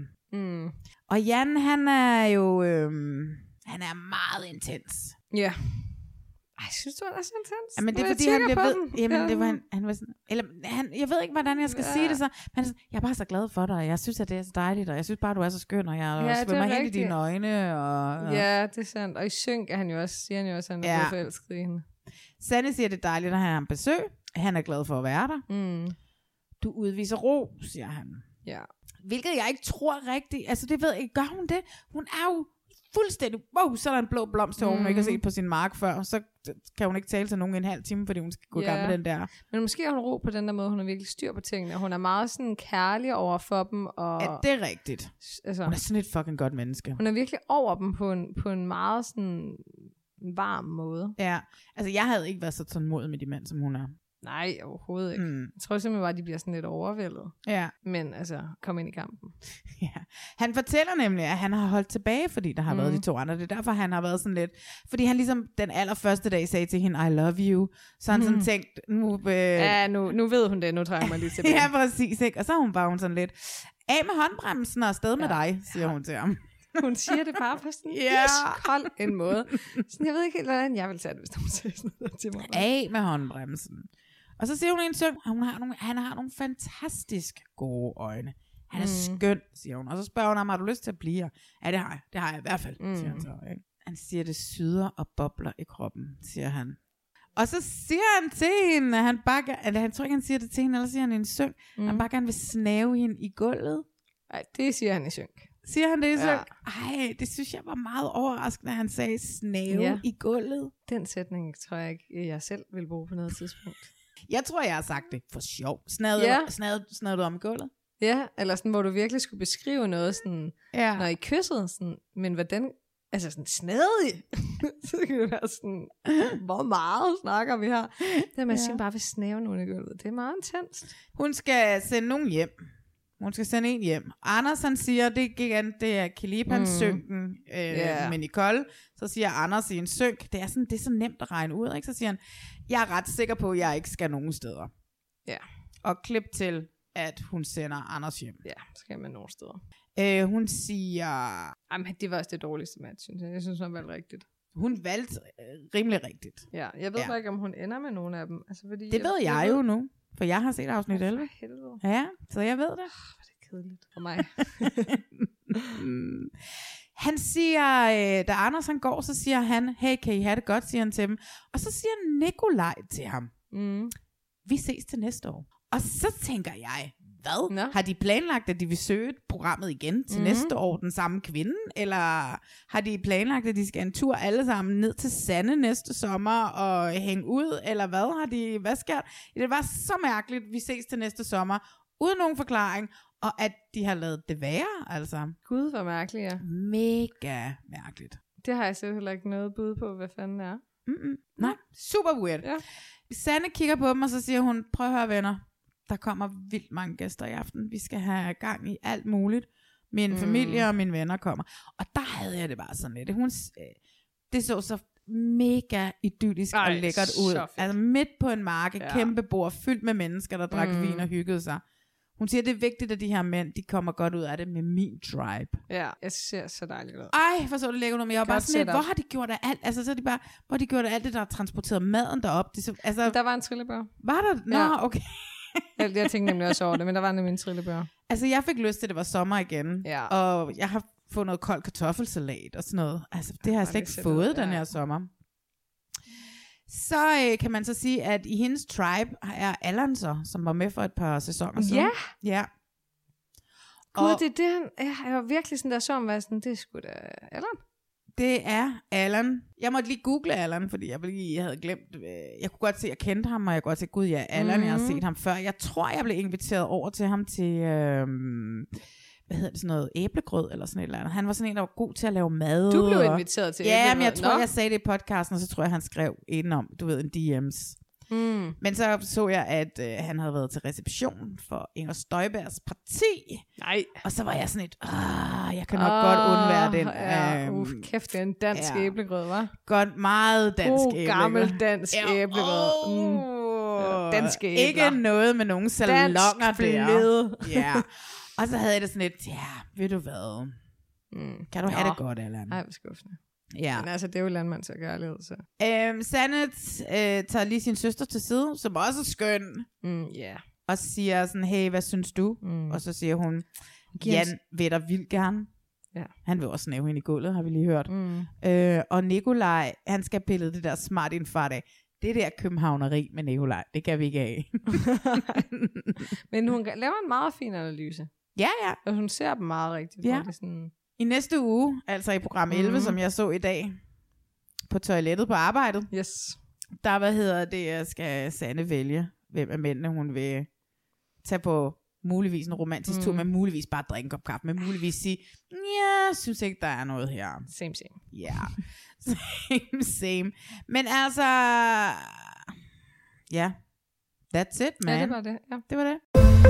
Og Jan, han er jo han er meget intens. Ja. Ej, synes du, han er så intens? Ja, men det er fordi, han bliver ved. Jamen, det var han var sådan, eller jeg ved ikke, hvordan jeg skal sige det så. Men jeg er bare så glad for dig, og jeg synes, at det er så dejligt, og jeg synes bare, du er så skøn, og jeg svømmer hen i dine øjne. Og ja, det er sandt. Og i synk er han jo også, siger han jo også, at han er forelsket i hende. Sanne siger, det er dejligt, at han har en besøg. Han er glad for at være der. Du udviser ro, siger han. Ja. Hvilket jeg ikke tror rigtigt. Altså, det ved jeg ikke. Gør hun det? Hun er jo fuldstændig, så er der en blå blomst til hun ikke har set på sin mark før, så kan hun ikke tale til nogen i en halv time, fordi hun skal gå i gang med den der. Men måske har hun ro på den der måde, hun har virkelig styr på tingene, og hun er meget sådan kærlig over for dem. Og, ja, det er rigtigt. Altså, hun er sådan et fucking godt menneske. Hun er virkelig over dem på en meget sådan varm måde. Ja, altså jeg havde ikke været så tålmodig med de mænd, som hun er. Nej, overhovedet ikke. Jeg tror simpelthen bare, at de bliver sådan lidt overvældet. Ja. Men altså, kom ind i kampen. Ja. Han fortæller nemlig, at han har holdt tilbage, fordi der har været de 2 andre. Det er derfor, han har været sådan lidt... Fordi han ligesom den allerførste dag sagde til hende, I love you. Så han sådan tænkt... Nu ved hun det. Nu trækker man lige tilbage. Ja, præcis. Ikke? Og så er hun bare sådan lidt... Af med håndbremsen og afsted med dig, siger hun til ham. Hun siger det bare på sådan kold en måde. Sådan, jeg ved ikke helt, hvordan jeg vil tage det, hvis hun siger sådan noget til mig. Af med håndbremsen. Og så siger hun en søn, han har nogle fantastisk gode øjne. Han er skøn, siger hun. Og så spørger hun ham, har du lyst til at blive her? Ja, det har jeg. Det har jeg i hvert fald, siger han så. Ikke? Han siger, det syder og bobler i kroppen, siger han. Og så siger han til hende, han tror ikke, han siger det til hende, eller siger han i en synk. Han bare gerne vil snave hende i gulvet. Nej, det siger han i synk. Siger han det i synk? Ej, det synes jeg var meget overraskende, at han sagde snave i gulvet. Den sætning tror jeg ikke, jeg selv vil bruge på noget tidspunkt. Jeg tror, jeg har sagt det for sjov. Snavede du om i gulvet? Ja, eller sådan, hvor du virkelig skulle beskrive noget sådan, når I kyssede, sådan, men hvordan, altså sådan snadig, så kan det være sådan, hvor meget snakker vi her? Det er, man siger bare vil snave nogen i gulvet. Det er meget intenst. Hun skal sende nogen hjem. Hun skal sende en hjem. Anders, han siger, det er Kilipan synken med Nicole. Så siger Anders i en synk, det er så nemt at regne ud, ikke? Så siger han, jeg er ret sikker på, at jeg ikke skal nogen steder. Ja. Og klip til, at hun sender Anders hjem. Ja, skal man nogen steder. Hun siger... Jamen, det var også det dårligste match, synes jeg. Jeg synes, hun valgte rigtigt. Hun valgte rimelig rigtigt. Ja, jeg ved bare ikke, om hun ender med nogen af dem. Altså, fordi det ved jeg jo nu, for jeg har set afsnit 11. Ja, så jeg ved det. Hvor er det kedeligt for mig. Han siger, da Anders han går, så siger han, hey, kan I have det godt, siger han til dem. Og så siger Nikolaj til ham, vi ses til næste år. Og så tænker jeg, hvad? Nå. Har de planlagt, at de vil søge programmet igen til næste år, den samme kvinde? Eller har de planlagt, at de skal en tur alle sammen ned til Sande næste sommer og hænge ud? Eller hvad sker der? Det var så mærkeligt, vi ses til næste sommer, uden nogen forklaring, og at de har lavet det være, altså. Gud, hvor mærkeligt, ja. Mega mærkeligt. Det har jeg selv heller ikke noget bud på, hvad fanden er. Nej, super weird. Ja. Sanne kigger på dem, og så siger hun, prøv at høre venner, der kommer vildt mange gæster i aften. Vi skal have gang i alt muligt. Min familie og mine venner kommer. Og der havde jeg det bare sådan lidt. Det så mega idyllisk og lækkert ud. Altså midt på en mark, kæmpe bord, fyldt med mennesker, der drak vin og hyggede sig. Hun siger, det er vigtigt, at de her mænd, de kommer godt ud af det med min tribe. Ja, jeg ser så dejligt ud. Ej, for så det lækkert ud. Men jeg var bare sådan lidt, hvor har de gjort af alt? Altså, så er de bare, hvor har de gjort af alt det, der har transporteret maden derop? Altså, der var en trillebør. Var der? Nå, okay. Jeg tænkte nemlig også over det, men der var nemlig en trillebør. Altså, jeg fik lyst til, at det var sommer igen. Ja. Og jeg har fået noget kold kartoffelsalat og sådan noget. Altså, det har jeg slet ikke fået den her sommer. Så kan man så sige, at i hendes tribe er Allan så, som var med for et par sæsoner siden. Ja. Gud, det er det, jeg var virkelig sådan der som var sådan, det er sgu da Allan. Det er Allan. Jeg måtte lige google Allan, fordi jeg havde glemt, jeg kunne godt se, at jeg kendte ham, og jeg kunne godt se, gud ja, Allan, jeg har set ham før. Jeg tror, jeg blev inviteret over til ham til, hvad hedder det, sådan noget æblegrød, eller sådan et eller andet. Han var sådan en, der var god til at lave mad. Du blev inviteret til æblegrød? Ja, men jeg tror, jeg sagde det i podcasten, og så tror jeg, han skrev indenom, du ved, en DM's. Men så jeg, at han havde været til reception for Inger Støjbergs parti. Nej. Og så var jeg sådan et, jeg kan nok godt undvære den. Ja, kæft, det er en dansk æblegrød, hva'? Godt, meget dansk æblegrød. Gammel dansk æblegrød. Dansk æbler. Ikke noget med nogen salonger der. Ja. Og så havde jeg det sådan et, ved du hvad? Kan du have det godt, Allan? Nej, hvor skuffende. Ja. Men altså, det er jo landmands og kærlighed, så. Sanne tager lige sin søster til side, som også er skøn. Og siger sådan, hey, hvad synes du? Og så siger hun, Jan vil der vildt gerne. Ja. Han vil også snæve hende i gulvet, har vi lige hørt. Og Nikolaj, han skal pille det der smart indfart af. Det der københavneri med Nikolaj, det kan vi ikke af. Men hun laver en meget fin analyse. Ja. Og hun ser dem meget rigtigt. Ja. Det sådan... I næste uge, altså i program 11, som jeg så i dag, på toilettet på arbejdet, der skal Sanne vælge, hvem af mændene hun vil tage på muligvis en romantisk tur, men muligvis bare drikke en kop kaffe, men muligvis sige, synes ikke, der er noget her. Same. Ja, same. Men altså, that's it, man. Ja, det var det. Ja. Det var det.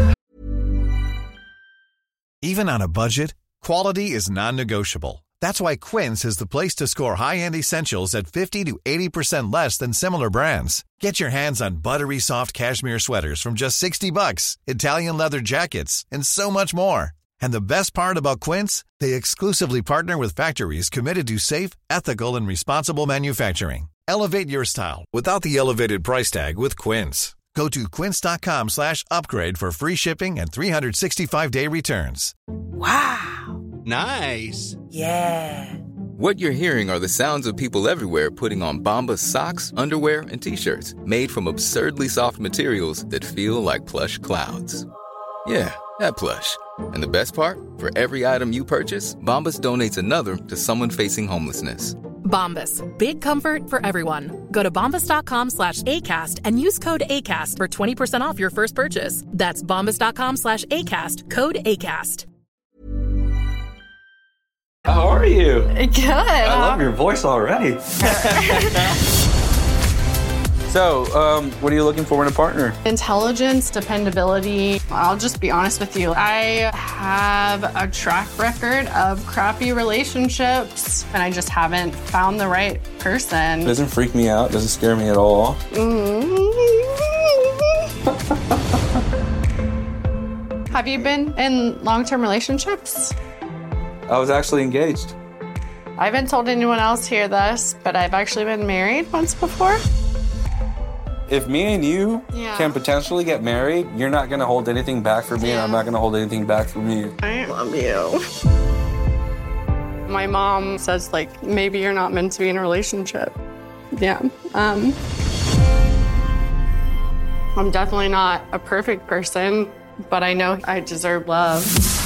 Even on a budget, quality is non-negotiable. That's why Quince is the place to score high-end essentials at 50 to 80% less than similar brands. Get your hands on buttery soft cashmere sweaters from just $60, Italian leather jackets, and so much more. And the best part about Quince, they exclusively partner with factories committed to safe, ethical, and responsible manufacturing. Elevate your style without the elevated price tag with Quince. Go to quince.com/upgrade for free shipping and 365-day returns. Wow. Nice. Yeah. What you're hearing are the sounds of people everywhere putting on Bombas socks, underwear, and T-shirts made from absurdly soft materials that feel like plush clouds. Yeah, that plush. And the best part? For every item you purchase, Bombas donates another to someone facing homelessness. Bombas. Big comfort for everyone. Go to bombas.com/ACAST and use code ACAST for 20% off your first purchase. That's bombas.com/ACAST. Code ACAST. How are you? Good. I love your voice already. So, what are you looking for in a partner? Intelligence, dependability. I'll just be honest with you. I have a track record of crappy relationships, and I just haven't found the right person. It doesn't freak me out. Doesn't scare me at all. Have you been in long-term relationships? I was actually engaged. I haven't told anyone else here this, but I've actually been married once before. If me and you can potentially get married, you're not going to hold anything back from me, and I'm not going to hold anything back from you. I love you. My mom says, like, maybe you're not meant to be in a relationship. Yeah. I'm definitely not a perfect person, but I know I deserve love.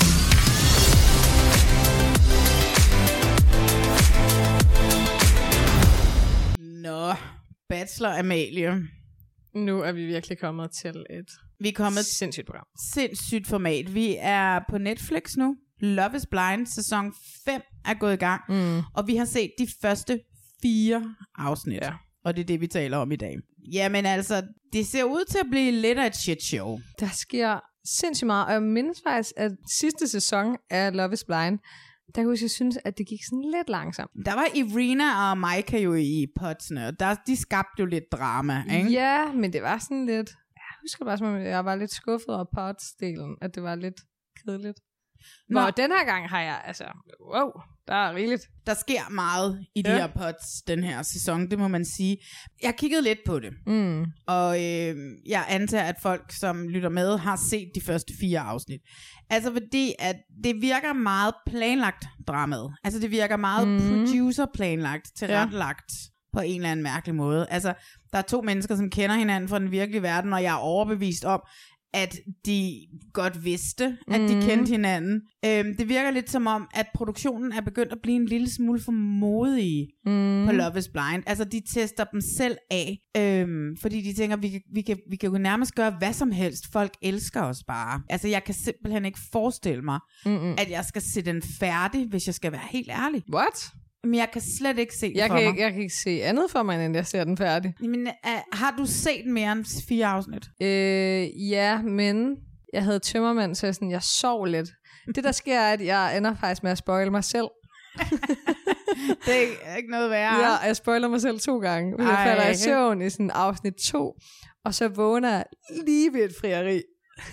Nå, Bachelor Amalie. Nu er vi virkelig kommet til Vi er kommet sindssygt program. Sindssygt format. Vi er på Netflix nu. Love is Blind, sæson 5 er gået i gang. Og vi har set de første 4 afsnit. Ja. Og det er det, vi taler om i dag. Jamen altså, det ser ud til at blive lidt af et shit show. Der sker sindssygt meget. Og jeg mindes faktisk, at sidste sæson af Love is Blind, der kunne jeg synes, at det gik sådan lidt langsomt. Der var Irina og Maika jo i potsene, og de skabte jo lidt drama, ikke? Ja, men det var sådan lidt... Jeg husker bare, som jeg var lidt skuffet over pots-delen, at det var lidt kedeligt. Nå, den her gang har jeg, altså... Wow, der er rigeligt. Der sker meget i de her pots den her sæson, det må man sige. Jeg kiggede lidt på det, og jeg antager, at folk, som lytter med, har set de første 4 afsnit. Altså fordi, at det virker meget planlagt dramaet. Altså det virker meget producer-planlagt, tilrettelagt på en eller anden mærkelig måde. Altså, der er 2 mennesker, som kender hinanden fra den virkelige verden, og jeg er overbevist om, at de godt vidste, at de kendte hinanden. Det virker lidt som om, at produktionen er begyndt at blive en lille smule for modige på Love is Blind. Altså, de tester dem selv af, fordi de tænker, vi kan jo nærmest gøre hvad som helst. Folk elsker os bare. Altså, jeg kan simpelthen ikke forestille mig, at jeg skal se den færdig, hvis jeg skal være helt ærlig. What? Men jeg kan slet ikke se det for mig. Jeg kan ikke se andet for mig, end jeg ser den færdig. Men har du set mere end 4 afsnit? Ja, men jeg havde tømmermand, så jeg sov lidt. Det der sker er, at jeg ender faktisk med at spoile mig selv. Det er ikke noget værre. Ja, jeg spoiler mig selv 2 gange. Jeg falder i søvn i sådan afsnit 2, og så vågner jeg lige ved et frieri.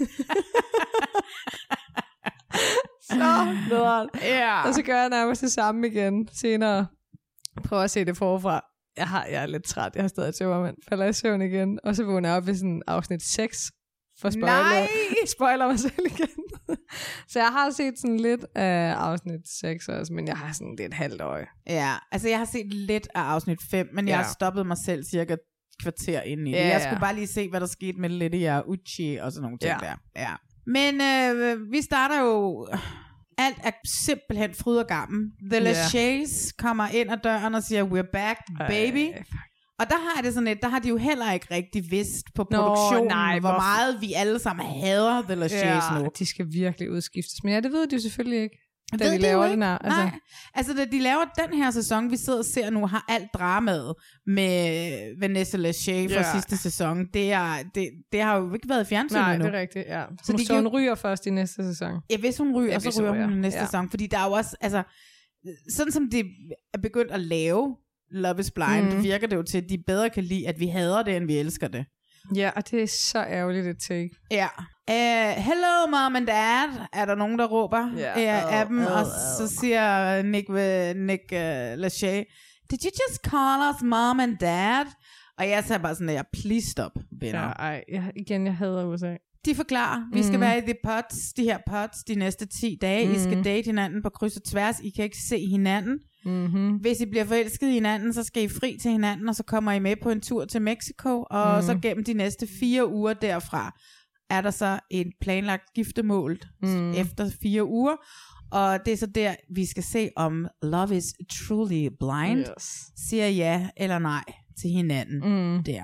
Så nederen. Og så gør jeg nærmest det samme igen senere. Prøver at se det forfra. Jeg er lidt træt. Jeg har stadig tømmermænd. Falder i søvn igen. Og så vågner jeg op ved sådan afsnit 6. For spoiler mig selv igen. Så jeg har set sådan lidt af afsnit 6 også, men jeg har sådan lidt halvt øje. Ja, altså jeg har set lidt af afsnit 5, men jeg har stoppet mig selv cirka kvarter ind i det. Jeg skulle bare lige se, hvad der skete med Lydia Uchi og sådan nogle ting der. Ja. Men vi starter jo... Alt er simpelthen fryd og gammel. The Lachey's kommer ind ad døren og siger, we're back, baby. Og der har det sådan lidt, der har de jo heller ikke rigtig vidst på produktionen, hvor meget vi alle sammen hader The Lachey's nu. De skal virkelig udskiftes. Men det ved de jo selvfølgelig ikke. Da de laver den her. Altså. Nej, altså da de laver den her sæson, vi sidder og ser nu, har alt dramaet med Vanessa Lachey fra sidste sæson. Det har jo ikke været i fjernsynet nu. Nej, det er rigtigt, ja. Så hun ryger først i næste sæson. Ja, hvis hun ryger, så ryger hun i næste sæson. Fordi der er jo også, altså, sådan som det er begyndt at lave Love is Blind, virker det jo til, at de bedre kan lide, at vi hader det, end vi elsker det. Ja, og det er så ærgerligt et take. Ja. Hello mom and dad, er der nogen, der råber af dem, og så siger Nick Lachey, did you just call us mom and dad? Og jeg sagde bare sådan, at please stop, venner. Jeg hader USA. De forklarer, vi skal være i de her pods de næste 10 dage. I skal date hinanden på kryds og tværs. I kan ikke se hinanden. Hvis I bliver forelsket i hinanden, så skal I fri til hinanden, og så kommer I med på en tur til Mexico. Og så gennem de næste 4 uger derfra, er der så et planlagt giftermål efter 4 uger. Og det er så der, vi skal se, om love is truly blind. Siger ja eller nej til hinanden der.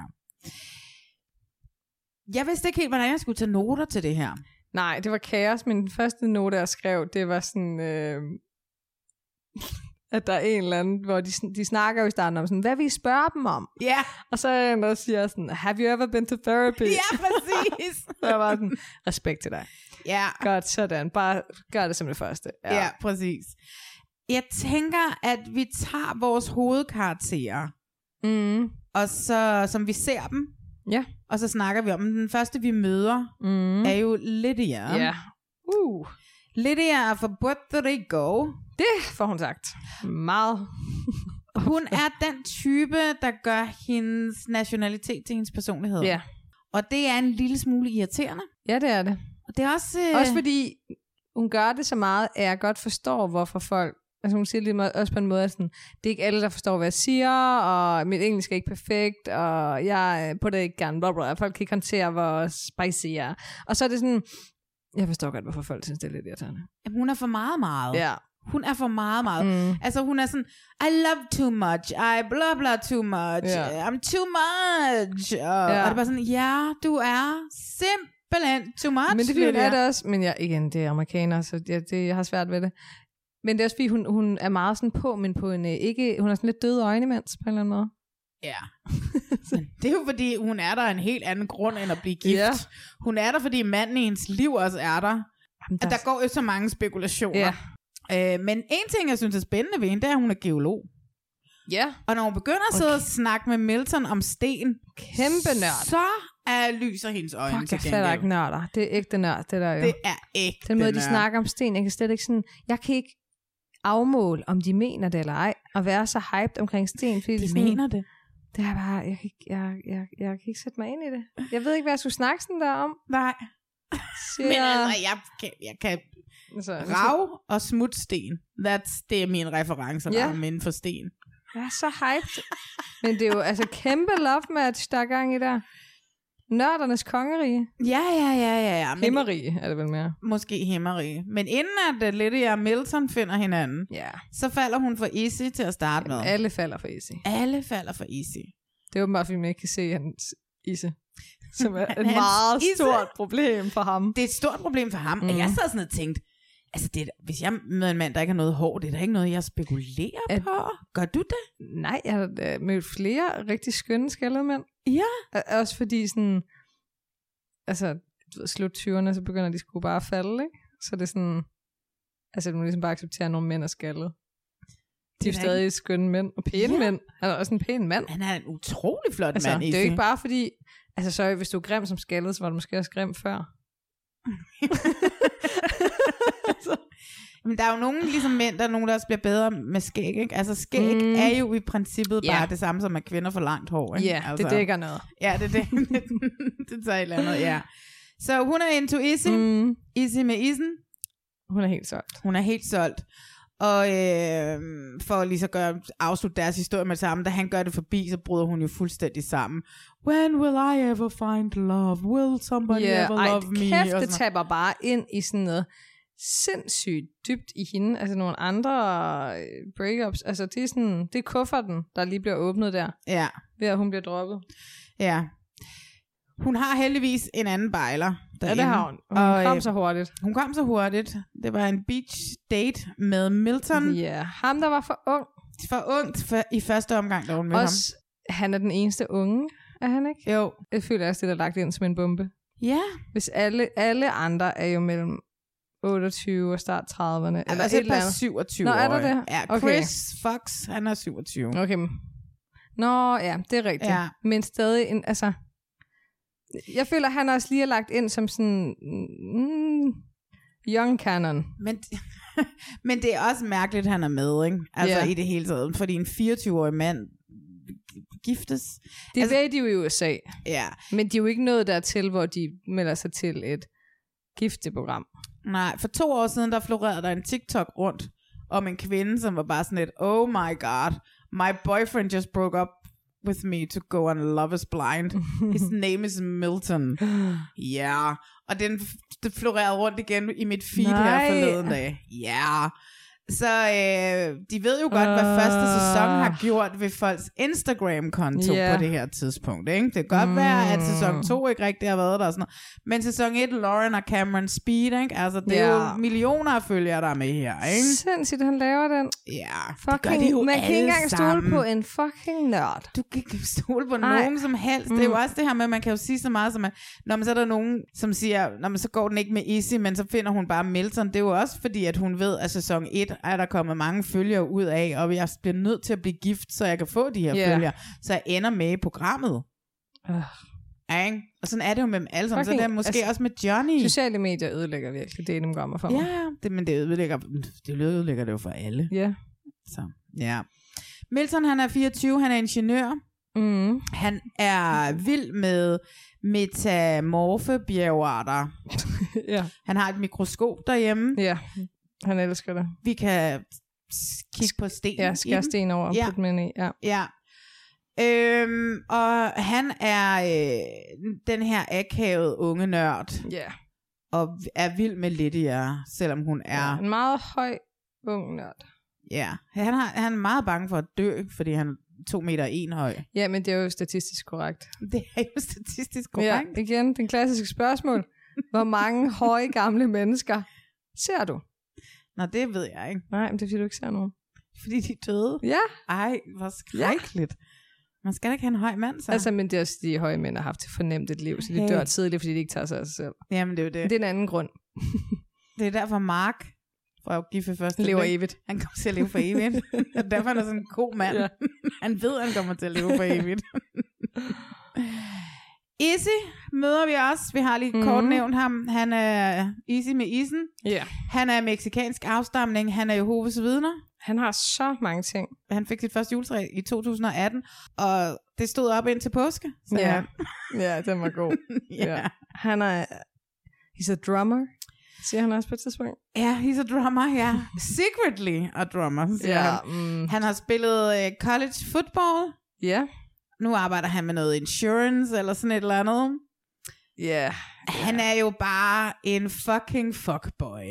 Jeg vidste ikke helt, hvordan jeg skulle tage noter til det her. Nej, det var kaos. Men den første note, jeg skrev, det var sådan, at der er en eller anden, hvor de snakker jo i starten om sådan, hvad vil I spørge dem om? Ja. Yeah. Og så er der siger sådan, have you ever been to therapy? Ja, præcis. Så jeg var sådan, respekt til dig. Ja. Godt, sådan. Bare gør det som det første. Ja, præcis. Jeg tænker, at vi tager vores hovedkarakterer, og så, som vi ser dem, og så snakker vi om dem. Den første, vi møder, er jo Lydia. Ja. Lydia er fra Puerto Rico. Det får hun sagt. Meget. Hun er den type, der gør hendes nationalitet til hendes personlighed. Ja. Og det er en lille smule irriterende. Ja, det er det. Og det er også... Også fordi hun gør det så meget, at jeg godt forstår, hvorfor folk... Altså hun siger lige også på en måde, sådan, det er ikke alle, der forstår, hvad jeg siger, og mit engelsk er ikke perfekt, og jeg på det ikke gerne, blablabla. Folk kan ikke håndtere, hvor spicy jeg er. Og så er det sådan... Jeg forstår godt, hvorfor folk synes, det er lidt irriterende. Jamen, hun er for meget. Ja. Hun er for meget. Altså hun er sådan, I love too much, I blah blah too much, I'm too much. Og det er bare sådan, du er simpelthen too much. Men det er det også, men igen, det er amerikaner, så jeg har svært ved det. Men det er også fordi, hun er meget sådan på, men på en ikke, hun har sådan lidt døde øjne imens, på en eller anden måde. Ja. Det er jo fordi, hun er der af en helt anden grund, end at blive gift. Yeah. Hun er der, fordi manden i hendes liv også er der. At der går jo så mange spekulationer. Yeah. Men en ting, jeg synes er spændende ved hende, det er, at hun er geolog. Ja. Yeah. Og når hun begynder at sidde og snakke med Milton om sten, kæmpe nørd, så lyser hendes øjne til gengæld. Jeg ikke nørder. Det er ægte nørd, det der jo. Det er ægte den måde, de snakker om sten, jeg kan slet ikke sådan, jeg kan ikke afmåle, om de mener det eller ej, og være så hyped omkring sten, fordi de mener det. Det er bare, jeg kan ikke sætte mig ind i det. Jeg ved ikke, hvad jeg skulle snakke sådan der om. Nej. Men altså, jeg kan rav og smutsten. Det er min reference, der er inden for sten. Jeg er så hyped. Men det er jo altså kæmpe love match, der er gang i der. Nørdernes kongerige. Ja. Himmerige er det vel mere. Måske himmerige. Men inden at Lydia og Milton finder hinanden, så falder hun for Izzy til at starte med. Alle falder for Izzy. Det er åbenbart, fordi man ikke kan se hans Izzy. Som er et meget stort problem for ham. Det er et stort problem for ham. Og jeg sad sådan og tænkte, altså hvis jeg møder en mand, der ikke har noget hår, det er da ikke noget, jeg spekulerer på. Gør du det? Nej, jeg har mødt flere rigtig skønne skaldede mænd. Ja. Også fordi sådan, altså, slut 20'erne, så begynder de sgu bare at falde, ikke? Så det er sådan, altså du må ligesom bare acceptere, at nogle mænd er skaldede. De er stadig skønne mænd, og pæne mænd. Han er også en pæn mand. Han er en utrolig flot mand. Det er jo ikke bare fordi, altså sorry, hvis du er grim som skaldet, så var du måske også grim før. Men der er jo nogen, ligesom mænd, der er nogen, der også bliver bedre med skæg, ikke? Altså skæg er jo i princippet bare det samme som, at kvinder får langt hår, ikke? Ja, altså, det dækker noget. Ja, det tager et eller andet, ja. Så hun er into Izzy. Izzy med isen. Hun er helt solgt. Og for lige så afslutte deres historie med det samme, da han gør det forbi, så bryder hun jo fuldstændig sammen. When will I ever find love? Will somebody ever love me? Kæft, det taber bare ind i sådan noget sindssygt dybt i hende. Altså nogle andre breakups. Altså det er sådan, det er kufferten, der lige bliver åbnet der. Ja. Ved at hun bliver droppet. Ja. Hun har heldigvis en anden bejler derinde. Ja, det har hun. Hun kom så hurtigt. Det var en beach date med Milton. Ja, ham der var for ung. I første omgang, da hun mødte ham. Han er den eneste unge, er han ikke? Jo. Jeg føler også, det er lagt ind som en bombe. Ja. Hvis alle andre er jo mellem 28 og start 30'erne. Eller altså et eller andet. 27 år. Nå, er der det? Ja, Chris Fox, han er 27. Okay. Nå, ja, det er rigtigt. Ja. Men stadig, altså... Jeg føler, han også lige er lagt ind som sådan... young canon. Men det er også mærkeligt, han er med, ikke? Altså i det hele taget. Fordi en 24-årig mand giftes. Det ved de jo i USA. Ja. Men de er jo ikke nået dertil, hvor de melder sig til et gifteprogram. Nej, for 2 år siden, der florerede der en TikTok rundt om en kvinde, som var bare sådan et, oh my god, my boyfriend just broke up with me to go on Love is Blind. His name is Milton. Ja. Yeah. Og det florerede rundt igen i mit feed her forleden dag. Ja. Yeah. Så de ved jo godt, hvad første sæson har gjort ved folks Instagram-konto på det her tidspunkt. Ikke? Det kan godt være, at sæson 2 ikke rigtig har været der. Sådan noget. Men sæson 1, Lauren og Cameron Speed, ikke? Altså, det er jo millioner af følgere, der er med her. Ikke? Sindssygt, han laver den. Ja, fucking, det man kan ikke engang stole på en fucking nørd. Du kan ikke stole på nogen som helst. Det er jo også det her med, at man kan jo sige så meget, som at, når man så er der nogen, som siger, når man så går den ikke med Izzy, men så finder hun bare Milton. Det er jo også fordi, at hun ved, at sæson 1 er der kommet mange følgere ud af, og jeg bliver nødt til at blive gift, så jeg kan få de her følgere, så jeg ender med i programmet. Og sådan er det jo med dem alle sammen. Så det er måske også med Johnny. Sociale medier ødelægger virkelig datingprogrammer for mig. Ja, men det ødelægger det jo for alle. Ja. Så, ja. Milton, han er 24, han er ingeniør. Han er vild med metamorfe bjergarter. Han har et mikroskop derhjemme. Ja. Han elsker det. Vi kan kigge på sten. Ja, skære sten over og putte dem ind i. Ja. Og han er den her akavede unge nørd. Ja. Og er vild med Lydia, selvom hun er... en meget høj ung nørd. Ja. Han er meget bange for at dø, fordi han er 2,1 meter høj. Ja, men det er jo statistisk korrekt. Det er jo statistisk korrekt. Ja, igen, den klassiske spørgsmål. Hvor mange høje gamle mennesker ser du? Nå, det ved jeg ikke. Nej, men det er fordi, du ikke ser nogen. Fordi de er døde? Ja. Ej, hvor skrækkeligt. Man skal da ikke have en høj mand, så. Altså, men det er også de høje mænd har haft fornemt et liv, så de dør tidligt, fordi de ikke tager sig af sig selv. Jamen, det er jo det. Det er en anden grund. Det er derfor Mark, for at give for første lever evigt. Han kommer til at leve for evigt. Og derfor er han sådan en god mand. Ja. Han ved, at han kommer til at leve for evigt. Izzy møder vi også. Vi har lige kort nævnt ham. Han er Izzy med isen. Yeah. Han er mexikansk afstamning. Han er Jehovas vidner. Han har så mange ting. Han fik sit første juletræ i 2018, og det stod op indtil påske. Ja, ja, den var god. Ja. Han er... He's a drummer, siger han også på et tidspunkt. Ja, he's a drummer, ja. Secretly a drummer, siger han. Han har spillet college football. Ja. Nu arbejder han med noget insurance, eller sådan et eller andet. Ja. Han er jo bare en fucking fuckboy.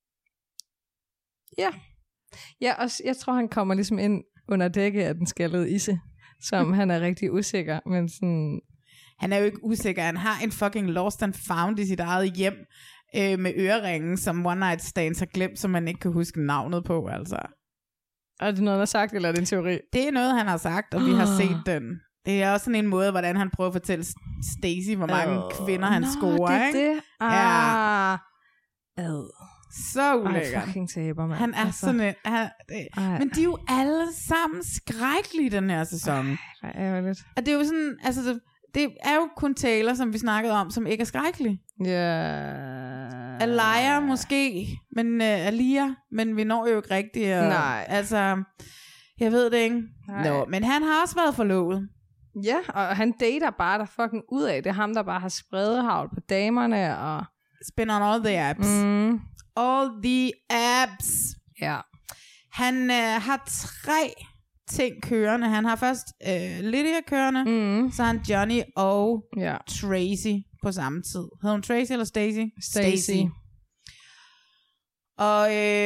Ja. Ja, og jeg tror, han kommer ligesom ind under dække af den skaldede Isse, som han er rigtig usikker, men sådan... Han er jo ikke usikker, han har en fucking lost and found i sit eget hjem, med øreringen, som one night stands har glemt, som man ikke kan huske navnet på, altså. Er det noget, han har sagt, eller er det en teori? Det er noget, han har sagt, og vi har set den. Det er også sådan en måde, hvordan han prøver at fortælle Stacy, hvor mange kvinder han scorer, ikke? Det er det. Ja. Så ulækkert. Ej, fucking taber, mand. Han er altså sådan en... Men de er jo alle sammen skrækkelige den her sæson. Ej, ærgerligt. Og det er jo sådan... Altså, det er jo kun Taylor, som vi snakkede om, som ikke er skrækkelig. Ja. Aliyah måske, men Aliyah, men vi når jo ikke rigtigt. Nej. Altså, jeg ved det ikke. Nå, men han har også været forlovet. Ja, og han dater bare der fucking ud af. Det er ham, der bare har spredehavl på damerne og... Spin on all the apps. All the apps. Ja. Han har 3 ting kørende. Han har først Lydia kørende, så har han Johnny og Tracy på samme tid. Hedder hun Tracy eller Stacy? Stacy. Og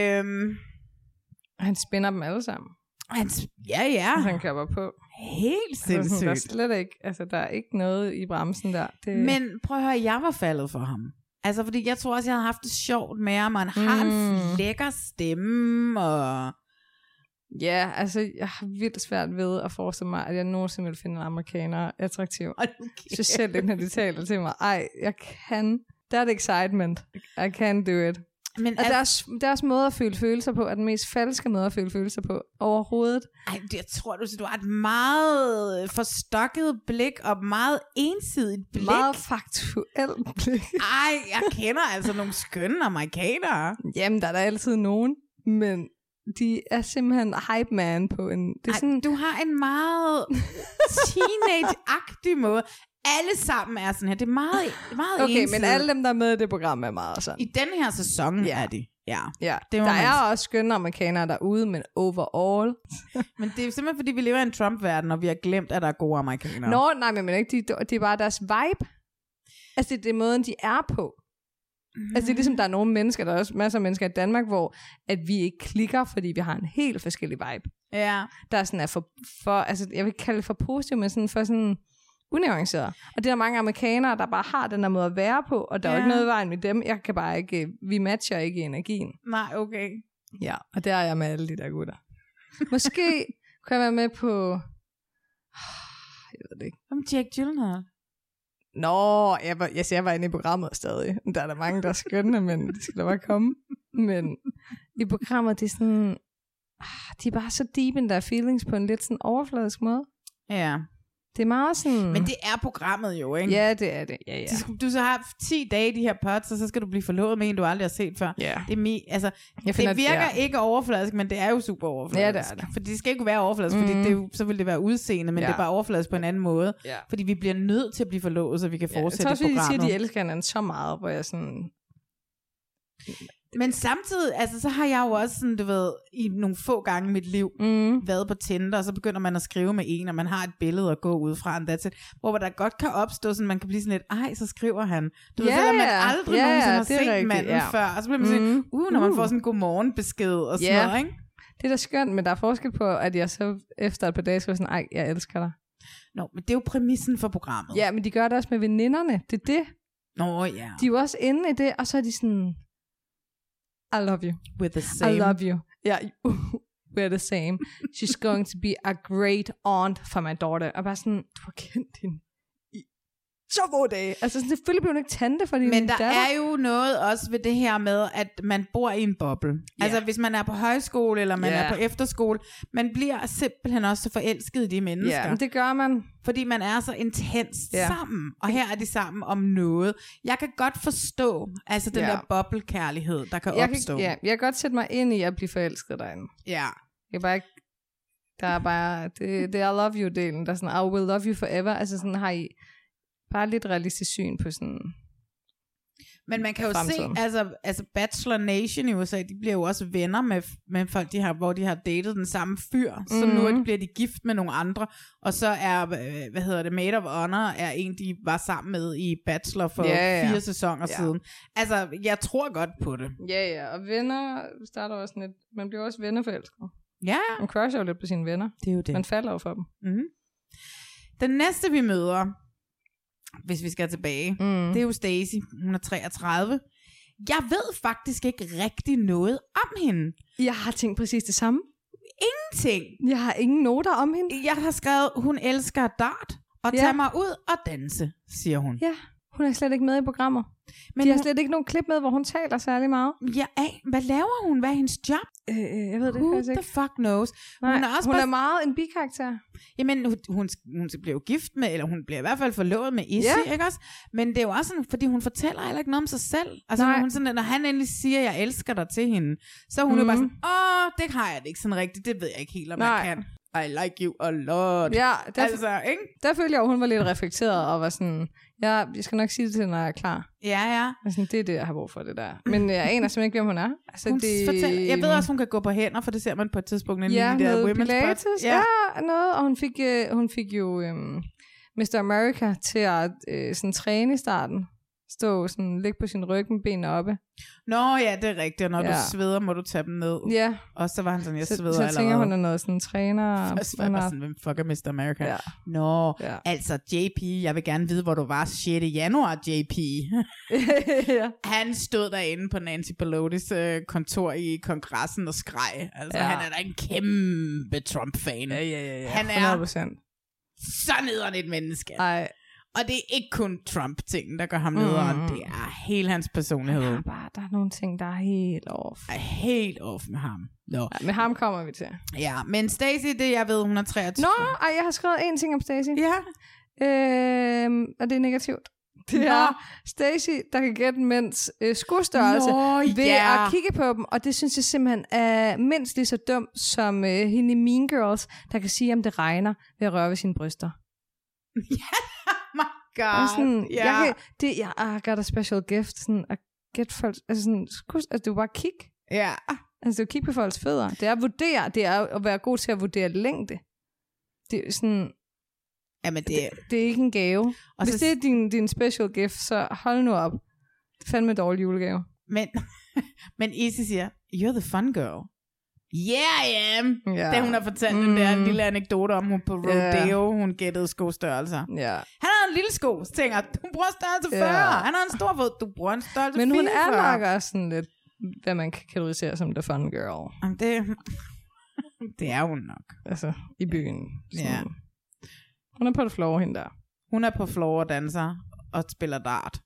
han spænder dem alle sammen. Ja. Han kører på. Helt sindssygt. Der er slet ikke, altså der er ikke noget i bremsen der. Det... Men prøv at høre, jeg var faldet for ham. Altså, fordi jeg tror også, jeg havde haft det sjovt med ham, og han har en lækker stemme, og... Ja, altså, jeg har vildt svært ved at forestille mig, at jeg nogensinde vil finde en amerikaner attraktiv. Specielt når de taler til mig. Ej, jeg kan... That excitement. I can do it. Men deres måde at føle følelser på, er den mest falske måde at føle følelser på overhovedet. Ej, jeg tror, du har et meget forstokket blik, og meget ensidigt blik. Meget faktuelt blik. Ej, jeg kender altså nogle skønne amerikanere. Jamen, der er der altid nogen, men de er simpelthen hype man på en... Det er sådan, du har en meget teenage-agtig måde. Alle sammen er sådan her. Det er meget okay, ensidigt. men alle dem, der er med i det program, er meget sådan. I den her sæson er de. Ja. Det der er også skønne amerikanere derude, men overall. Men det er simpelthen, fordi vi lever i en Trump-verden, og vi har glemt, at der er gode amerikanere. Nej, men ikke. Det er bare deres vibe. Altså, det er måden, de er på. Altså, det er ligesom, der er nogle mennesker, der er også masser af mennesker i Danmark, hvor at vi ikke klikker, fordi vi har en helt forskellig vibe. Ja. Der er sådan, er for altså, jeg vil ikke kalde det for positiv, men sådan for sådan unuanceret. Og det er der mange amerikanere, der bare har den der måde at være på, og der er jo ikke noget vejen med dem. Jeg kan bare ikke, vi matcher ikke energien. Nej, okay. Ja, og der er jeg med alle de der gutter. Måske kunne jeg være med på, jeg ved det ikke. Om Jake Gyllenhaal. Nå, jeg var inde i programmet stadig. Der er der mange, der er skønne, men det skal da bare komme. Men i programmet, det er sådan, de er bare så deep in their feelings på en lidt sådan overfladisk måde. Ja. Det er meget sådan... Men det er programmet jo, ikke? Ja, det er det. Ja. Du så har 10 dage i de her pods, og så skal du blive forlovet med en, du aldrig har set før. Ja. Det virker ikke overfladisk, men det er jo super overfladisk. Ja, det er det. Fordi det skal ikke være overfladisk, fordi så vil det være udseende, men det er bare overfladisk på en anden måde. Ja. Fordi vi bliver nødt til at blive forlovet, så vi kan fortsætte programmet. Jeg tror også, de siger, de elsker hinanden så meget, hvor jeg sådan... Men samtidig, altså så har jeg jo også sådan, du ved, i nogle få gange i mit liv været på Tinder, og så begynder man at skrive med en, og man har et billede at gå ud fra, hvor der godt kan opstå, sådan man kan blive sådan lidt, så skriver han. Du ved, selvom man aldrig nogensinde har set manden før, og så bliver man sådan, når man får sådan en godmorgen besked og sådan noget, ikke? Det er da skønt, men der er forskel på, at jeg så efter et par dage skriver sådan, jeg elsker dig. Nå, men det er jo præmissen for programmet. Ja, men de gør det også med veninderne, det er det. Nå, ja. De er jo også inde i det, og så er de sådan... I love you. We're the same. I love you. Yeah, we're the same. She's going to be a great aunt for my daughter. Og bare sådan, du har kendt hende i så få dage. Altså selvfølgelig bliver hun ikke tante for din datter. Men der er jo noget også ved det her med, at man bor i en boble. Yeah. Altså hvis man er på højskole, eller man er på efterskole, man bliver simpelthen også så forelsket i de mennesker. Ja, det gør man. Fordi man er så intens sammen. Og her er de sammen om noget. Jeg kan godt forstå, altså den der boblekærlighed, der kan opstå. Jeg kan godt sætte mig ind i at blive forelsket derinde. Ja. Jeg bare ikke... Der er bare... Det er I love you-delen. Der er sådan, I will love you forever. Altså sådan har I... Bare lidt realistisk syn på sådan... Men man kan jo se, altså Bachelor Nation i USA, de bliver jo også venner med folk, hvor de har datet den samme fyr. Så nu bliver de gift med nogle andre. Og så er, Maid of Honor er en, de var sammen med i Bachelor for 4 sæsoner siden. Altså, jeg tror godt på det. Ja, og venner starter også lidt... Man bliver også vennerforelsket. Ja. Man crusher jo lidt på sine venner. Det er jo det. Man falder jo for dem. Mm-hmm. Den næste, vi møder... hvis vi skal tilbage. Det er jo Stacey. Hun er 33. Jeg ved faktisk ikke rigtig noget om hende. Jeg har tænkt præcis det samme. Ingenting. Jeg har ingen noter om hende. Jeg har skrevet, hun elsker dart og tage mig ud og danse, siger hun. Ja, hun er slet ikke med i programmer. Men de har slet ikke nogen klip med, hvor hun taler særlig meget. Ja, hvad laver hun? Hvad er hendes job? Jeg ved det faktisk ikke. Who the fuck knows? Nej, hun er meget en bikarakter. Jamen, hun bliver jo gift med, eller hun bliver i hvert fald forlovet med Izzy, ikke også? Men det er jo også sådan, fordi hun fortæller heller ikke noget om sig selv. Altså, hun sådan, når han endelig siger, jeg elsker dig til hende, så er hun jo bare sådan, det har jeg det ikke sådan rigtigt, det ved jeg ikke helt, om jeg kan. I like you a lot. Ja, der følte jeg, at hun var lidt reflekteret og var sådan, jeg skal nok sige det til, når jeg er klar. Ja. Altså, det er det, jeg har brug for, det der. Men jeg aner simpelthen ikke, hvem hun er. Altså, jeg ved også, hun kan gå på hænder, for det ser man på et tidspunkt. Noget pilates, noget. Og hun fik jo Mr. America til at sådan træne i starten. Stå sådan, ligge på sin ryg med benene oppe. Nå ja, det er rigtigt. Og når du sveder, må du tage dem ned. Ja. Og så var han sådan, jeg sveder allerede. Så tænker hun er noget sådan træner. Først var sådan, hvem fuck er Mr. America? Ja. Nå, altså JP, jeg vil gerne vide, hvor du var 6. januar, JP. Han stod derinde på Nancy Pelosi's kontor i kongressen og skreg. Altså, han er da en kæmpe Trump-fan. Ja. Han er 100%. så nederen et menneske. Ej. Og det er ikke kun Trump-ting, der gør ham nederen. Det er hele hans personlighed. Der er nogle ting, der er helt off. Helt off med ham. Ja, med ham kommer vi til. Ja, men Stacey, det jeg ved, hun er 23. Jeg har skrevet en ting om Stacey. Ja. Og det er negativt. Det er Stacy, der kan gætte mænds skostørrelse ved at kigge på dem, og det synes jeg simpelthen er mindst lige så dumt som hende i Mean Girls, der kan sige, om det regner ved at røre ved sine bryster. My God. Sådan, I got a special gift, sådan at gætte folk, altså du bare kigge. Ja. Altså du kigge på folks fødder. Det er at vurdere, det er at være god til at vurdere længde. Det er sådan... Jamen det er ikke en gave. Og hvis det er din special gift, så hold nu op. Det er fandme en dårlig julegave. Men Izzy siger, you're the fun girl. Yeah, I am. Da hun har fortalt den der en lille anekdote om, hun på rodeo, hun gættede skostørrelser. Han har en lille sko, så tænker jeg, du bruger størrelse 40. Han har en stor fod, du bruger en størrelse 44. Men hun er nok også sådan lidt, hvad man kan kategorisere som the fun girl. Det er hun nok. Altså, i byen. Ja. Hun er på det floor, hende der. Hun er på floor og danser og spiller dart.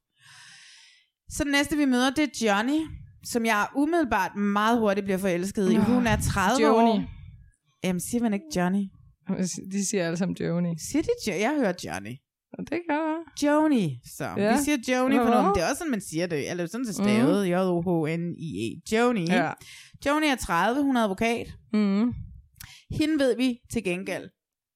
Så den næste, vi møder, det er Johnny, som jeg umiddelbart meget hurtigt bliver forelsket i. Hun er 30 år. Jamen, siger man ikke Johnny? De siger alle sammen Joni. Siger de Jeg hører Johnny. Det gør jeg. Joni, så. Ja. Vi siger Joni for noget, det er også sådan, man siger det. Eller sådan, det stavet. J-O-H-N-I-E. Joni. Ja. Joni er 30, hun er advokat. Hende ved vi til gengæld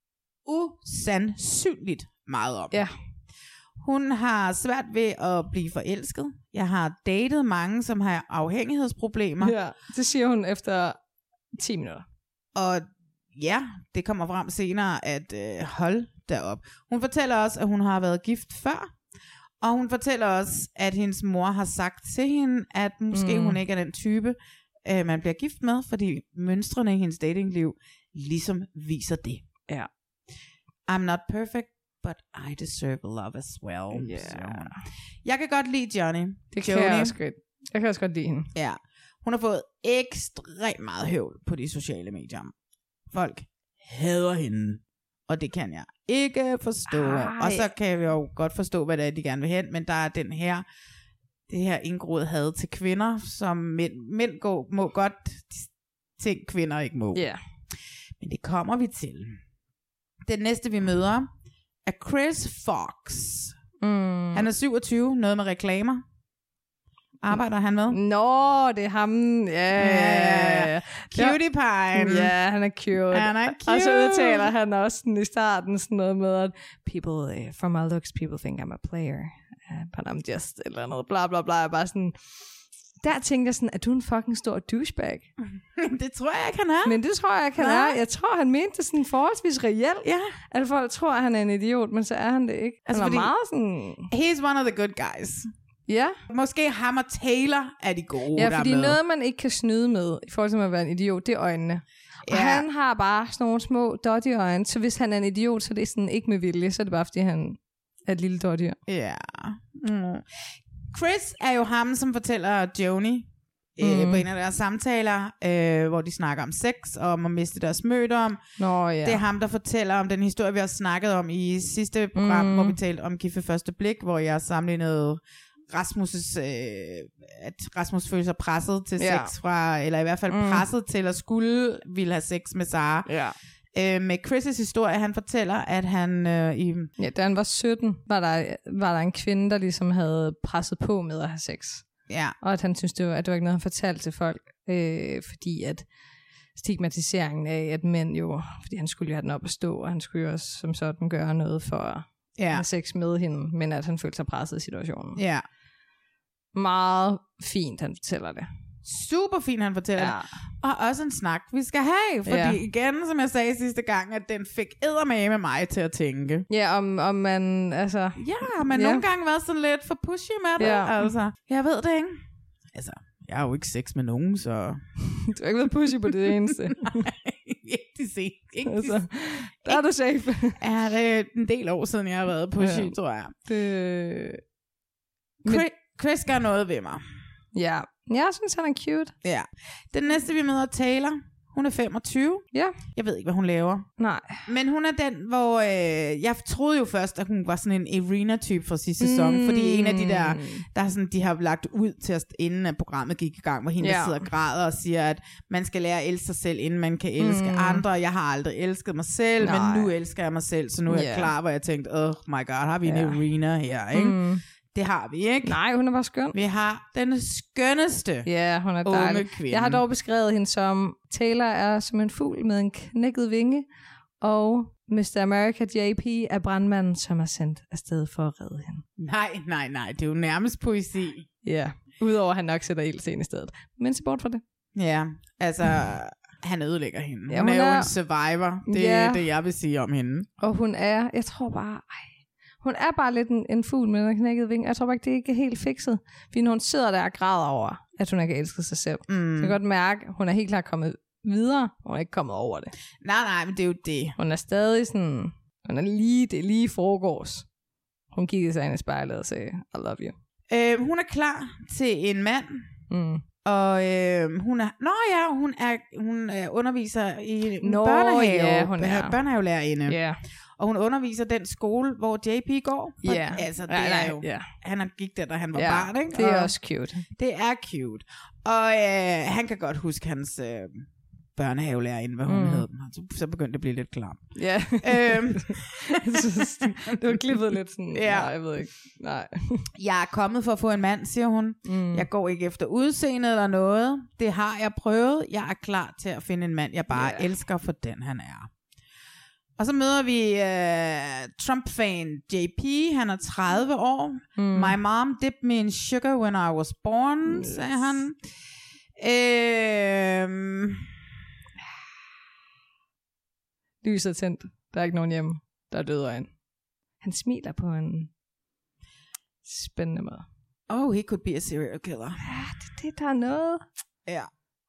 usandsynligt meget om. Ja. Hun har svært ved at blive forelsket. Jeg har datet mange, som har afhængighedsproblemer. Ja, det siger hun efter 10 minutter. Og ja, det kommer frem senere, at hold derop. Hun fortæller også, at hun har været gift før. Og hun fortæller også, at hendes mor har sagt til hende, at måske hun ikke er den type, man bliver gift med, fordi mønstrene i hendes datingliv ligesom viser det. Ja. I'm not perfect, but I deserve love as well. Yeah. Så. Jeg kan godt lide Johnny. Det kan jeg også godt. Jeg kan også godt lide hende. Ja. Hun har fået ekstremt meget høvl på de sociale medier. Folk hader hende. Og det kan jeg ikke forstå. Og så kan jeg jo godt forstå, hvad det er, de gerne vil hen. Men der er det her indgroede had til kvinder, som mænd må godt ting, kvinder ikke må. Yeah. Men det kommer vi til. Den næste, vi møder, er Chris Fox. Han er 27, noget med reklamer. Arbejder han med? Nå, det er ham. Ja. Cutie pie. Ja, han er cute. Og så udtaler han også sådan i starten sådan noget med, at people, from my looks, people think I'm a player. But I'm just eller noget, bla bla bla. Bare sådan, der tænkte jeg sådan, at du er en fucking stor douchebag. Det tror jeg ikke, han er. Men det tror jeg ikke, han er. Jeg tror, han mente det sådan forholdsvis reelt. Ja. At folk tror, at han er en idiot, men så er han det ikke. Altså, han er meget sådan... He's one of the good guys. Ja. Måske ham og Taylor er de gode, ja, fordi noget, man ikke kan snyde med, i forhold til at være en idiot, det er øjnene. Og han har bare sådan nogle små dotty-øjne, så hvis han er en idiot, så er det sådan ikke med vilje, så er det bare, fordi han er et lille dotty. Ja. Chris er jo ham, som fortæller Joni på en af deres samtaler, hvor de snakker om sex og om at miste deres mødom. Det er ham, der fortæller om den historie, vi har snakket om i sidste program, hvor vi talte om Gift ved første blik, hvor jeg sammenlignede at Rasmus følte sig presset til sex fra, eller i hvert fald presset til at ville have sex med Sara. Ja. Med Chris' historie, han fortæller, at han da han var 17, var der en kvinde, der ligesom havde presset på med at have sex. Ja. Og at han synes, at det var ikke noget, han fortalte til folk, fordi at stigmatiseringen af, at mænd jo, fordi han skulle jo have den op at stå, og han skulle jo også som sådan gøre noget for at have sex med hende, men at han følte sig presset i situationen. Ja. Meget fint, han fortæller det. Super fint, han fortæller det. Og også en snak, vi skal have. Fordi igen, som jeg sagde sidste gang, at den fik eddermame mig til at tænke. Ja, om man, altså... Ja, men nogle gange været sådan lidt for pushy med det. Altså, jeg ved det ikke. Altså, jeg har jo ikke sex med nogen, så... Du har ikke været pushy på det eneste. Nej, ikke set. Altså, der er du safe. Ja, det er en del år siden, jeg har været pushy, tror jeg. Chris gør noget ved mig. Ja, jeg synes, han er cute. Ja. Den næste, vi møder, Taylor. Hun er 25. Ja. Jeg ved ikke, hvad hun laver. Nej. Men hun er den, hvor... jeg troede jo først, at hun var sådan en Irina-type fra sidste sæson. Fordi en af de der sådan, de har lagt ud til os, inden at programmet gik i gang, hvor hende sidder og græder og siger, at man skal lære at elske sig selv, inden man kan elske andre. Jeg har aldrig elsket mig selv, men nu elsker jeg mig selv. Så nu er jeg klar, hvor jeg tænkte, oh my god, har vi en Irina her, ikke? Det har vi ikke. Nej, hun er bare skøn. Vi har den skønneste hun er dejlig. kvinde. Jeg har dog beskrevet hende som, Taylor er som en fugl med en knækket vinge, og Mr. America JP er brandmanden, som er sendt afsted for at redde hende. Nej, det er jo nærmest poesi. Ja, udover at han nok sætter ild til i stedet. Men se bort fra det. Ja, altså, han ødelægger hende. Ja, hun er jo en survivor. Det er det, jeg vil sige om hende. Og hun er, jeg tror bare, hun er bare lidt en fugl med en knækket vinge. Jeg tror bare ikke, det er ikke helt fikset. Fordi når hun sidder der og græder over, at hun ikke elsker sig selv, så kan jeg godt mærke, at hun er helt klart kommet videre. Hun er ikke kommet over det. Nej, men det er jo det. Hun er stadig sådan, det er lige foregårs. Hun kiggede sig ind i spejlet og sagde, I love you. Hun er klar til en mand. Og hun er underviser i børnehave. Ja, hun er børnehavelærerinde. Ja. Og hun underviser den skole, hvor JP går. Ja. Altså, det er jo... Ja. Han gik der, da han var barn, ikke? Det er også cute. Det er cute. Og han kan godt huske hans børnehavelærerinde, hvad hun hed. Så begyndte det at blive lidt klam. Ja. Det var klippet lidt sådan... Ja. Nej, jeg ved ikke. Nej. Jeg er kommet for at få en mand, siger hun. Jeg går ikke efter udseende eller noget. Det har jeg prøvet. Jeg er klar til at finde en mand, jeg bare elsker for den, han er. Og så møder vi Trump-fan JP. Han er 30 år. My mom dipped me in sugar when I was born, sagde han. Lyset er tændt. Der er ikke nogen hjemme. Der er død øjne. Han smiler på en spændende måde. Oh, he could be a serial killer. Ja, det der er noget. Ja.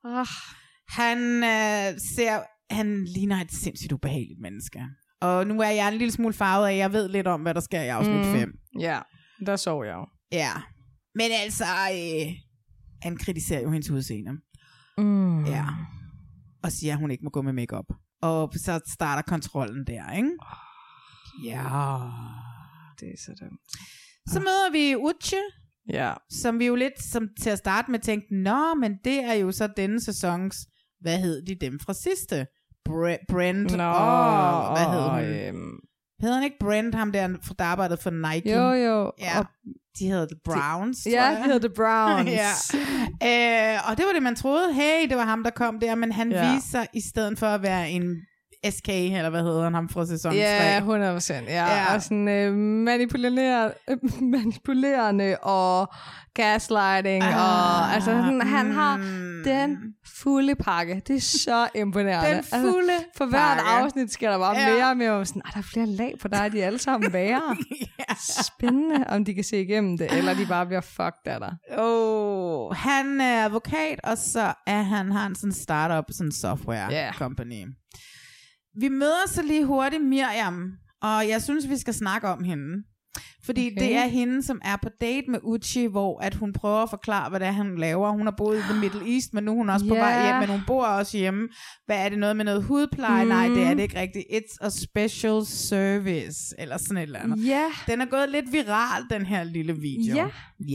Han ligner et sindssygt ubehageligt menneske. Og nu er jeg en lille smule farvet af, jeg ved lidt om, hvad der sker i afsnit 5. Ja, der sov jeg jo. Ja, men altså, han kritiserer jo hendes udseende. Ja. Og siger, at hun ikke må gå med makeup. Og så starter kontrollen der, ikke? Ja. Det er så dumt. Så møder vi Uche. Ja. Som vi jo lidt som til at starte med tænkte, men det er jo så denne sæsons, hvad hed de dem fra sidste? Brent og hvad hed hun? Hedder han ikke Brent, ham der arbejdede for Nike? Jo. Ja, og de hedder The Browns, de hedder The Browns. Ja. Og det var det, man troede. Hey, det var ham, der kom der, men han viste sig i stedet for at være en SK, eller hvad hedder han, ham fra sæson 3? Ja, 100%. Ja. Og sådan manipulerende og gaslighting. Og altså sådan, han har den fulde pakke. Det er så imponerende. Den fulde altså, for hvert afsnit sker der bare mere og mere. Sådan, der er flere lag på dig, de er alle sammen bærer. Spændende, om de kan se igennem det, eller de bare bliver fucked af dig. Han er advokat, og så er har han sådan en startup, sådan en software company. Vi møder så lige hurtigt Miriam, og jeg synes, vi skal snakke om hende. Fordi det er hende, som er på date med Uche, hvor at hun prøver at forklare, hvad det er, han laver. Hun har boet i The Middle East, men nu er hun også på vej hjem, men hun bor også hjemme. Hvad er det, noget med noget hudpleje? Nej, det er det ikke rigtigt. It's a special service, eller sådan et eller andet. Den er gået lidt viral, den her lille video.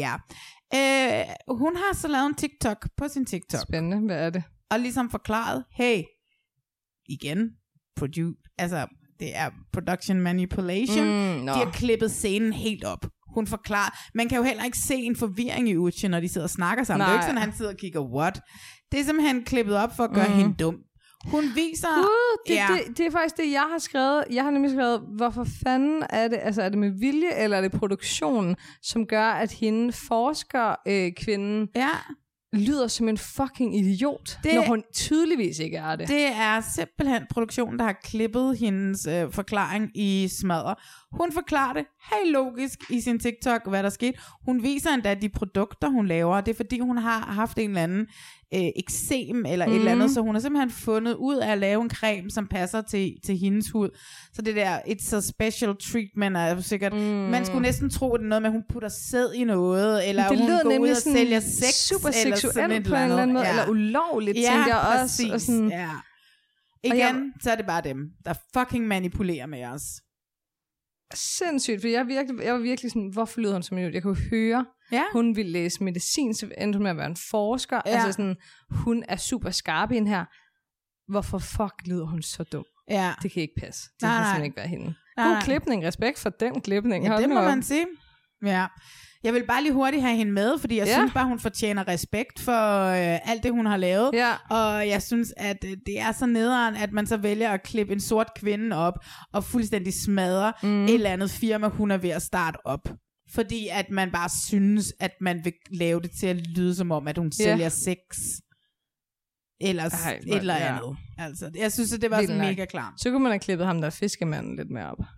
Hun har så lavet en TikTok på sin TikTok. Spændende, hvad er det? Og ligesom forklaret, hey, igen, det er production manipulation. De har klippet scenen helt op. Hun forklarer, man kan jo heller ikke se en forvirring i Uche, når de sidder og snakker sammen. Det er jo ikke sådan, han sidder og kigger, what? Det er simpelthen klippet op for at gøre hende dum. Hun viser... Det er faktisk det, jeg har skrevet. Jeg har nemlig skrevet, hvorfor fanden er det, altså er det med vilje, eller er det produktionen, som gør, at hende kvinden lyder som en fucking idiot, når hun tydeligvis ikke er det. Det er simpelthen produktionen, der har klippet hendes forklaring i smadre. Hun forklarer det helt logisk i sin TikTok, hvad der skete. Hun viser endda de produkter, hun laver. Det er fordi, hun har haft en eller anden eksem eller et eller andet, så hun har simpelthen fundet ud af at lave en creme, som passer til hendes hud. Så det der, it's a special treatment, er sikkert, man skulle næsten tro, at det er noget med, at hun putter sæd i noget, eller det hun går ud og sådan sælger sex, super eller seksuelt på en eller anden måde, eller ulovligt, tænker jeg også. Og sådan, igen, så er det bare dem, der fucking manipulerer med os. Sindssygt, for jeg var virkelig sådan, hvorfor lyder hun som en idiot? Jeg kunne høre, hun ville læse medicin, så endte hun med at være en forsker. Altså sådan, hun er super skarp i hende her. Hvorfor fuck lyder hun så dum? Det kan ikke passe. Det kan simpelthen ikke være hende. God klipning, respekt for den klipning. Ja, det må man sige. Ja. Jeg vil bare lige hurtigt have hende med, fordi jeg synes bare, hun fortjener respekt for alt det, hun har lavet. Ja. Og jeg synes, at det er så nederen, at man så vælger at klippe en sort kvinde op og fuldstændig smadre et eller andet firma, hun er ved at starte op. Fordi at man bare synes, at man vil lave det til at lyde som om, at hun sælger sex. Eller et eller andet. Altså, jeg synes, at det var sådan mega klart. Så kunne man have klippet ham der fiskemanden lidt mere op.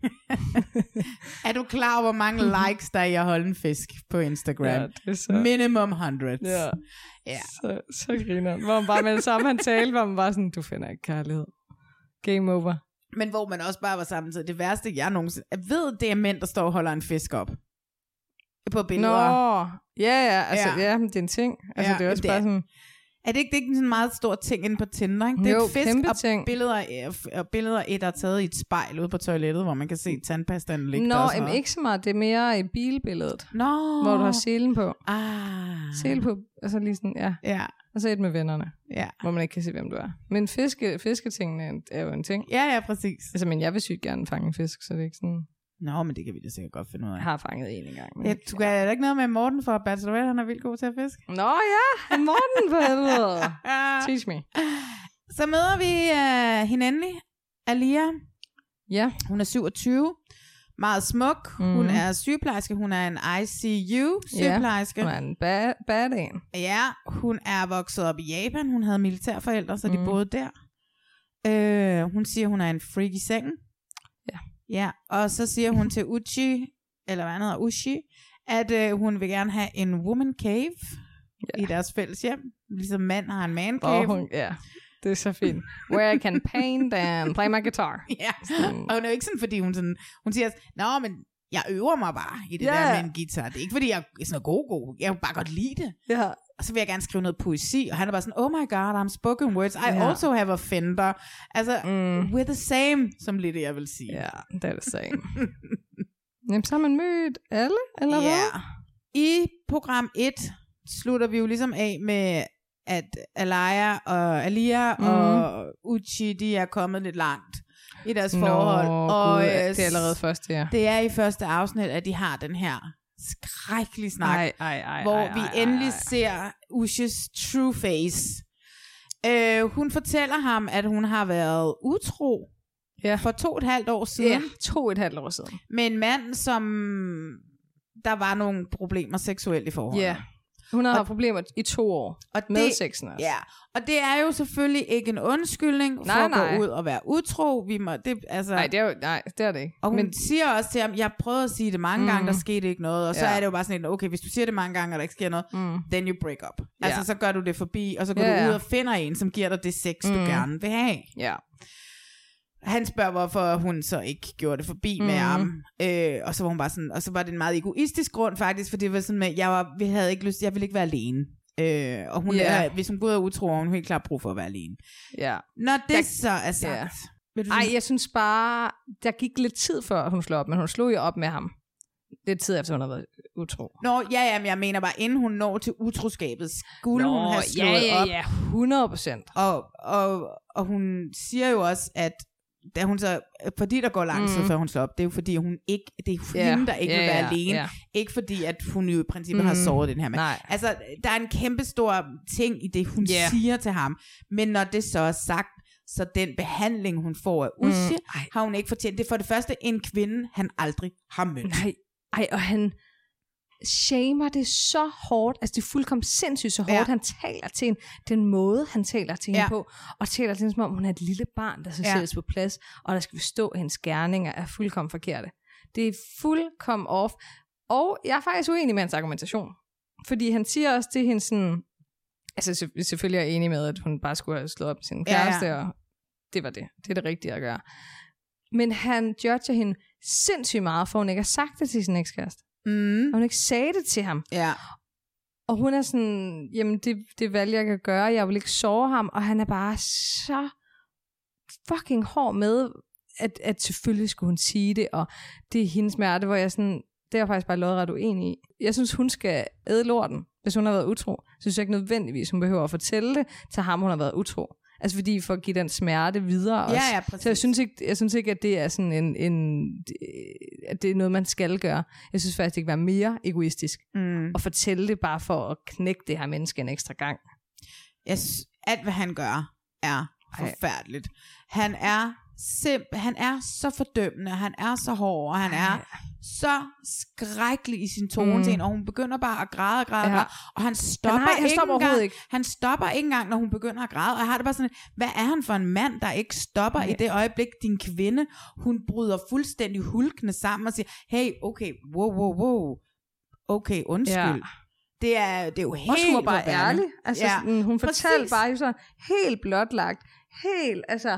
Er du klar over, hvor mange likes der er i at holde en fisk på Instagram? Ja, det er så... Minimum 100. Ja. Så griner. Hvor man bare med det samme, han talte, hvor man bare sådan, du finder ikke kærlighed. Game over. Men hvor man også bare var samtidig. Det værste, jeg nogensinde... Jeg ved, det er mænd, der står og holder en fisk op. På billeder. Nå, ja, det er en ting. Altså, det er også bare sådan... Er det ikke sådan en meget stor ting inde på Tinder, ikke? Det er et fisk og billeder der er taget i et spejl ude på toilettet, hvor man kan se tandpastaen ligge der. Nå, ikke så meget. Det er mere i bilbilledet. Hvor du har selen på. Sele på, altså lige sådan, ja. Og så et med vennerne. Ja. Hvor man ikke kan se, hvem du er. Men fisketingene er jo en ting. Ja, præcis. Altså, men jeg vil sygt gerne fange en fisk, så det er ikke sådan... Nå, men det kan vi da sikkert godt finde ud af. Jeg har fanget en gang. Men du kan da ikke noget med Morten fra Bachelorette, han er vildt god til at fiske. Nå ja, Morten på helvede. Teach me. Så møder vi hende endelig, Alia. Ja. Hun er 27. Meget smuk. Hun er sygeplejerske. Hun er en ICU-sygeplejerske. Hun er en bad en. Ja, hun er vokset op i Japan. Hun havde militærforældre, så de boede der. Hun siger, hun er en freak i sengen. Ja, og så siger hun til Uchi, eller hvad han hedder, Uchi, at hun vil gerne have en woman cave i deres fælles hjem. Ligesom mand har en man cave. Det er så fint. Where I can paint and play my guitar. Ja, og hun er jo ikke sådan, fordi hun siger, nå, men jeg øver mig bare i det der med en guitar. Det er ikke, fordi jeg er sådan god. Jeg vil bare godt lide det. Ja. Og så vil jeg gerne skrive noget poesi, og han er bare sådan, oh my god, I'm spoken words. I also have a Fender. Altså, we're the same, som lidt jeg vil sige. Ja, det er det same. Jamen, så har man mødt alle, eller hvad? I program 1 slutter vi jo ligesom af med, at Alia og Uchi, de er kommet lidt langt i deres forhold. Og det er allerede første, det er i første afsnit, at de har den her skrækkelig snak, hvor vi endelig ser Ushis true face. Hun fortæller ham, at hun har været utro for 2,5 år siden. Ja, 2,5 år siden. Med en mand, som der var nogle problemer seksuelt i forholdet. Ja. Hun har haft problemer i 2 år og med sexen også. Ja, og det er jo selvfølgelig ikke en undskyldning for at gå ud og være utro. Nej, det er det ikke. Og hun siger også til ham, jeg prøvede at sige det mange gange, der skete ikke noget. Og så er det jo bare sådan, okay, hvis du siger det mange gange, og der ikke sker noget, then you break up. Altså, så gør du det forbi, og så går du ud og finder en, som giver dig det sex, du gerne vil have. Ja. Han spørger, hvorfor hun så ikke gjorde det forbi med ham. Og så var hun bare sådan, og så var det en meget egoistisk grund faktisk, for det var sådan med, jeg ville ikke være alene. Og hun hvis hun går ud og utro, hun helt klart brug for at være alene. Ja. Når det så er sagt. Jeg synes bare, der gik lidt tid før hun slog op, men hun slog jo op med ham. Det er tid efter, hun har været utro. Nå, men jeg mener bare, inden hun når til utroskabet, skulle hun have slået op. Ja, 100%. Og hun siger jo også, at da hun så, fordi der går lang tid før hun slår op, det er jo fordi hun ikke, det er hende, der ikke vil være alene, ikke fordi at hun jo i princippet har såret den her mand. Altså der er en kæmpe stor ting i det hun siger til ham, men når det så er sagt, så den behandling hun får af Ushi, har hun ikke fortjent. Det er for det første en kvinde han aldrig har mødt. Og han shamer det så hårdt, altså det er fuldkommen sindssygt så hårdt, han taler til hende, den måde han taler til hende på, og taler til hende som om hun er et lille barn, der skal sættes på plads, og der skal forstå, at hendes gerninger er fuldkommen forkerte. Det er fuldkommen off, og jeg er faktisk uenig med hans argumentation, fordi han siger også til hende sådan, altså selvfølgelig er jeg enig med, at hun bare skulle have slået op med sin kæreste, og det var det. Det er det rigtige at gøre. Men han judger hende sindssygt meget, for hun ikke har sagt det til sin ekskæreste. Og hun ikke sagde det til ham. Ja. Og hun er sådan, jamen det valg jeg kan gøre, jeg vil ikke såre ham, og han er bare så fucking hård med, at selvfølgelig skulle hun sige det, og det er hendes smerte, hvor jeg sådan, det er jeg faktisk bare lodret uenig i. Jeg synes, hun skal æde lorten, hvis hun har været utro. Så synes jeg ikke nødvendigvis, hun behøver at fortælle det til ham, hun har været utro. Altså fordi for at give den smerte videre også. Ja, præcis. Så jeg synes ikke, at det er sådan at det er noget, man skal gøre. Jeg synes faktisk, det kan være mere egoistisk. Og fortælle det bare for at knække det her menneske en ekstra gang. Alt hvad han gør er forfærdeligt. Han er så fordømmende, han er så hård, og han er så skrækkelig i sin tone til hende, og hun begynder bare at græde, og han stopper ikke engang, når hun begynder at græde, og jeg har det bare sådan, hvad er han for en mand, der ikke stopper i det øjeblik, din kvinde, hun bryder fuldstændig hulkende sammen og siger, hey, okay, wow, okay, undskyld. Det er jo helt... Også hun var bare ærlig. Altså, hun fortalte bare så helt blotlagt, helt, altså...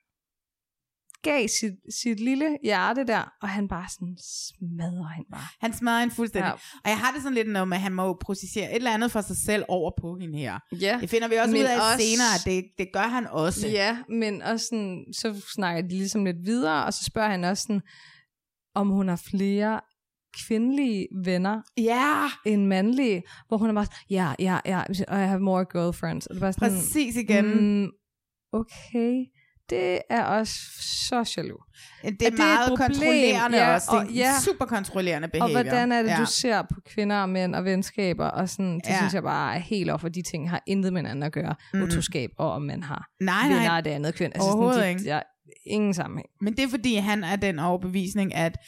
gav sit lille hjerte der, og han bare sådan smadrer hende bare. Han smadrer hende fuldstændig. Ja. Og jeg har det sådan lidt noget med, at han må jo processere et eller andet for sig selv over på hende her. Ja. Det finder vi også ud af senere, at det gør han også. Ja, men også sådan, så snakker de ligesom lidt videre, og så spørger han også sådan, om hun har flere kvindelige venner end mandlige, hvor hun er bare I have more girlfriends. Og det er bare sådan, præcis igen. Okay. Det er også så jaloux. Det er meget kontrollerende også. Det er super kontrollerende behavior. Og hvordan er det, du ser på kvinder og mænd og venskaber, og sådan, det synes jeg bare er helt over, for de ting har intet med hinanden at gøre. Utroskab, og om man har venner af det andet køn. Altså overhovedet ikke. Ingen sammenhæng. Men det er fordi, han er den overbevisning, at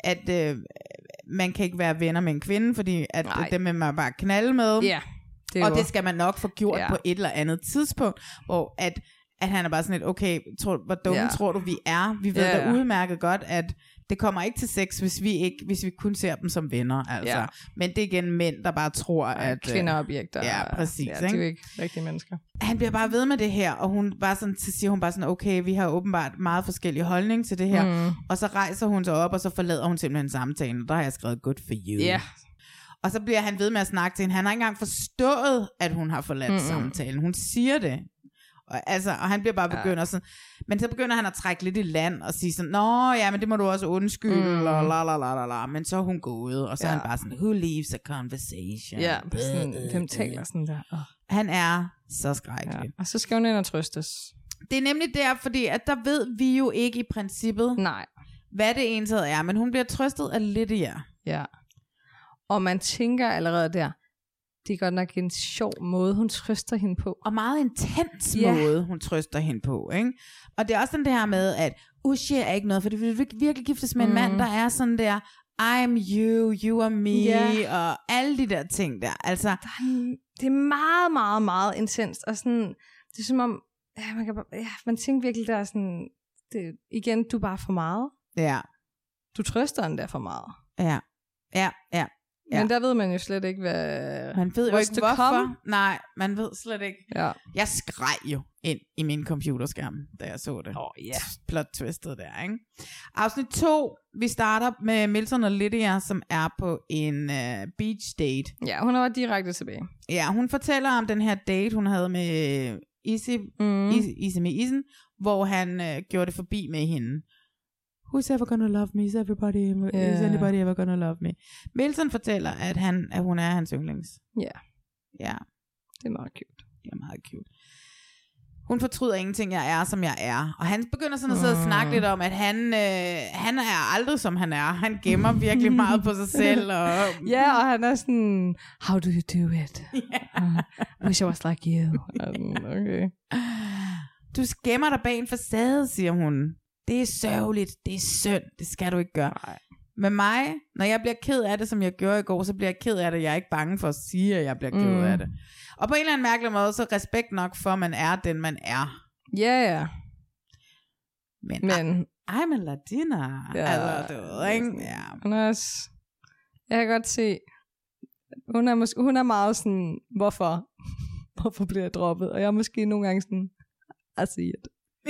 man kan ikke være venner med en kvinde, fordi at dem vil man bare knalde med. Ja, det skal man nok få gjort på et eller andet tidspunkt, hvor at han er bare sådan lidt, okay, hvor dumme tror du vi er? Vi ved da udmærket godt, at det kommer ikke til sex, hvis vi kun ser dem som venner, altså. Ja. Men det er igen mænd, der bare tror, at... Kvinderobjekter. Ja, præcis. Ja, det er jo ikke rigtige mennesker. Han bliver bare ved med det her, og hun bare sådan, så siger hun bare sådan, okay, vi har åbenbart meget forskellige holdning til det her, og så rejser hun sig op, og så forlader hun simpelthen samtalen, og der har jeg skrevet, good for you. Ja. Og så bliver han ved med at snakke til hende. Han har ikke engang forstået, at hun har forladt samtalen. Hun siger det. Og han bliver bare begyndt sådan, men så begynder han at trække lidt i land og sige sådan, nå ja, men det må du også undskylde, og la. Men så er hun gået, og så er han bare sådan, who leaves a conversation? Ja, hvem taler sådan der? Han er så skrækkelig. Ja. Og så skal hun ind og trøstes. Det er nemlig der, fordi at der ved vi jo ikke i princippet, hvad det egentlig er, men hun bliver trøstet af Lydia. Ja. Og man tænker allerede der, det er godt nok en sjov måde, hun trøster hende på. Og meget intens måde, hun trøster hende på. Ikke? Og det er også sådan det her med, at Ushi er ikke noget, for det vil virkelig giftes med en mand, der er sådan der, I'm you, you are me, og alle de der ting der. Altså, det er meget, meget, meget intenst. Og sådan, det er som om, man tænker virkelig, der er sådan, igen, du er bare for meget. Ja. Du trøster den der for meget. Ja. Men der ved man jo slet ikke, hvad... Man ved jo ikke, hvorfor. Nej, man ved slet ikke. Ja. Jeg skreg jo ind i min computerskærm, da jeg så det. Plot twistet der, ikke? Afsnit 2, vi starter med Milton og Lydia, som er på en beach date. Ja, hun har været direkte tilbage. Ja, hun fortæller om den her date, hun havde med Isen, hvor han gjorde det forbi med hende. Who's ever gonna love me? Is anybody ever gonna love me? Milton fortæller, at hun er hans yndlings. Ja. Det er meget cute. Det er meget cute. Hun fortryder ingenting, jeg er, som jeg er. Og han begynder sådan at sidde og snakke lidt om, at han er aldrig, som han er. Han gemmer virkelig meget på sig selv. Og og han er sådan, how do you do it? Wish I was like you. Okay. Du gemmer dig bag en facade, siger hun. Det er sørgeligt, det er synd, det skal du ikke gøre. Nej. Med mig, når jeg bliver ked af det, som jeg gjorde i går, så bliver jeg ked af det. Jeg er ikke bange for at sige, at jeg bliver ked af det. Og på en eller anden mærkelig måde, så respekt nok for, at man er den, man er. Ja. Men I'm a Latina. Altså, du ved, ikke? Ja. Hun er også, jeg kan godt se, hun er meget sådan, hvorfor bliver jeg droppet? Og jeg er måske nogle gange sådan, I see it.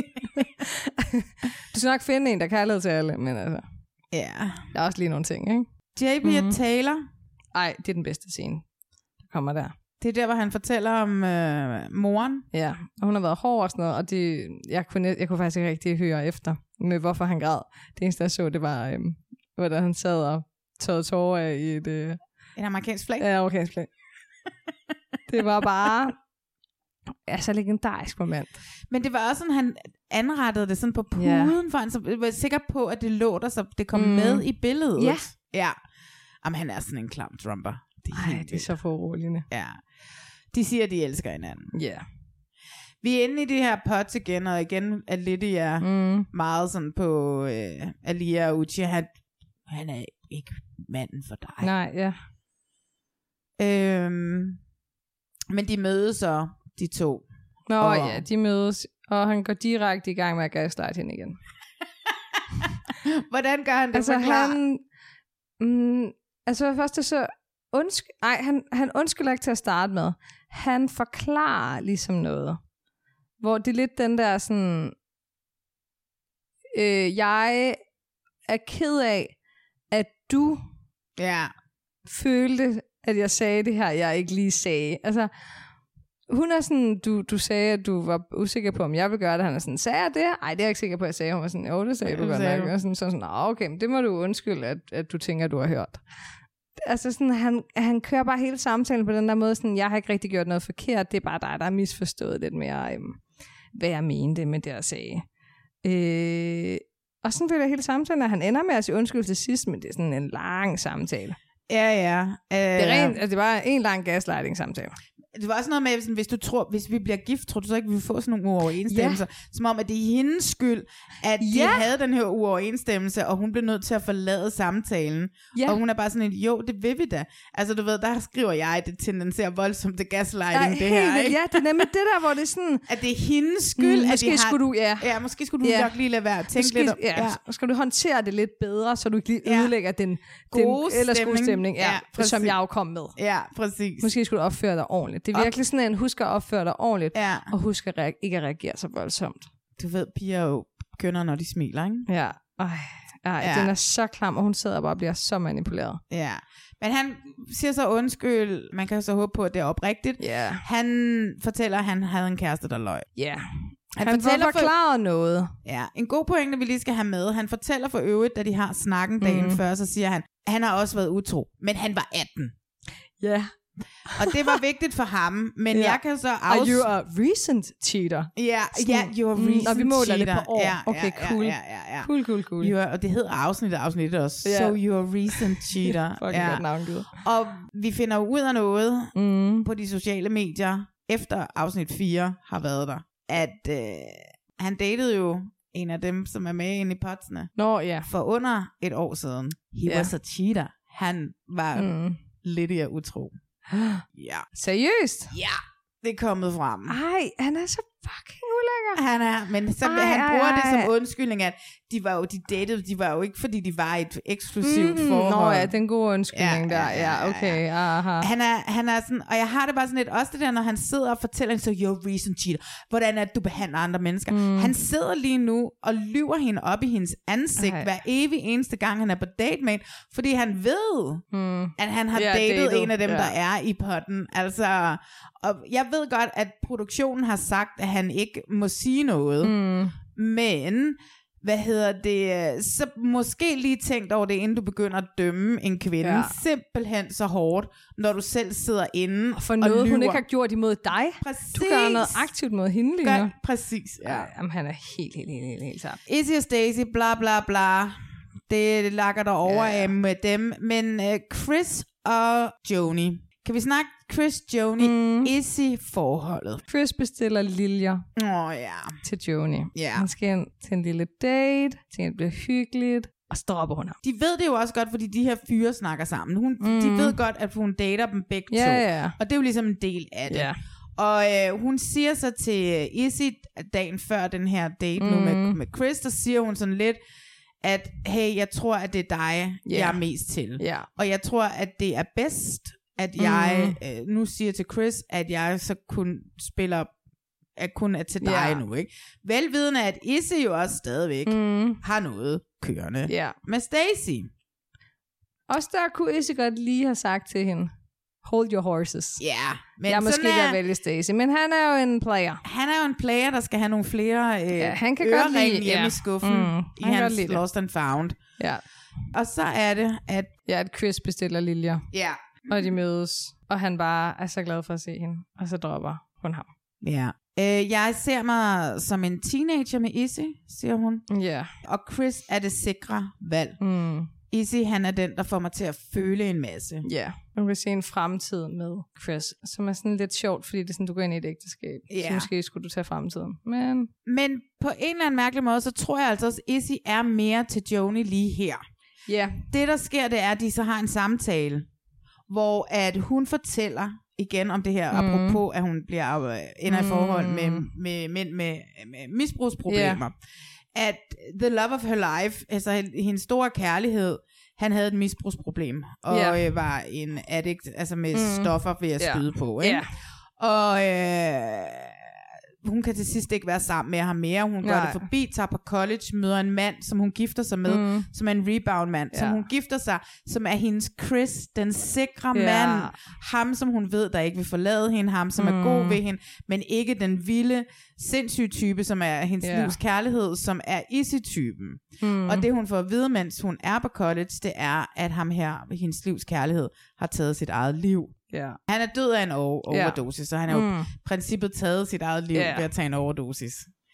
Du skal nok finde en, der kan lide til alle, men altså. Ja. Der er også lige nogle ting, ikke? JB og Taylor. Ej, det er den bedste scene, der kommer der. Det er der, hvor han fortæller om moren. Ja, og hun har været hård og sådan noget, og jeg kunne faktisk ikke rigtig høre efter, med hvorfor han græd. Det eneste, jeg så, det var, hvordan han sad og tørrede tårer af i et... En amerikansk flag? Ja, amerikansk flag. Det var bare... Altså legendarisk moment. Men det var også sådan, han anrettede det sådan på puden, for han så var sikker på, at det lå der, så det kom med i billedet. Ja. Jamen, han er sådan en klam Trumper. Det er så foruroligende. Ja. De siger, at de elsker hinanden. Ja. Vi er inde i det her pot igen, og igen er Lydia meget sådan på Alia og Uchi. Han er ikke manden for dig. Nej, ja. Men de mødes så, de to. Ja, de mødes, og han går direkte i gang med at gaslighte hende igen. Hvordan gør han det? Altså han... først så... han undskylder ikke til at starte med. Han forklarer ligesom noget. Hvor det er lidt den der sådan... jeg er ked af, at du følte, at jeg sagde det her, jeg ikke lige sagde. Altså, hun er sådan, du sagde, at du var usikker på, om jeg vil gøre det. Han er sådan, sagde jeg det? Ej, det er jeg ikke sikker på, at jeg sagde. Hun var sådan, jo, det sagde du godt nok. Og sådan, okay, men det må du undskylde, at du tænker, at du har hørt. Altså sådan, han kører bare hele samtalen på den der måde, sådan, jeg har ikke rigtig gjort noget forkert, det er bare dig, der har misforstået lidt mere, hvad jeg mente med det, jeg sagde. Og sådan føler jeg hele samtalen, at han ender med at sige undskyld til sidst, men det er sådan en lang samtale. Ja. Det var en lang gaslighting-samtale. Det var også noget med, sådan, hvis vi bliver gift, tror du så ikke, vi vil få sådan nogle uoverensstemmelser? Som om, at det er hendes skyld, at de havde den her uoverensstemmelse, og hun blev nødt til at forlade samtalen. Og hun er bare sådan jo, det vil vi da. Altså du ved, der skriver jeg, det tendenserer voldsomt til gaslighting, det her, ikke? Ja, det er nemlig det der, hvor det er sådan... At det er hendes skyld, at de har... Skulle du, måske skulle du nok lige lade være at tænke lidt om... Skal du håndtere det lidt bedre, så du ikke lige ødelægger den gode stemning, som jeg jo kom med. Ja, præcis. Måske skulle du opføre dig ordentligt. Det er virkelig sådan, at en husker at opføre dig ordentligt, og husker ikke at reagere så voldsomt. Du ved, piger jo kønner, når de smiler, ikke? Ja. Den er så klam, og hun sidder bare og bliver så manipuleret. Ja. Men han siger så undskyld. Man kan så håbe på, at det er oprigtigt. Yeah. Han fortæller, at han havde en kæreste, der løg. Ja. Yeah. Han forklarer noget. Ja, en god pointe, vi lige skal have med. Han fortæller for øvrigt, da de har snakken dagen før, så siger han har også været utro, men han var 18. Ja. Yeah. Og det var vigtigt for ham, men jeg kan så Are you a recent cheater? Ja, you're a recent cheater. Og vi måler det på år. Okay, cool. Cool. Og det hedder afsnittet også. So you're a recent cheater. Fucking godt navngivet. Og vi finder ud af noget på de sociale medier, efter afsnit 4 har været der, at han datede jo en af dem, som er med inde i potsene. For under et år siden. He was a cheater. Han var Lydia utro. Ja. Seriøst? Ja, det er kommet frem. Ej, han er så fucking ulækker. Han er, men så, han bruger det som undskyldning, at de datede, de var jo ikke, fordi de var et eksklusivt forhold. Nå ja, den gode undskyldning der. Ja, okay. Aha. Han er sådan, og jeg har det bare sådan lidt, også det der, når han sidder og fortæller, så you're recent cheater, hvordan er det, du behandler andre mennesker. Han sidder lige nu og lyver hende op i hendes ansigt, hver evig eneste gang, han er på date med hende, fordi han ved, at han har datet en af dem, der er i potten. Altså, og jeg ved godt, at produktionen har sagt, at han ikke må sige noget, men så måske lige tænkt over det, inden du begynder at dømme en kvinde, simpelthen så hårdt, når du selv sidder inde for noget, og hun ikke har gjort imod dig. Præcis. Du gør noget aktivt mod hende lige nu. Præcis, ja. Jamen, han er helt sart. Izzy og Stacey, bla bla bla, det lakker der over af med dem, men Chris og Joni, kan vi snakke Chris-Joni Izzy-forholdet? Chris bestiller liljer til Joni. Han skal ind til en lille date, til at det bliver hyggeligt, og så dropper hun ham. De ved det jo også godt, fordi de her fyre snakker sammen. De ved godt, at hun dater dem begge to. Og det er jo ligesom en del af det. Og hun siger så til Izzy, dagen før den her date nu med Chris, der siger hun sådan lidt, at hey, jeg tror, at det er dig, jeg er mest til. Og jeg tror, at det er bedst, at jeg nu siger til Chris, at jeg så kun spiller, at kun er til dig nu, ikke? Velvidende, at Izzy jo også stadigvæk har noget kørende med Stacey. Også der kunne Izzy godt lige have sagt til hende, hold your horses. Men jeg måske vil vælge Stacey, men han er jo en player. Han er jo en player, der skal have nogle flere han kan godt lide hjemme i skuffen i hans Lost and Found. Og så er det, at Chris bestiller liljer. Og de mødes, og han bare er så glad for at se hende, og så dropper hun ham. Ja. Jeg ser mig som en teenager med Izzy, siger hun. Ja. Og Chris er det sikre valg. Izzy, han er den, der får mig til at føle en masse. Ja, man kan se en fremtid med Chris, som er sådan lidt sjovt, fordi det er sådan, du går ind i et ægteskab. Så måske skulle du tage fremtiden. Men på en eller anden mærkelig måde, så tror jeg altså også, at Izzy er mere til Joni lige her. Ja. Det, der sker, det er, at de så har en samtale, hvor at hun fortæller igen om det her, apropos, at hun bliver ender i forhold med mænd med misbrugsproblemer. At the love of her life, altså hendes store kærlighed, han havde et misbrugsproblem, og var en addict, altså med stoffer ved at skyde på. Ikke? Og hun kan til sidst ikke være sammen med ham mere. Hun går det forbi, tager på college, møder en mand, som hun gifter sig med, som er en rebound-mand, som hun gifter sig, som er hendes Chris, den sikre mand. Ham, som hun ved, der ikke vil forlade hende, ham, som er god ved hende, men ikke den vilde, sindssyge type, som er hendes livs kærlighed, som er Izzy-typen. Og det, hun får at vide, mens hun er på college, det er, at ham her, hendes livs kærlighed, har taget sit eget liv. Yeah. Han er død af en overdosis, så han har jo i princippet taget sit eget liv ved at tage en overdosis.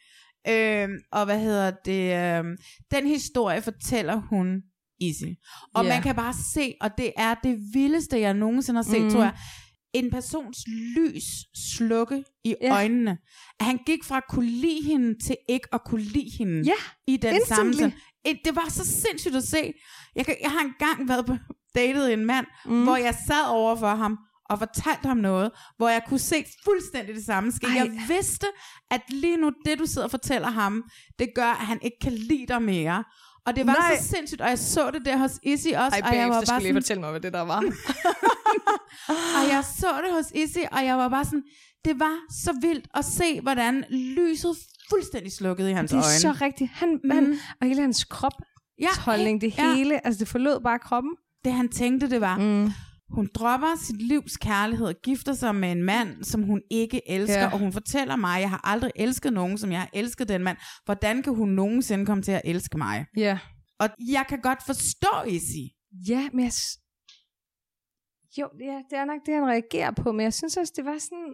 Og hvad hedder det? Den historie fortæller hun Izzy. Og man kan bare se, og det er det vildeste, jeg nogensinde har set, tror jeg, en persons lys slukke i øjnene. At han gik fra at kunne lide hende til ikke at kunne lide hende i den sammenhæng. Det var så sindssygt at se. Jeg har engang været datet en mand, hvor jeg sad over for ham og fortalte ham noget, hvor jeg kunne se fuldstændig det samme ske. Jeg vidste, at lige nu det, du sidder og fortæller ham, det gør, at han ikke kan lide dig mere. Og det var så sindssygt, og jeg så det der hos Izzy også. Og jeg var bare sådan, lige fortælle mig, hvad det der var. Og jeg så det hos Izzy, og jeg var bare sådan, det var så vildt at se, hvordan lyset fuldstændig slukkede i hans øjne. Det er så rigtigt. Han, og hele hans krop, holdning, det hele, altså det forlod bare kroppen. Det han tænkte, det var, hun dropper sit livs kærlighed og gifter sig med en mand, som hun ikke elsker, og hun fortæller mig, jeg har aldrig elsket nogen, som jeg har elsket den mand. Hvordan kan hun nogensinde komme til at elske mig? Ja. Og jeg kan godt forstå Izzy. Ja, men det er nok det, han reagerer på, men jeg synes også, det var sådan,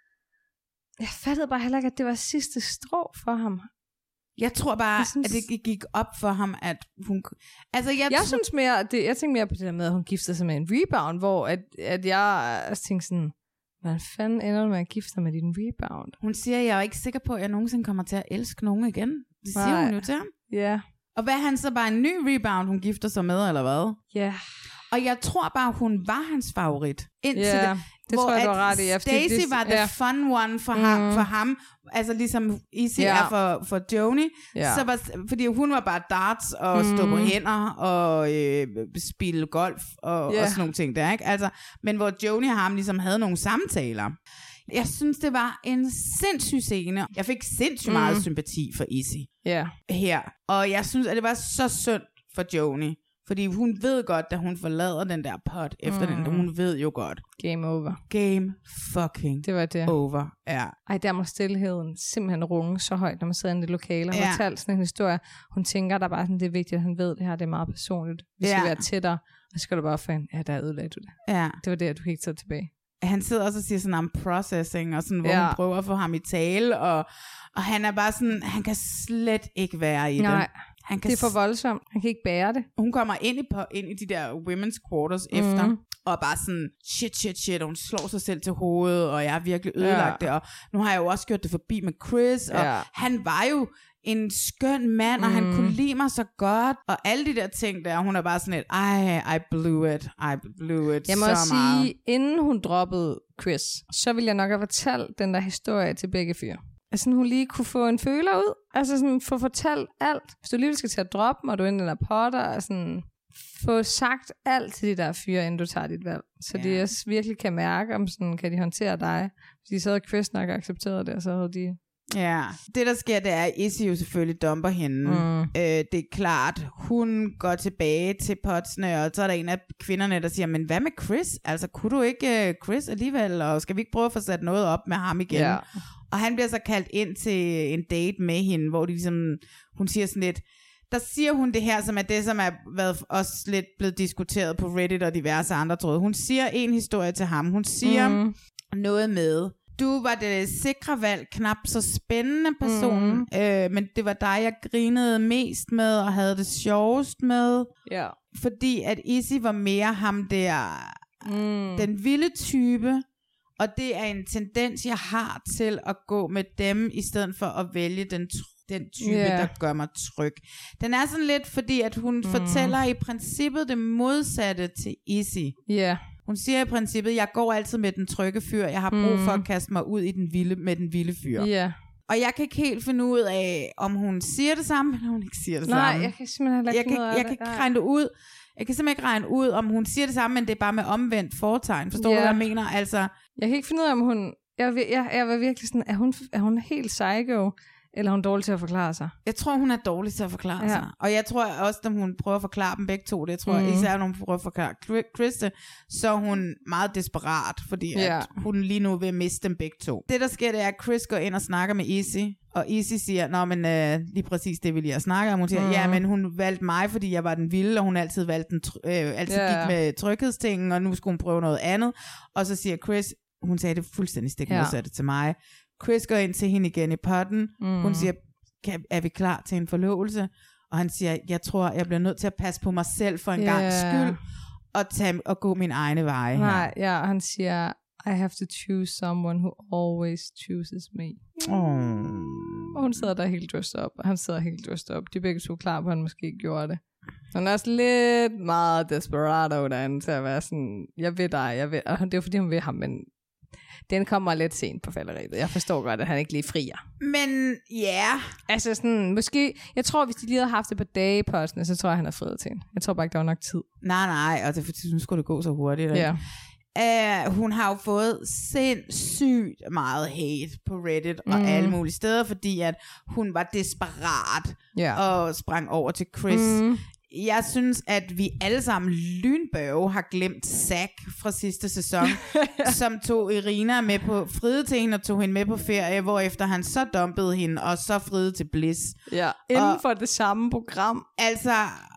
jeg fattede bare heller ikke, at det var sidste strå for ham. Jeg tror bare, at det gik op for ham, at hun... Altså, jeg synes mere, jeg tænkte mere på det der med, at hun giftede sig med en rebound, hvor at jeg tænkte sådan, hvad fanden ender du med at gifte sig med din rebound? Hun siger, jeg er ikke sikker på, at jeg nogensinde kommer til at elske nogen igen. Det siger hun jo til ham. Ja. Og hvad er han så bare en ny rebound, hun gifter sig med, eller hvad? Ja. Og jeg tror bare, hun var hans favorit. Indtil det tror jeg, du har ret i. Stacy var the fun one for ham. Altså ligesom Izzy er for Joni. Så var, fordi hun var bare darts og stå på hænder og spille golf og sådan nogle ting der, ikke? Altså, men hvor Joni og ham ligesom havde nogle samtaler. Jeg synes, det var en sindssyg scene. Jeg fik sindssygt meget sympati for Izzy her. Og jeg synes, at det var så synd for Joni. Fordi hun ved godt, da hun forlader den der pot efter den, hun ved jo godt. Game over. Game fucking det var det. Over, ja. Ej, der må stillheden simpelthen runge så højt, når man sidder i det lokale og fortæller sådan en historie. Hun tænker, der bare sådan, det er vigtigt, at han ved, det her det er meget personligt. Vi skal være tættere, og så skal du bare finde, der ødelagde du det. Ja. Det var det, du ikke tager tilbage. Han sidder også og siger sådan om processing, og sådan, hvor hun prøver at få ham i tale, og han er bare sådan, han kan slet ikke være i det. Det er for voldsomt. Han kan ikke bære det. Hun kommer ind i de der women's quarters efter, og bare sådan, shit, og hun slår sig selv til hovedet, og jeg har virkelig ødelagt det, og nu har jeg jo også gjort det forbi med Chris, og han var jo en skøn mand, og han kunne lide mig så godt, og alle de der ting der, hun er bare sådan et, I blew it jeg må så meget. Sige, inden hun droppede Chris, så ville jeg nok have fortalt den der historie til begge fyre. Altså hun lige kunne få en føler ud, altså sådan få fortalt alt. Hvis du lige skal til at droppe dem, og du er inde i den der potter, og sådan få sagt alt til de der fyre, inden du tager dit valg. Så de også virkelig kan mærke, om sådan, kan de håndtere dig. Fordi så havde Chris nok accepteret det, og så havde de... Ja, det der sker, det er, at Izzy jo selvfølgelig dumper hende. Det er klart, hun går tilbage til potsene, og så er der en af kvinderne, der siger, men hvad med Chris? Altså, kunne du ikke Chris alligevel, og skal vi ikke prøve at få sat noget op med ham igen? Ja. Og han bliver så kaldt ind til en date med hende, hvor de ligesom, hun siger sådan lidt, der siger hun det her, som er det, som er været også lidt blevet diskuteret på Reddit og diverse andre tråde. Hun siger en historie til ham. Hun siger noget med, Du var det sikre valg, knap så spændende person, men det var dig, jeg grinede mest med og havde det sjovest med. Ja. Fordi at Izzy var mere ham der, den vilde type, og det er en tendens, jeg har til at gå med dem, i stedet for at vælge den type, der gør mig tryg. Den er sådan lidt, fordi at hun fortæller i princippet det modsatte til Izzy. Ja. Hun siger i princippet, jeg går altid med den trygge fyr, jeg har brug for at kaste mig ud i med den vilde fyr. Ja. Og jeg kan ikke helt finde ud af, om hun siger det samme, eller hun ikke siger det samme. Nej, jeg kan simpelthen ikke finde ud af det. Jeg kan ikke regne det ud. Jeg kan simpelthen ikke regne ud, om hun siger det samme, men det er bare med omvendt foretegn. Forstår du, hvad jeg mener? Altså, jeg kan ikke finde ud af, om hun... Jeg var virkelig sådan, er hun helt psycho, eller er hun dårlig til at forklare sig? Jeg tror, hun er dårlig til at forklare sig. Og jeg tror også, at hun prøver at forklare dem begge to, det tror jeg, især når hun prøver at forklare Chris det, så er hun meget desperat, fordi at hun lige nu vil miste dem begge to. Det, der sker, det er, at Chris går ind og snakker med Izzy, og Izzy siger, nå, men lige præcis det vil jeg snakke om. Hun siger, ja, men hun valgte mig, fordi jeg var den vilde, og hun altid valgte gik med tryghedstingen, og nu skulle hun prøve noget andet. Og så siger Chris, hun sagde det fuldstændig stik modsatte til mig. Chris går ind til hende igen i potten. Hun siger, er vi klar til en forlovelse? Og han siger, jeg tror, jeg bliver nødt til at passe på mig selv for en gang skyld, og gå min egne veje her. Nej, og han siger, I have to choose someone who always chooses me. Og hun sidder der helt dressed up, og han sidder helt dressed up. De er begge to klar på, at han måske ikke gjorde det. Hun er også lidt meget desperado derinde til at være sådan, jeg ved dig, jeg ved. Og det er jo fordi, hun vil ham, men den kommer lidt sent på falderiet. Jeg forstår godt, at han ikke lige frier. Men altså sådan, måske, jeg tror, hvis de lige havde haft et par dage på os, så tror jeg, han er friet til hende. Jeg tror bare ikke, der var nok tid. Nej, og det er fordi, nu skulle det gå så hurtigt. Hun har jo fået sindssygt meget hate på Reddit og alle mulige steder, fordi at hun var desperat og sprang over til Chris. Jeg synes, at vi alle sammen lynbørge har glemt Zack fra sidste sæson, som tog Irina med på friede til hende og tog hende med på ferie, hvorefter han så dumpede hende og så friede til Bliss. Ja, inden for det samme program. Altså,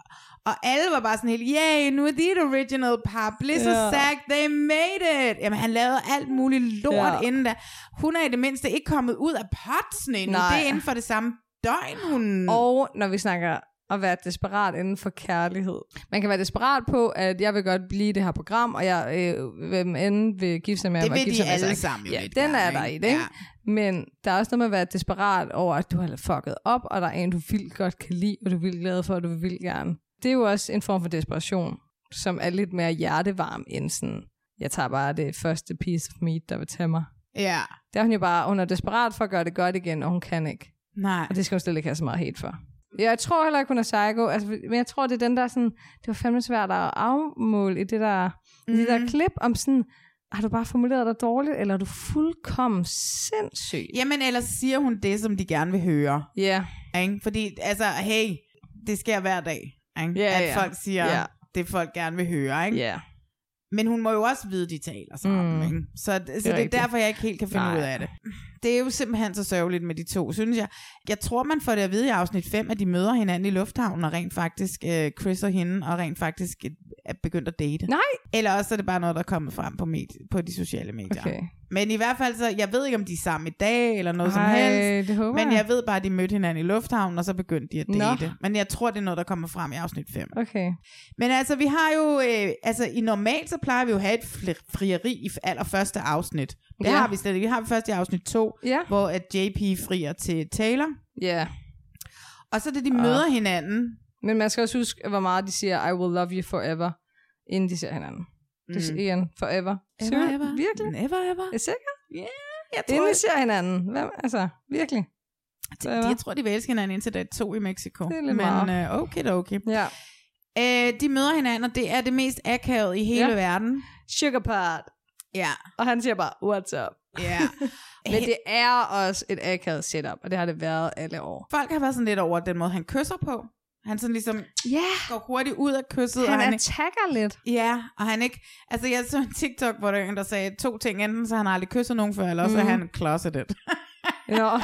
og alle var bare sådan helt, yay, nu er de et original par, Bliss og Zack, they made it. Jamen, han lavede alt muligt lort inden da. Hun er i det mindste ikke kommet ud af potsen endnu. Det er inden for det samme døgn, hun... Og når vi snakker at være desperat inden for kærlighed. Man kan være desperat på, at jeg vil godt blive det her program, og jeg hvem end vil gifte sig med det mig. Det vil de alle sammen jo lidt. Den er der i det, ikke? Men der er også noget med at være desperat over, at du har fucket op, og der er en, du vildt godt kan lide, og du er vildt glad for, og du vil gerne. Det er jo også en form for desperation, som er lidt mere hjertevarm end sådan, jeg tager bare det første piece of meat, der vil tage mig. Ja. Der er hun jo bare, hun er desperat for at gøre det godt igen, og hun kan ikke. Nej. Og det skal hun slet ikke have så meget hate for. Jeg tror heller ikke, hun er psycho, altså, men jeg tror, det er den der sådan, det var fandme svært at afmåle i det der, i det der klip om sådan, har du bare formuleret dig dårligt, eller er du fuldkommen sindssyg? Jamen, ellers siger hun det, som de gerne vil høre. Ja. Yeah. Fordi, altså, hey, det sker hver dag, at folk siger, det folk gerne vil høre, ikke? Ja. Men hun må jo også vide, de taler sammen, ikke? Så det er derfor, jeg ikke helt kan finde ud af det. Det er jo simpelthen så sørgeligt med de to, synes jeg. Jeg tror, man får det at vide i afsnit 5, at de møder hinanden i lufthavnen, og rent faktisk, Chris og hende, og rent faktisk er begyndt at date. Nej! Eller også er det bare noget, der er kommet frem på de sociale medier. Okay. Men i hvert fald, så jeg ved ikke, om de er sammen i dag, eller noget som helst. Det håber men jeg ved bare, at de mødte hinanden i lufthavnen, og så begyndte de at date. Men jeg tror, det er noget, der kommer frem i afsnit 5. Okay. Men altså, vi har jo, i normalt, så plejer vi jo at have et frieri i allerførste afsnit. Det har vi slet ikke. Vi har først i afsnit 2, hvor at JP frier til Taylor. Ja. Og så da de møder hinanden. Men man skal også huske, hvor meget de siger, I will love you forever, inden de ser hinanden. Det er igen, forever. Ever. Virkelig? Never ever. Er I sikker? Ja, jeg tror. Inden de ser hinanden. Hvem? Altså, virkelig. Jeg tror, de vil elske hinanden indtil der er 2 i Mexico. Det er lidt meget. Okay. Ja. De møder hinanden, og det er det mest akavede i hele verden. Sugar pot. Ja. Og han siger bare, what's up? Ja. Men det er også et akavet setup, og det har det været alle år. Folk har været sådan lidt over den måde, han kysser på. Han sådan ligesom går hurtigt ud af kysset. Han attacker lidt. Ja, og han ikke... Altså, jeg så en TikTok, hvor der en, der sagde 2 ting. Enten så han har aldrig kysset nogen før, eller også er han closeted. Ja. Og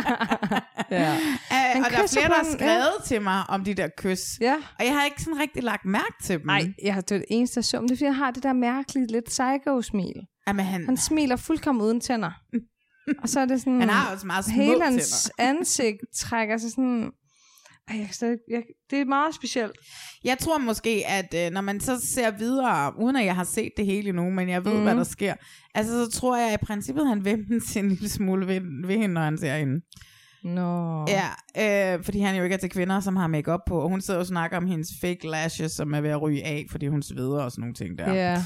der er flere, der har skrevet til mig om de der kys. Ja. Og jeg har ikke sådan rigtig lagt mærke til dem. Nej, det er det eneste, jeg så. Det er fordi, han har det der mærkeligt, lidt psycho-smil. Jamen, han smiler fuldkommen uden tænder. Og så er det sådan... Han har også meget små hele hans ansigt trækker sig sådan... det er meget specielt. Jeg tror måske, at når man så ser videre, uden at jeg har set det hele endnu, men jeg ved, hvad der sker, altså så tror jeg i princippet, han væmmes en lille smule ved hende, når han ser hende. Ja, fordi han jo ikke er til kvinder, som har make-up på, og hun sidder og snakker om hendes fake lashes, som er ved at ryge af, fordi hun sveder og sådan nogle ting der. Ja.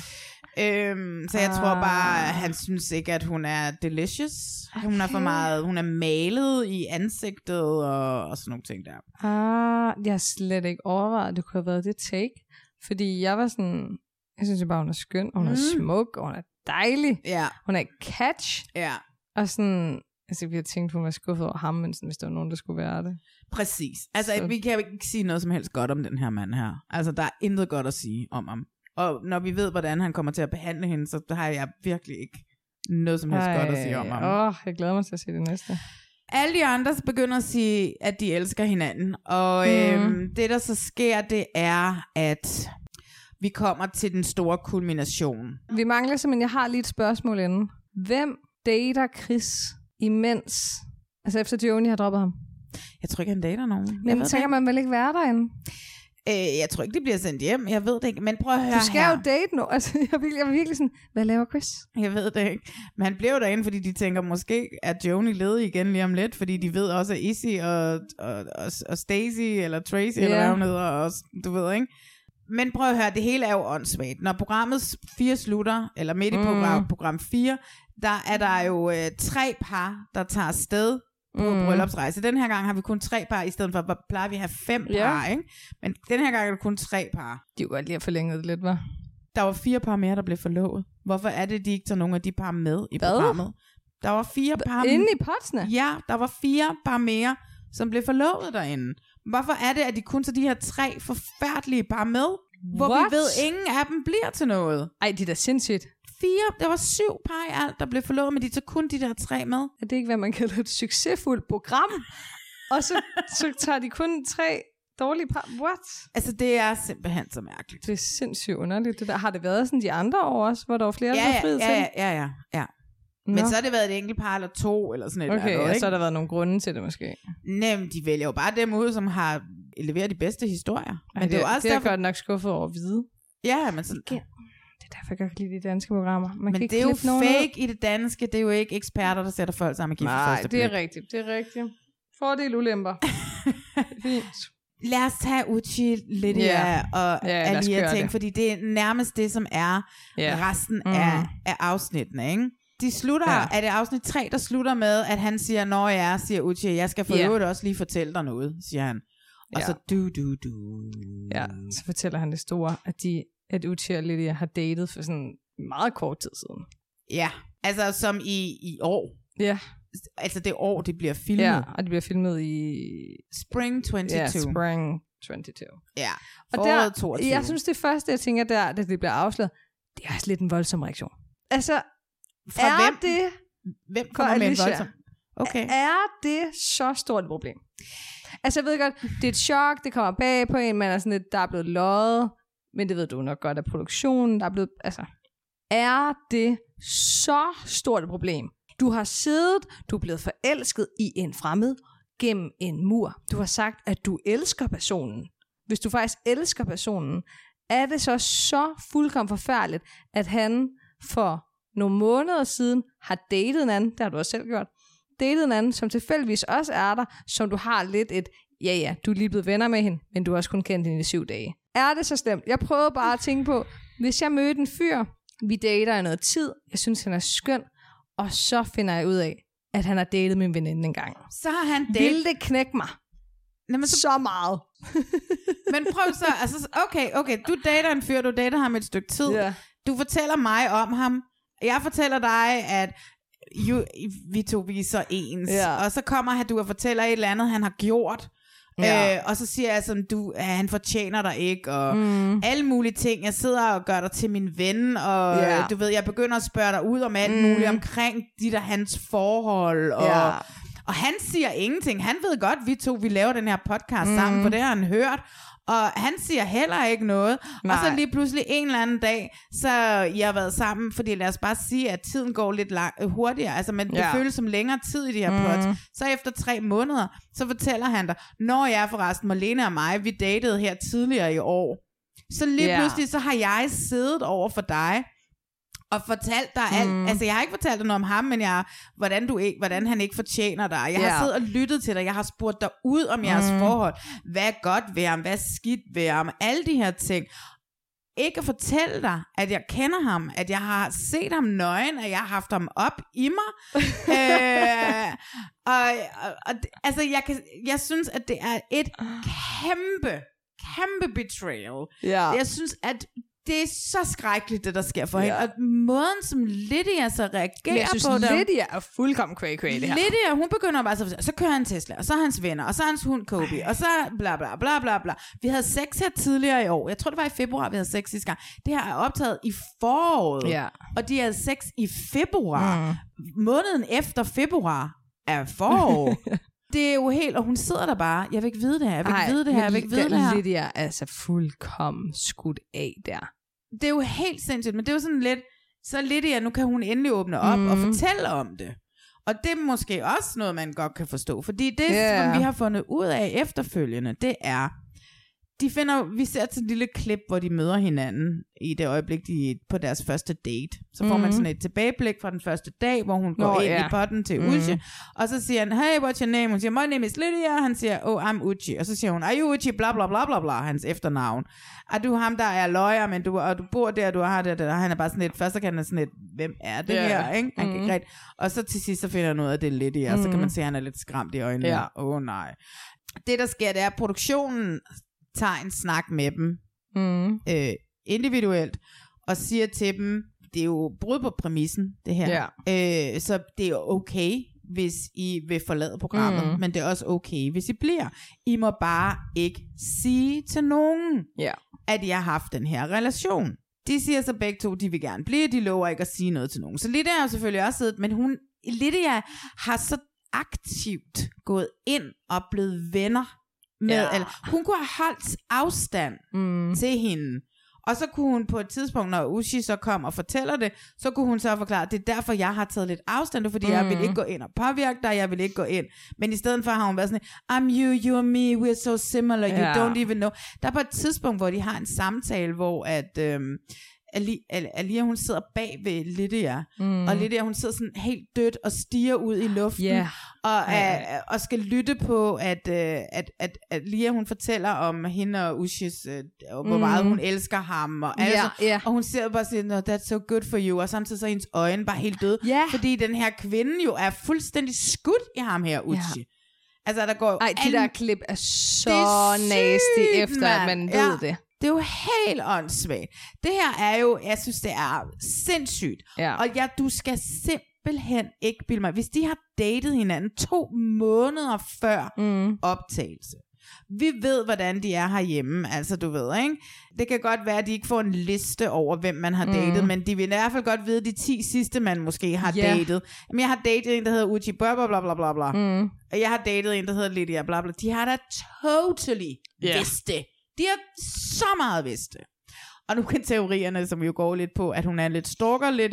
Så jeg tror bare, at han synes ikke, at hun er delicious. Okay. Hun er for meget, hun er malet i ansigtet og sådan nogle ting der. Jeg har slet ikke overvejet, at det kunne have været det take. Fordi jeg var sådan, jeg synes bare, hun er skøn, og hun er smuk, og hun er dejlig. Ja. Hun er catch. Ja. Og sådan, altså vi har tænkt, hun var skuffet over ham, men sådan, hvis der var nogen, der skulle være det. Præcis. Altså vi kan jo ikke sige noget som helst godt om den her mand her. Altså der er intet godt at sige om ham. Og når vi ved, hvordan han kommer til at behandle hende, så har jeg virkelig ikke noget som helst godt at sige om ham. Jeg glæder mig til at se det næste. Alle de andre begynder at sige, at de elsker hinanden. Og det, der så sker, det er, at vi kommer til den store kulmination. Vi mangler simpelthen, jeg har lige et spørgsmål inden. Hvem dater Chris imens? Altså efter Joni har droppet ham? Jeg tror ikke, han dater nogen. Men tænker man vel ikke være derinde? Jeg tror ikke, de bliver sendt hjem. Jeg ved det ikke. Men prøv at høre. Du skal jo date nu. Altså, jeg var virkelig sådan, hvad laver Chris? Jeg ved det ikke. Men han blev derinde, fordi de tænker, måske er Joni ledig igen lige om lidt, fordi de ved også, at Izzy og Stacey eller Tracy, eller hvad hun hedder, og du ved, ikke? Men prøv at høre, det hele er jo åndssvagt. Når programmet 4 slutter, eller midt i program 4, der er der jo 3 par, der tager afsted på bryllupsrejse. Den her gang har vi kun 3 par, i stedet for, plejer vi at have 5 par, ikke? Men den her gang er det kun 3 par. De var lige forlænget det lidt, hva'? Der var 4 par mere, der blev forlovet. Hvorfor er det, de ikke tager nogle af de par med i programmet? Der var 4 par... Inde i potsene? Ja, der var 4 par mere, som blev forlovet derinde. Hvorfor er det, at de kun tager de her 3 forfærdelige par med? Hvor vi ved, ingen af dem bliver til noget. Ej, det er da sindssygt. 4, der var 7 par i alt, der blev forlovet, men de tager kun de der 3 med. Er det ikke, hvad man kalder et succesfuldt program? Og så tager de kun 3 dårlige par. What? Altså, det er simpelthen så mærkeligt. Det er sindssygt underligt. Det der. Har det været sådan de andre år også, hvor der var flere, der var friet til? Ja. Men så har det været et enkelt par eller 2, eller sådan et okay, eller andet, så har der været nogle grunde til det måske. Nem, de vælger jo bare dem ud, som har leveret de bedste historier. Men det er jo også derfor... Det er godt nok skuffet over at vide. Ja, men sådan... Det er derfor, jeg kan lide de danske programmer. Men det er jo fake i det danske. Det er jo ikke eksperter, der sætter folk sammen og giver for første blik. Nej, det er rigtigt. Fordel ulemper. Fint. Lad os tage Uchi, Lydia og Alia ting, fordi det er nærmest det, som er resten af afsnittene, ikke? De slutter, er det afsnit 3, der slutter med, at han siger, når jeg er, siger Uchi, jeg skal for øvrigt også lige fortælle dig noget, siger han. Og så du. Ja, så fortæller han det store, at Uchi og Lydia har datet for sådan meget kort tid siden. Ja, altså som i år. Ja. Altså det år, det bliver filmet. Ja, og det bliver filmet i... Spring 22. Ja, Spring 22. Ja, foråret 22. Jeg synes, det første, jeg tænker der, da det bliver afsløret, det er også lidt en voldsom reaktion. Altså, fra hvem kommer med en voldsom? Okay. Er det så stort et problem? Altså, jeg ved godt, det er et chok, det kommer bag på en, man er sådan lidt, der er blevet løjet, men det ved du nok godt af produktionen, der er blevet, altså, er det så stort et problem? Du har siddet, du er blevet forelsket i en fremmed gennem en mur. Du har sagt, at du elsker personen. Hvis du faktisk elsker personen, er det så fuldkommen forfærdeligt, at han for nogle måneder siden har datet en anden, det har du også selv gjort, datet en anden, som tilfældigvis også er der, som du har lidt et, du er lige blevet venner med hende, men du har også kun kendt hende i 7 dage. Er det så slemt? Jeg prøvede bare at tænke på, hvis jeg mødte en fyr, vi dater i noget tid, jeg synes, han er skøn, og så finder jeg ud af, at han har datet min veninde en gang. Så har han datet... Vil det knække mig? Jamen, så meget. Men prøv så, altså, okay, du dater en fyr, du dater ham et stykke tid. Yeah. Du fortæller mig om ham. Jeg fortæller dig, at vi to viser ens. Yeah. Og så kommer han, du og fortæller et eller andet, han har gjort. Og så siger jeg sådan, han fortjener dig ikke, og alle mulige ting. Jeg sidder og gør dig til min ven, og du ved, jeg begynder at spørge dig ud om alt muligt omkring dit og hans forhold, og han siger ingenting. Han ved godt, vi laver den her podcast sammen, for det har han hørt, Og han siger heller ikke noget. Nej. Og så lige pludselig en eller anden dag, så I har været sammen, fordi lad os bare sige, at tiden går lidt hurtigere. Altså, men det føles som længere tid i de her plots. Så efter 3 måneder, så fortæller han dig, når jeg forresten, Marlene og mig, vi datede her tidligere i år. Så lige pludselig, så har jeg siddet over for dig, og fortalt dig alt. Altså, jeg har ikke fortalt dig noget om ham, men hvordan han ikke fortjener dig. Jeg har siddet og lyttet til dig. Jeg har spurgt dig ud om jeres forhold. Hvad er godt ved ham? Hvad er skidt ved ham? Alle de her ting. Ikke at fortælle dig, at jeg kender ham, at jeg har set ham nøgen, at jeg har haft ham op i mig. Altså, jeg synes, at det er et kæmpe betrayal. Jeg synes, at det er så skrækkeligt, det der sker for hende. Og måden, som Lydia så reagerer på det. Lydia er fuldkommen cray det her. Lydia, hun begynder bare så kører han Tesla, og så er hans venner, og så er hans hund Kobe, og så bla bla bla bla bla. Vi havde sex her tidligere i år. Jeg tror, det var i februar, vi havde sex sidste gang. Det her er optaget i foråret, og de havde sex i februar. Måneden efter februar er forår. Det er jo helt, og hun sidder der bare, jeg vil ikke vide det her, jeg vil ikke vide det her, jeg vil ikke vide det her. Lydia er altså fuldkommen skudt af der. Det er jo helt sindssygt, men det er jo sådan lidt, så Lydia, nu kan hun endelig åbne op og fortælle om det. Og det er måske også noget, man godt kan forstå, fordi det, som vi har fundet ud af efterfølgende, det er, vi ser til et lille klip, hvor de møder hinanden i det øjeblik, de er på deres første date. Så får man sådan et tilbageblik fra den første dag, hvor hun går ind i potten til Uchi, og så siger han, hey, what's your name? Hun siger, my name is Lydia. Han siger, oh, I'm Uchi. Og så siger hun, are you Uchi? Bla bla bla bla bla, hans efternavn. Er du ham, der er lawyer, men du bor der, du har det, og han er bare sådan lidt, først så kan han sådan lidt, hvem er det her? Ikke? Han kan ikke rigtig. Og så til sidst, så finder han ud af, at det er Lydia, og så kan man se, at han er lidt skræmt i øjnene. Nej. Det, der sker, det er, at produktionen tager en snak med dem individuelt og siger til dem, det er jo brud på præmissen det her, så det er okay, hvis I vil forlade programmet, men det er også okay, hvis I bliver. I må bare ikke sige til nogen, at I har haft den her relation. De siger så begge to, de vil gerne blive, de lover ikke at sige noget til nogen. Så Lydia er jo selvfølgelig også siddet, men Lydia har så aktivt gået ind og blevet venner med, eller hun kunne have holdt afstand til hende, og så kunne hun på et tidspunkt, når Uchi så kom og fortæller det, så kunne hun så forklare, det er derfor jeg har taget lidt afstand, fordi jeg vil ikke gå ind og påvirke dig, jeg vil ikke gå ind, men i stedet for har hun været sådan, I'm you and me, we're so similar, you don't even know. Der er på et tidspunkt, hvor de har en samtale, hvor at Alia, hun sidder bag ved Lydia, og Lydia, hun sidder sådan helt dødt og stiger ud i luften, og skal lytte på, at Alia, hun fortæller om hende og Ushis, hvor meget hun elsker ham, og, og hun siger bare sådan, no, that's so good for you, og samtidig så hendes øjne bare helt døde, fordi den her kvinde jo er fuldstændig skudt i ham her, Uchi. Altså, der går de der klip er så nasty, efter at man ved det. Det er jo helt åndssvagt. Det her er jo, jeg synes, det er sindssygt. Og du skal simpelthen ikke bilde mig. Hvis de har datet hinanden 2 måneder før optagelse. Vi ved, hvordan de er herhjemme, altså du ved, ikke? Det kan godt være, at de ikke får en liste over, hvem man har datet, men de vil i hvert fald godt vide, de 10 sidste, man måske har datet. Jamen, jeg har datet en, der hedder Uchi, bla bla bla bla bla. Og jeg har datet en, der hedder Lydia, bla bla. De har da totally vidst det. De har så meget vidst det. Og nu kan teorierne, som jo går lidt på, at hun er lidt stalker lidt,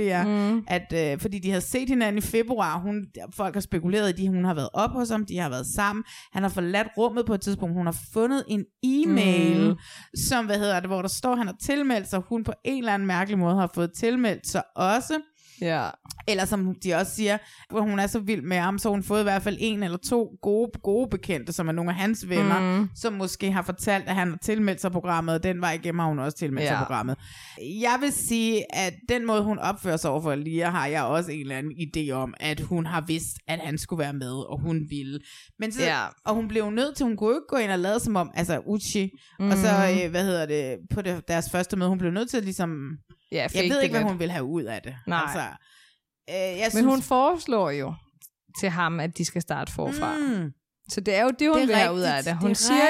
at fordi de har set hinanden i februar, folk har spekuleret i, at hun har været op hos ham, de har været sammen, han har forladt rummet på et tidspunkt, hun har fundet en e-mail, som, hvor der står, han har tilmeldt sig, hun på en eller anden mærkelig måde har fået tilmeldt sig også. Eller som de også siger, hvor hun er så vild med ham, så hun fået i hvert fald 1 eller 2 gode bekendte, som er nogle af hans venner, som måske har fortalt, at han har tilmeldt sig programmet, og den vej igennem har hun også tilmeldt sig programmet. Jeg vil sige, at den måde hun opfører sig overfor Alia, har jeg også en eller anden idé om, at hun har vidst, at han skulle være med, og hun ville. Men så, og hun blev nødt til, hun kunne ikke gå ind og lade som om, altså Uchi, og så, på deres første møde, hun blev nødt til ligesom, jeg ved ikke, hvad hun vil have ud af det. Nej. Altså, men hun foreslår jo til ham, at de skal starte forfra. Så det er jo det, hun vil have ud af det.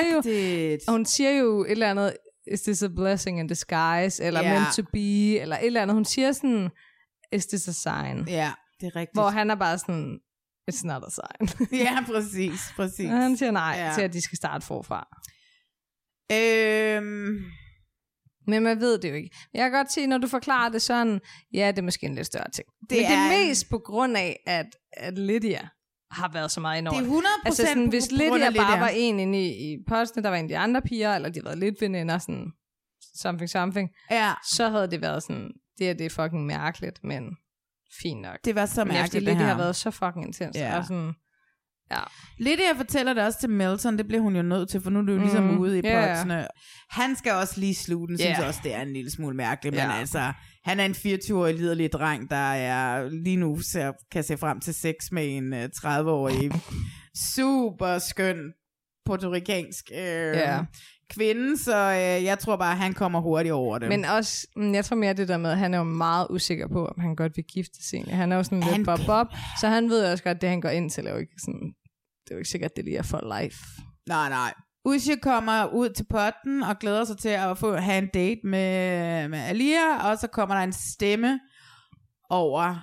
Hun siger jo et eller andet, is this a blessing in disguise, eller meant to be, eller et eller andet. Hun siger sådan, is this a sign? Ja, det er rigtigt. Hvor han er bare sådan, it's not a sign. Ja, præcis. Og han siger nej til, at de skal starte forfra. Men man ved det jo ikke. Jeg kan godt sige, når du forklarer det sådan, ja, det er måske en lidt større ting. Men det er mest på grund af, at Lydia har været så meget indover. Det er 100% altså sådan, hvis Lydia Lydia bare var en inde i posten, der var en af de andre piger, eller de har været lidt veninder, sådan something, så havde det været sådan, det er fucking mærkeligt, men fint nok. Det var så mærkeligt, det her. Lydia har været så fucking intens. Og sådan, Lydia fortæller det også til Milton, det bliver hun jo nødt til, for nu er det jo ligesom ude i potsene. Han skal også lige slutte den, synes også, det er en lille smule mærkeligt, men altså, han er en 24-årig liderlig dreng, der er lige nu kan se frem til sex med en 30-årig super skøn puertoricansk kvinde, så jeg tror bare, han kommer hurtigt over det. Men også, jeg tror mere det der med, at han er jo meget usikker på, om han godt vil gifte sig. Han er jo sådan lidt bob, så han ved også godt, at det han går ind til, er jo ikke sådan, det er jo ikke sikkert, at det lige er for life. Nej. Usha kommer ud til potten og glæder sig til at have en date med Alia, og så kommer der en stemme over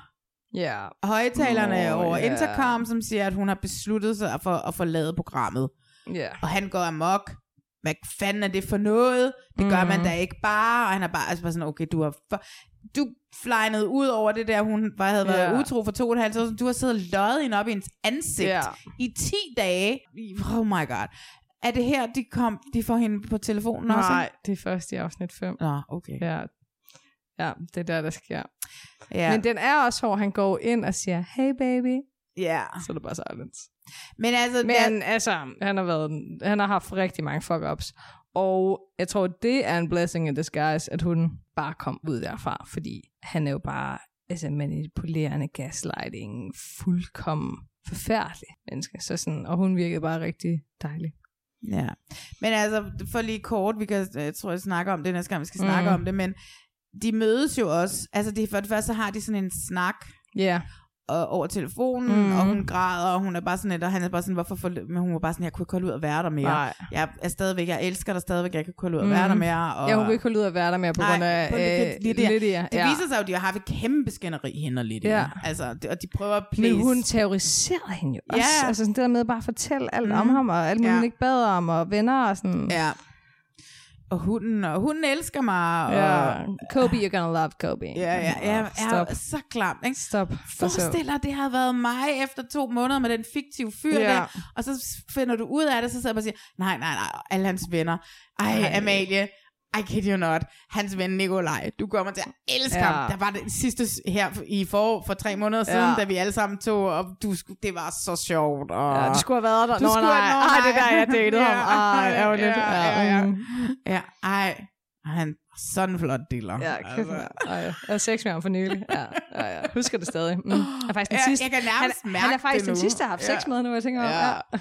højtalerne over intercom, som siger, at hun har besluttet sig for at forlade programmet. Og han går amok. Hvad fanden er det for noget? Det gør man da ikke bare. Og han er bare sådan, okay, du flynede ud over det der, hun havde været utro for 2,5 år, så du har siddet og løjet hende op i hendes ansigt i 10 dage. Oh my god. Er det her, de får hende på telefonen også? Nej, det er først i afsnit 5. Nå, okay. Ja, det er der sker. Ja. Men den er også, hvor han går ind og siger, hey baby. Så er det bare silence. Men altså, han har haft rigtig mange fuck-ups. Og jeg tror, det er en blessing in disguise, at hun bare kom ud derfra. Fordi han er jo bare manipulerende, gaslighting, fuldkommen forfærdelig menneske. Så sådan, og hun virkede bare rigtig dejlig. Ja, men altså, for lige kort, jeg tror, jeg snakker om det næste gang, vi skal snakke om det, men de mødes jo også, altså for det første, så har de sådan en snak, over telefonen, og hun græder, og hun er bare sådan lidt, og han er bare sådan, men hun var bare sådan, jeg kunne ikke holde ud at være der mere. Jeg elsker dig stadigvæk, jeg kan ikke holde ud at være der mere. Og hun kunne ikke holde ud at være der mere på grund af Lydia. Det viser sig jo, at de har haft et kæmpe skænderi hende og Lydia. Altså, og de prøver at please. Men hun terroriserede hende jo også. Altså sådan det der med bare at fortælle alt om ham, og alt muligt hun ikke bad om, og venner og sådan. Og hunden elsker mig. Kobe, you're gonna love Kobe. Er så klamt, ikke? Stop. Forestil dig, det havde været mig efter 2 måneder med den fiktive fyr der, og så finder du ud af det, så sidder jeg bare og siger, nej, alle hans venner. Amalie, I kid you not. Hans ven Nikolaj, du kommer til at elske ham. Der var det sidste her for 3 måneder siden, da vi alle sammen tog, og det var så sjovt. Og du skulle have været der. Det der, jeg datede ham. Han er sådan en flot dealer. Jeg havde sex med ham for nylig. Jeg husker det stadig. Jeg er faktisk den sidste. Jeg kan nærmest mærke han er faktisk den sidste, jeg har haft sex med nu, jeg tænker om.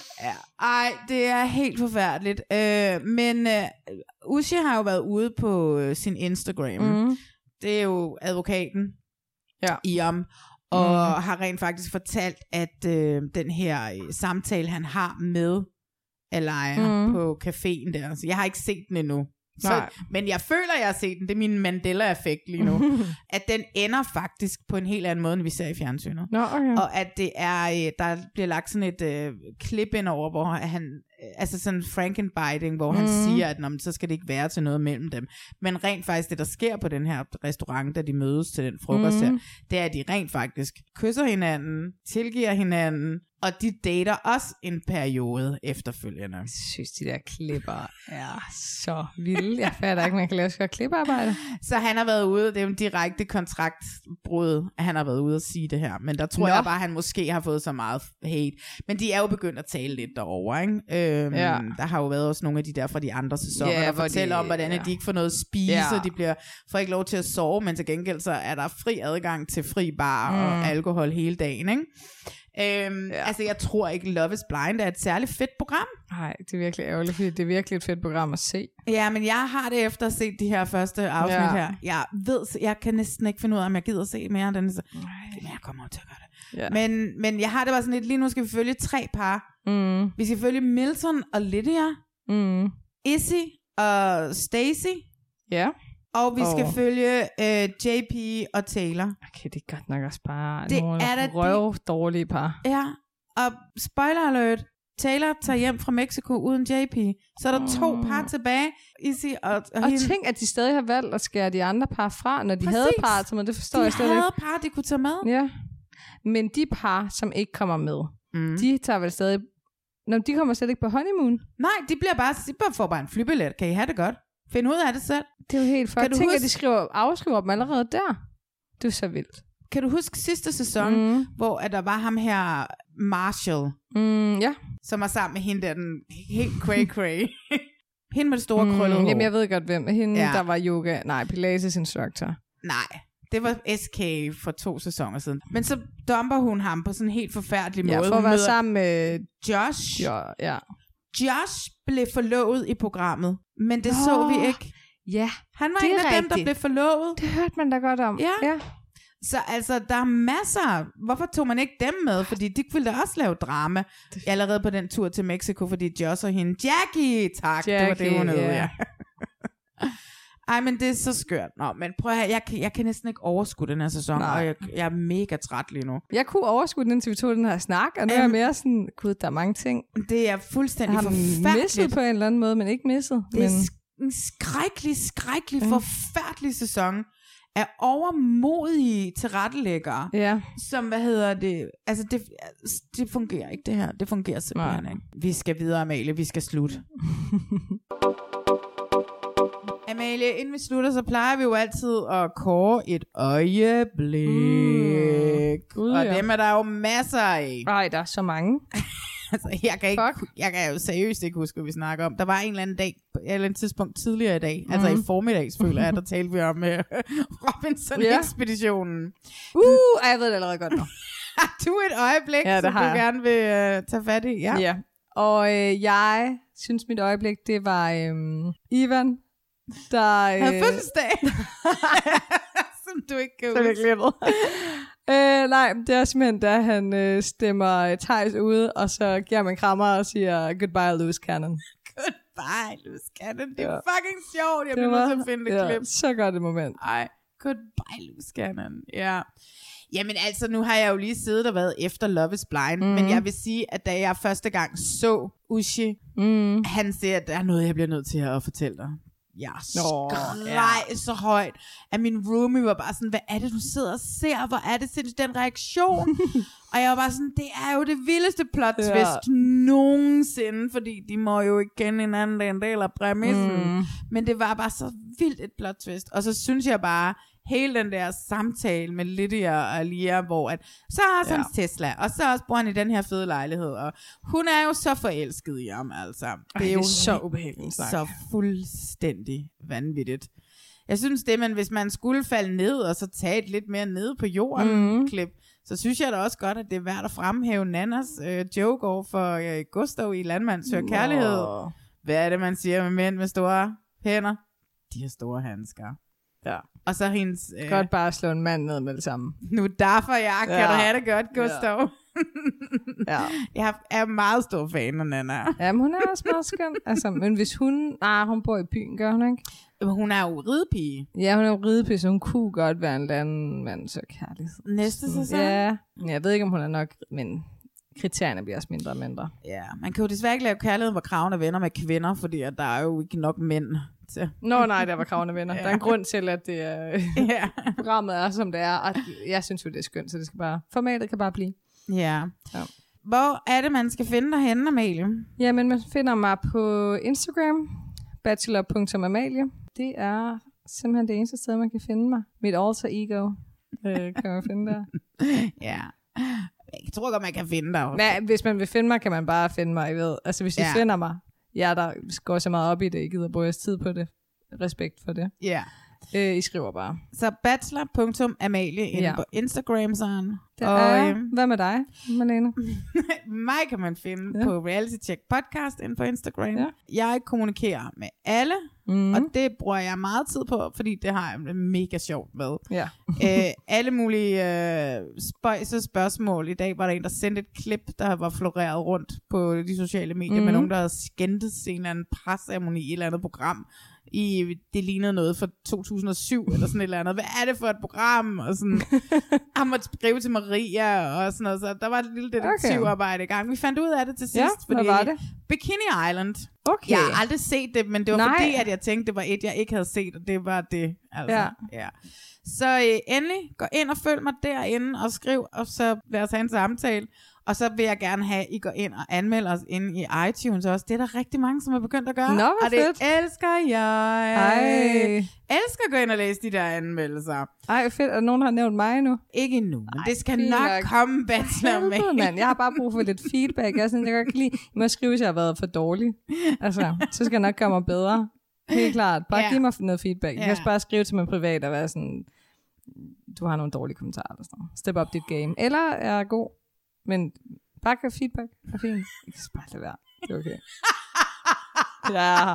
Det er helt forfærdeligt. Men Usha har jo været ude på sin Instagram. Det er jo advokaten Iam, og har rent faktisk fortalt, at den her samtale, han har med Alia på caféen der. Så jeg har ikke set den endnu. Men jeg føler, jeg har set den. Det er min Mandela-effekt lige nu. At den ender faktisk på en helt anden måde, end vi ser i fjernsynet. Og at det er, der bliver lagt sådan et klip ind over, hvor han, altså sådan Frankenbiting, hvor han siger, at så skal det ikke være til noget mellem dem. Men rent faktisk, det der sker på den her restaurant, da de mødes til den frokost her, det er, at de rent faktisk kysser hinanden, tilgiver hinanden, og de dater også en periode efterfølgende. Jeg synes, de der klipper er så vilde. Jeg fatter ikke, man kan lave så klipperarbejde. Så han har været ude, det er jo en direkte kontraktbrud, at han har været ude at sige det her. Men der tror jeg bare, at han måske har fået så meget hate. Men de er jo begyndt at tale lidt derovre, ikke? Der har jo været også nogle af de der fra de andre sæsoner, der fortæller om, hvordan de ikke får noget at spise, og de får ikke lov til at sove, men til gengæld så er der fri adgang til fri bar og alkohol hele dagen, ikke? Altså jeg tror ikke Love is Blind er et særligt fedt program. Nej, det er virkelig ærgerligt, fordi det er virkelig et fedt program at se. Ja, men jeg har det efter at se de her første afsnit her. Jeg kan næsten ikke finde ud af, om jeg gider se mere end den. Men jeg kommer til at gøre det. Men jeg har det bare sådan lidt, lige nu skal vi følge 3 par. Vi skal følge Milton og Lydia, Izzy og Stacy. Og vi skal følge JP og Taylor. Okay, det er godt nok også bare nogle røv dårlige par. Ja, og spoiler alert, Taylor tager hjem fra Mexico uden JP. Så er der 2 par tilbage. Izzy og tænk, at de stadig har valgt at skære de andre par fra, når de havde par til mig. Det forstår jeg slet ikke. De havde par, de kunne tage med. Ja. Men de par, som ikke kommer med, de tager vel stadig... Nå, de kommer slet ikke på honeymoon. Nej, de får bare en flybillet. Kan I have det godt? Find ud af det selv. Det er jo helt fuck. Tænk, at de afskriver dem allerede der. Det er så vildt. Kan du huske sidste sæson, hvor der var ham her, Marshall, ja. som var sammen med hende der, den helt cray-cray. Hende med det store krøllede hår. Jamen, jeg ved godt, hvem. Hende, der var yoga. Nej, Pilates instructor. Nej, det var SK for 2 sæsoner siden. Men så dumper hun ham på sådan en helt forfærdelig måde. Ja, for at være sammen med Josh. Ja. Josh blev forlovet i programmet, men det så vi ikke. Ja, han var en af dem, der blev forlovet. Det hørte man da godt om. Ja. Så altså, der er masser. Hvorfor tog man ikke dem med? Fordi de ville da også lave drama allerede på den tur til Mexico, fordi Josh og hende, Jackie, tak, det var det, hun hed, ja. Ej, men det er så skørt. Nå, men prøv at høre, jeg kan næsten ikke overskue den her sæson, og jeg er mega træt lige nu. Jeg kunne overskue den, til vi tog den her snak, og nu er jeg mere sådan, gud, der er mange ting. Det er fuldstændig forfærdeligt. Jeg har misset på en eller anden måde, men ikke misset. Det er en skrækkelig, forfærdelig sæson af overmodige tilrettelæggere, som, altså det fungerer ikke det her. Det fungerer simpelthen ikke. Vi skal videre, Amalie, vi skal slutte. Amalie, inden vi slutter, så plejer vi jo altid at kåre et øjeblik. Og dem er der jo masser af. Ej, der er så mange. Altså, jeg kan jo seriøst ikke huske, hvad vi snakker om. Der var en eller anden dag, på et eller andet tidspunkt tidligere i dag, altså i formiddags, føler jeg, der talte vi om Robinson-ekspeditionen. Jeg ved det allerede godt nu. Har du et øjeblik, som du gerne vil tage fat i? Ja. Og jeg synes, mit øjeblik, det var Ivan, der havde fødselsdag. Som du ikke kan huske. Nej, det er simpelthen, da han stemmer Theis ude, og så giver man krammer og siger, goodbye, loose cannon. Goodbye, loose cannon. Det er fucking sjovt. Jeg bliver nødt til at finde det klip. Så godt et moment. Ej, goodbye, loose cannon. Ja. Jamen altså, nu har jeg jo lige siddet og været efter Love is Blind, men jeg vil sige, at da jeg første gang så Ushi, han siger, at der er noget, jeg bliver nødt til at fortælle dig. Jeg skreg så højt, at min roomie var bare sådan, hvad er det, du sidder og ser? Hvor er det sindssygt, den reaktion? Og jeg var bare sådan, det er jo det vildeste plot twist nogensinde, fordi de må jo ikke kende hinanden, det er en del af præmissen. Men det var bare så vildt et plot twist. Og så synes jeg bare, hele den der samtale med Lydia og Alia, hvor at, så har han Tesla, og så også bor han i den her fede lejlighed, og hun er jo så forelsket i ham, altså. Det er jo så ubehageligt. Så fuldstændig vanvittigt. Jeg synes det, men hvis man skulle falde ned, og så tage et lidt mere ned på jorden klip, så synes jeg da også godt, at det er værd at fremhæve Nannas joke over for Gustav i Landmand søger kærlighed. Hvad er det, man siger med mænd med store hænder? De har store handsker. Ja. Og så hendes... godt bare slå en mand ned med det samme. Nu derfor jeg kan du have det godt, Gustav. Jeg er meget stor fan af Nanna. Jamen, hun er også meget skøn. Altså, men hvis hun... hun bor i byen, gør hun ikke? Men hun er jo ridepige. Ja, hun er jo ridepige, så hun kunne godt være en landmand så kærlighed. Næste sæson? Ja, jeg ved ikke, om hun er nok... Men kriterierne bliver også mindre og mindre. Ja, man kan jo desværre ikke lave kærlighed, hvor kraven er venner med kvinder, fordi at der er jo ikke nok mænd til. Nej, der var kravende venner. Der er en grund til, at det er, programmet er, som det er, og jeg synes jo, det er skønt, så det skal bare, formatet kan bare blive. Ja. Hvor er det, man skal finde dig henne, Amalie? Jamen, man finder mig på Instagram, bachelor.amalie. Det er simpelthen det eneste sted, man kan finde mig. Mit alter ego kan man finde der. Ja. Jeg tror godt, man kan finde dig. Nej, hvis man vil finde mig, kan man bare finde mig, I ved. Altså, hvis I finder mig, der går så meget op i det, I gider bruge jeres tid på det. Respekt for det. Ja. I skriver bare. Så bachelor.amalie inde på Instagram, sådan. Hvad med dig, Malene? Mig kan man finde på Reality Check Podcast inde på Instagram. Ja. Jeg kommunikerer med alle, og det bruger jeg meget tid på, fordi det har jeg mega sjovt med. Ja. Alle mulige spøjse spørgsmål. I dag var der en, der sendte et klip, der var floreret rundt på de sociale medier, med nogen, der havde skændtes en eller anden presceremoni i et eller andet program. det lignede noget fra 2007, eller sådan et eller andet. Hvad er det for et program? Og sådan, han måtte skrive til Maria, og sådan noget. Så der var et lille detektivarbejde i gang. Vi fandt ud af det til sidst. Ja, hvad var det? Bikini Island. Okay. Jeg har aldrig set det, men det var fordi, at jeg tænkte, det var et, jeg ikke havde set, og det var det. Altså, ja. Så endelig, gå ind og følg mig derinde, og skriv, og så lad os have en samtale. Og så vil jeg gerne have, at I går ind og anmelder os inde i iTunes også. Det er der rigtig mange, som er begyndt at gøre. Nå, og det fedt. elsker jeg. Elsker at gå ind og læse de der anmeldelser. Ej, fedt. Er der nogen, der har nævnt mig nu? Ikke endnu, men det skal nok komme, bachelor med. Jeg har bare brug for lidt feedback. Jeg kan godt lide, I må skrive, hvis jeg har været for dårlig. Altså, så skal jeg nok komme bedre. Helt klart. Bare giv mig noget feedback. Jeg kan også bare skrive til mig privat og være sådan, du har nogle dårlige kommentarer. Eller sådan. Step up dit game. Eller er god. Men bare kan feedback er fint. Jeg kan bare lade være. Det er okay. Ja.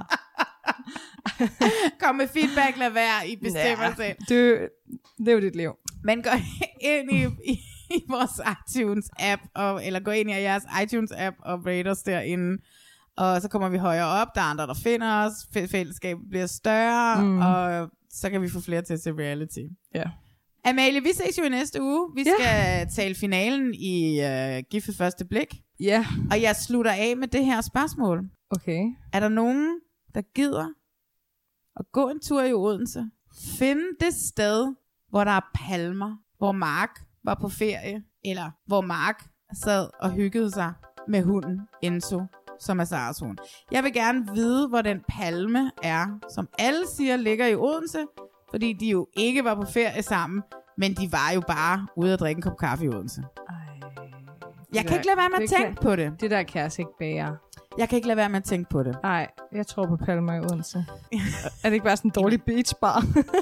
Kom med feedback, lad være. I bestemmer selv. Det er jo dit liv. Men gå ind i vores iTunes-app, eller gå ind i jeres iTunes-app og rate os derinde. Og så kommer vi højere op. Der er andre, der finder os. Fællesskabet bliver større. Og så kan vi få flere til at se reality. Ja. Amalie, vi ses jo i næste uge. Vi skal tale finalen i Gift ved første blik. Ja. Og jeg slutter af med det her spørgsmål. Okay. Er der nogen, der gider at gå en tur i Odense? Finde det sted, hvor der er palmer. Hvor Mark var på ferie. Eller hvor Mark sad og hyggede sig med hunden Enzo, som er Saras hund. Jeg vil gerne vide, hvor den palme er, som alle siger ligger i Odense. Fordi de jo ikke var på ferie sammen, men de var jo bare ude at drikke en kop kaffe i Odense. Jeg kan ikke lade være med at tænke på det. Det der kan jeg ikke bære. Jeg kan ikke lade være med at tænke på det. Nej, jeg tror på palmer i Odense. Er det ikke bare sådan en dårlig beachbar?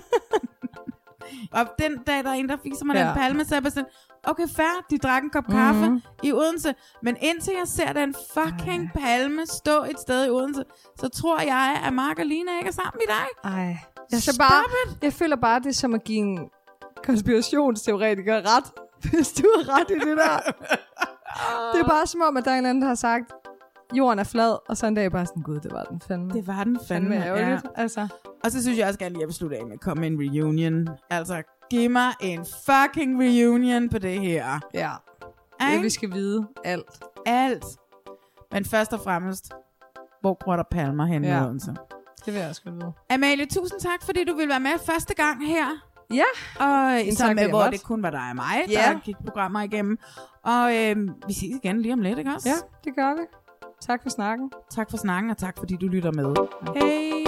Og den dag, der er en, der fiser mig den palme, så er jeg bare sådan, okay, fair, de drak en kop kaffe i Odense, men indtil jeg ser den fucking palme stå et sted i Odense, så tror jeg, at Mark og Lina ikke er sammen i dag. Ej. Jeg føler bare, det er som at give en konspirationsteoretiker ret, hvis du har ret i det der. Det er bare som om, at der er en eller anden, der har sagt, jorden er flad, og så en dag bare sådan, gud, det var den fandme. Det var den fandme, ja. Altså. Og så synes jeg også gerne lige, at jeg vil slutte af med at komme med en reunion. Altså, giv mig en fucking reunion på det her. Ja. Ja, vi skal vide alt. Alt. Men først og fremmest, hvor går der palmer hen i Odense? Det vil jeg også godt vide. Amalie, tusind tak, fordi du ville være med første gang her. Ja. Og sammen med, hvor det kun var dig og mig, der gik programmer igennem. Og vi ses igen lige om lidt, ikke også? Ja, det gør vi. Tak for snakken. Tak for snakken, og tak fordi du lytter med. Hej.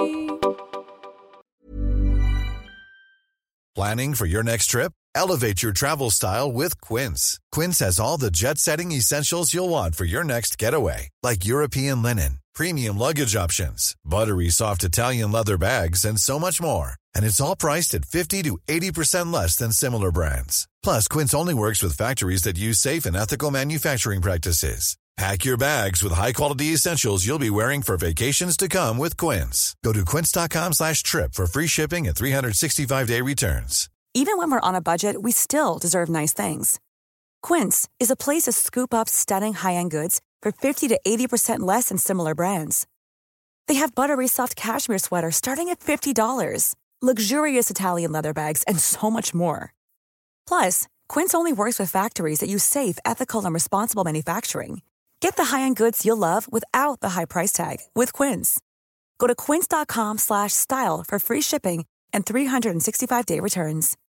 Planning for your next trip? Elevate your travel style with Quince. Quince has all the jet-setting essentials you'll want for your next getaway, like European linen, premium luggage options, buttery soft Italian leather bags, and so much more. And it's all priced at 50 to 80% less than similar brands. Plus, Quince only works with factories that use safe and ethical manufacturing practices. Pack your bags with high-quality essentials you'll be wearing for vacations to come with Quince. Go to quince.com/trip for free shipping and 365-day returns. Even when we're on a budget, we still deserve nice things. Quince is a place to scoop up stunning high-end goods for 50 to 80% less than similar brands. They have buttery soft cashmere sweaters starting at $50, luxurious Italian leather bags, and so much more. Plus, Quince only works with factories that use safe, ethical, and responsible manufacturing. Get the high-end goods you'll love without the high price tag with Quince. Go to quince.com/style for free shipping and 365-day returns.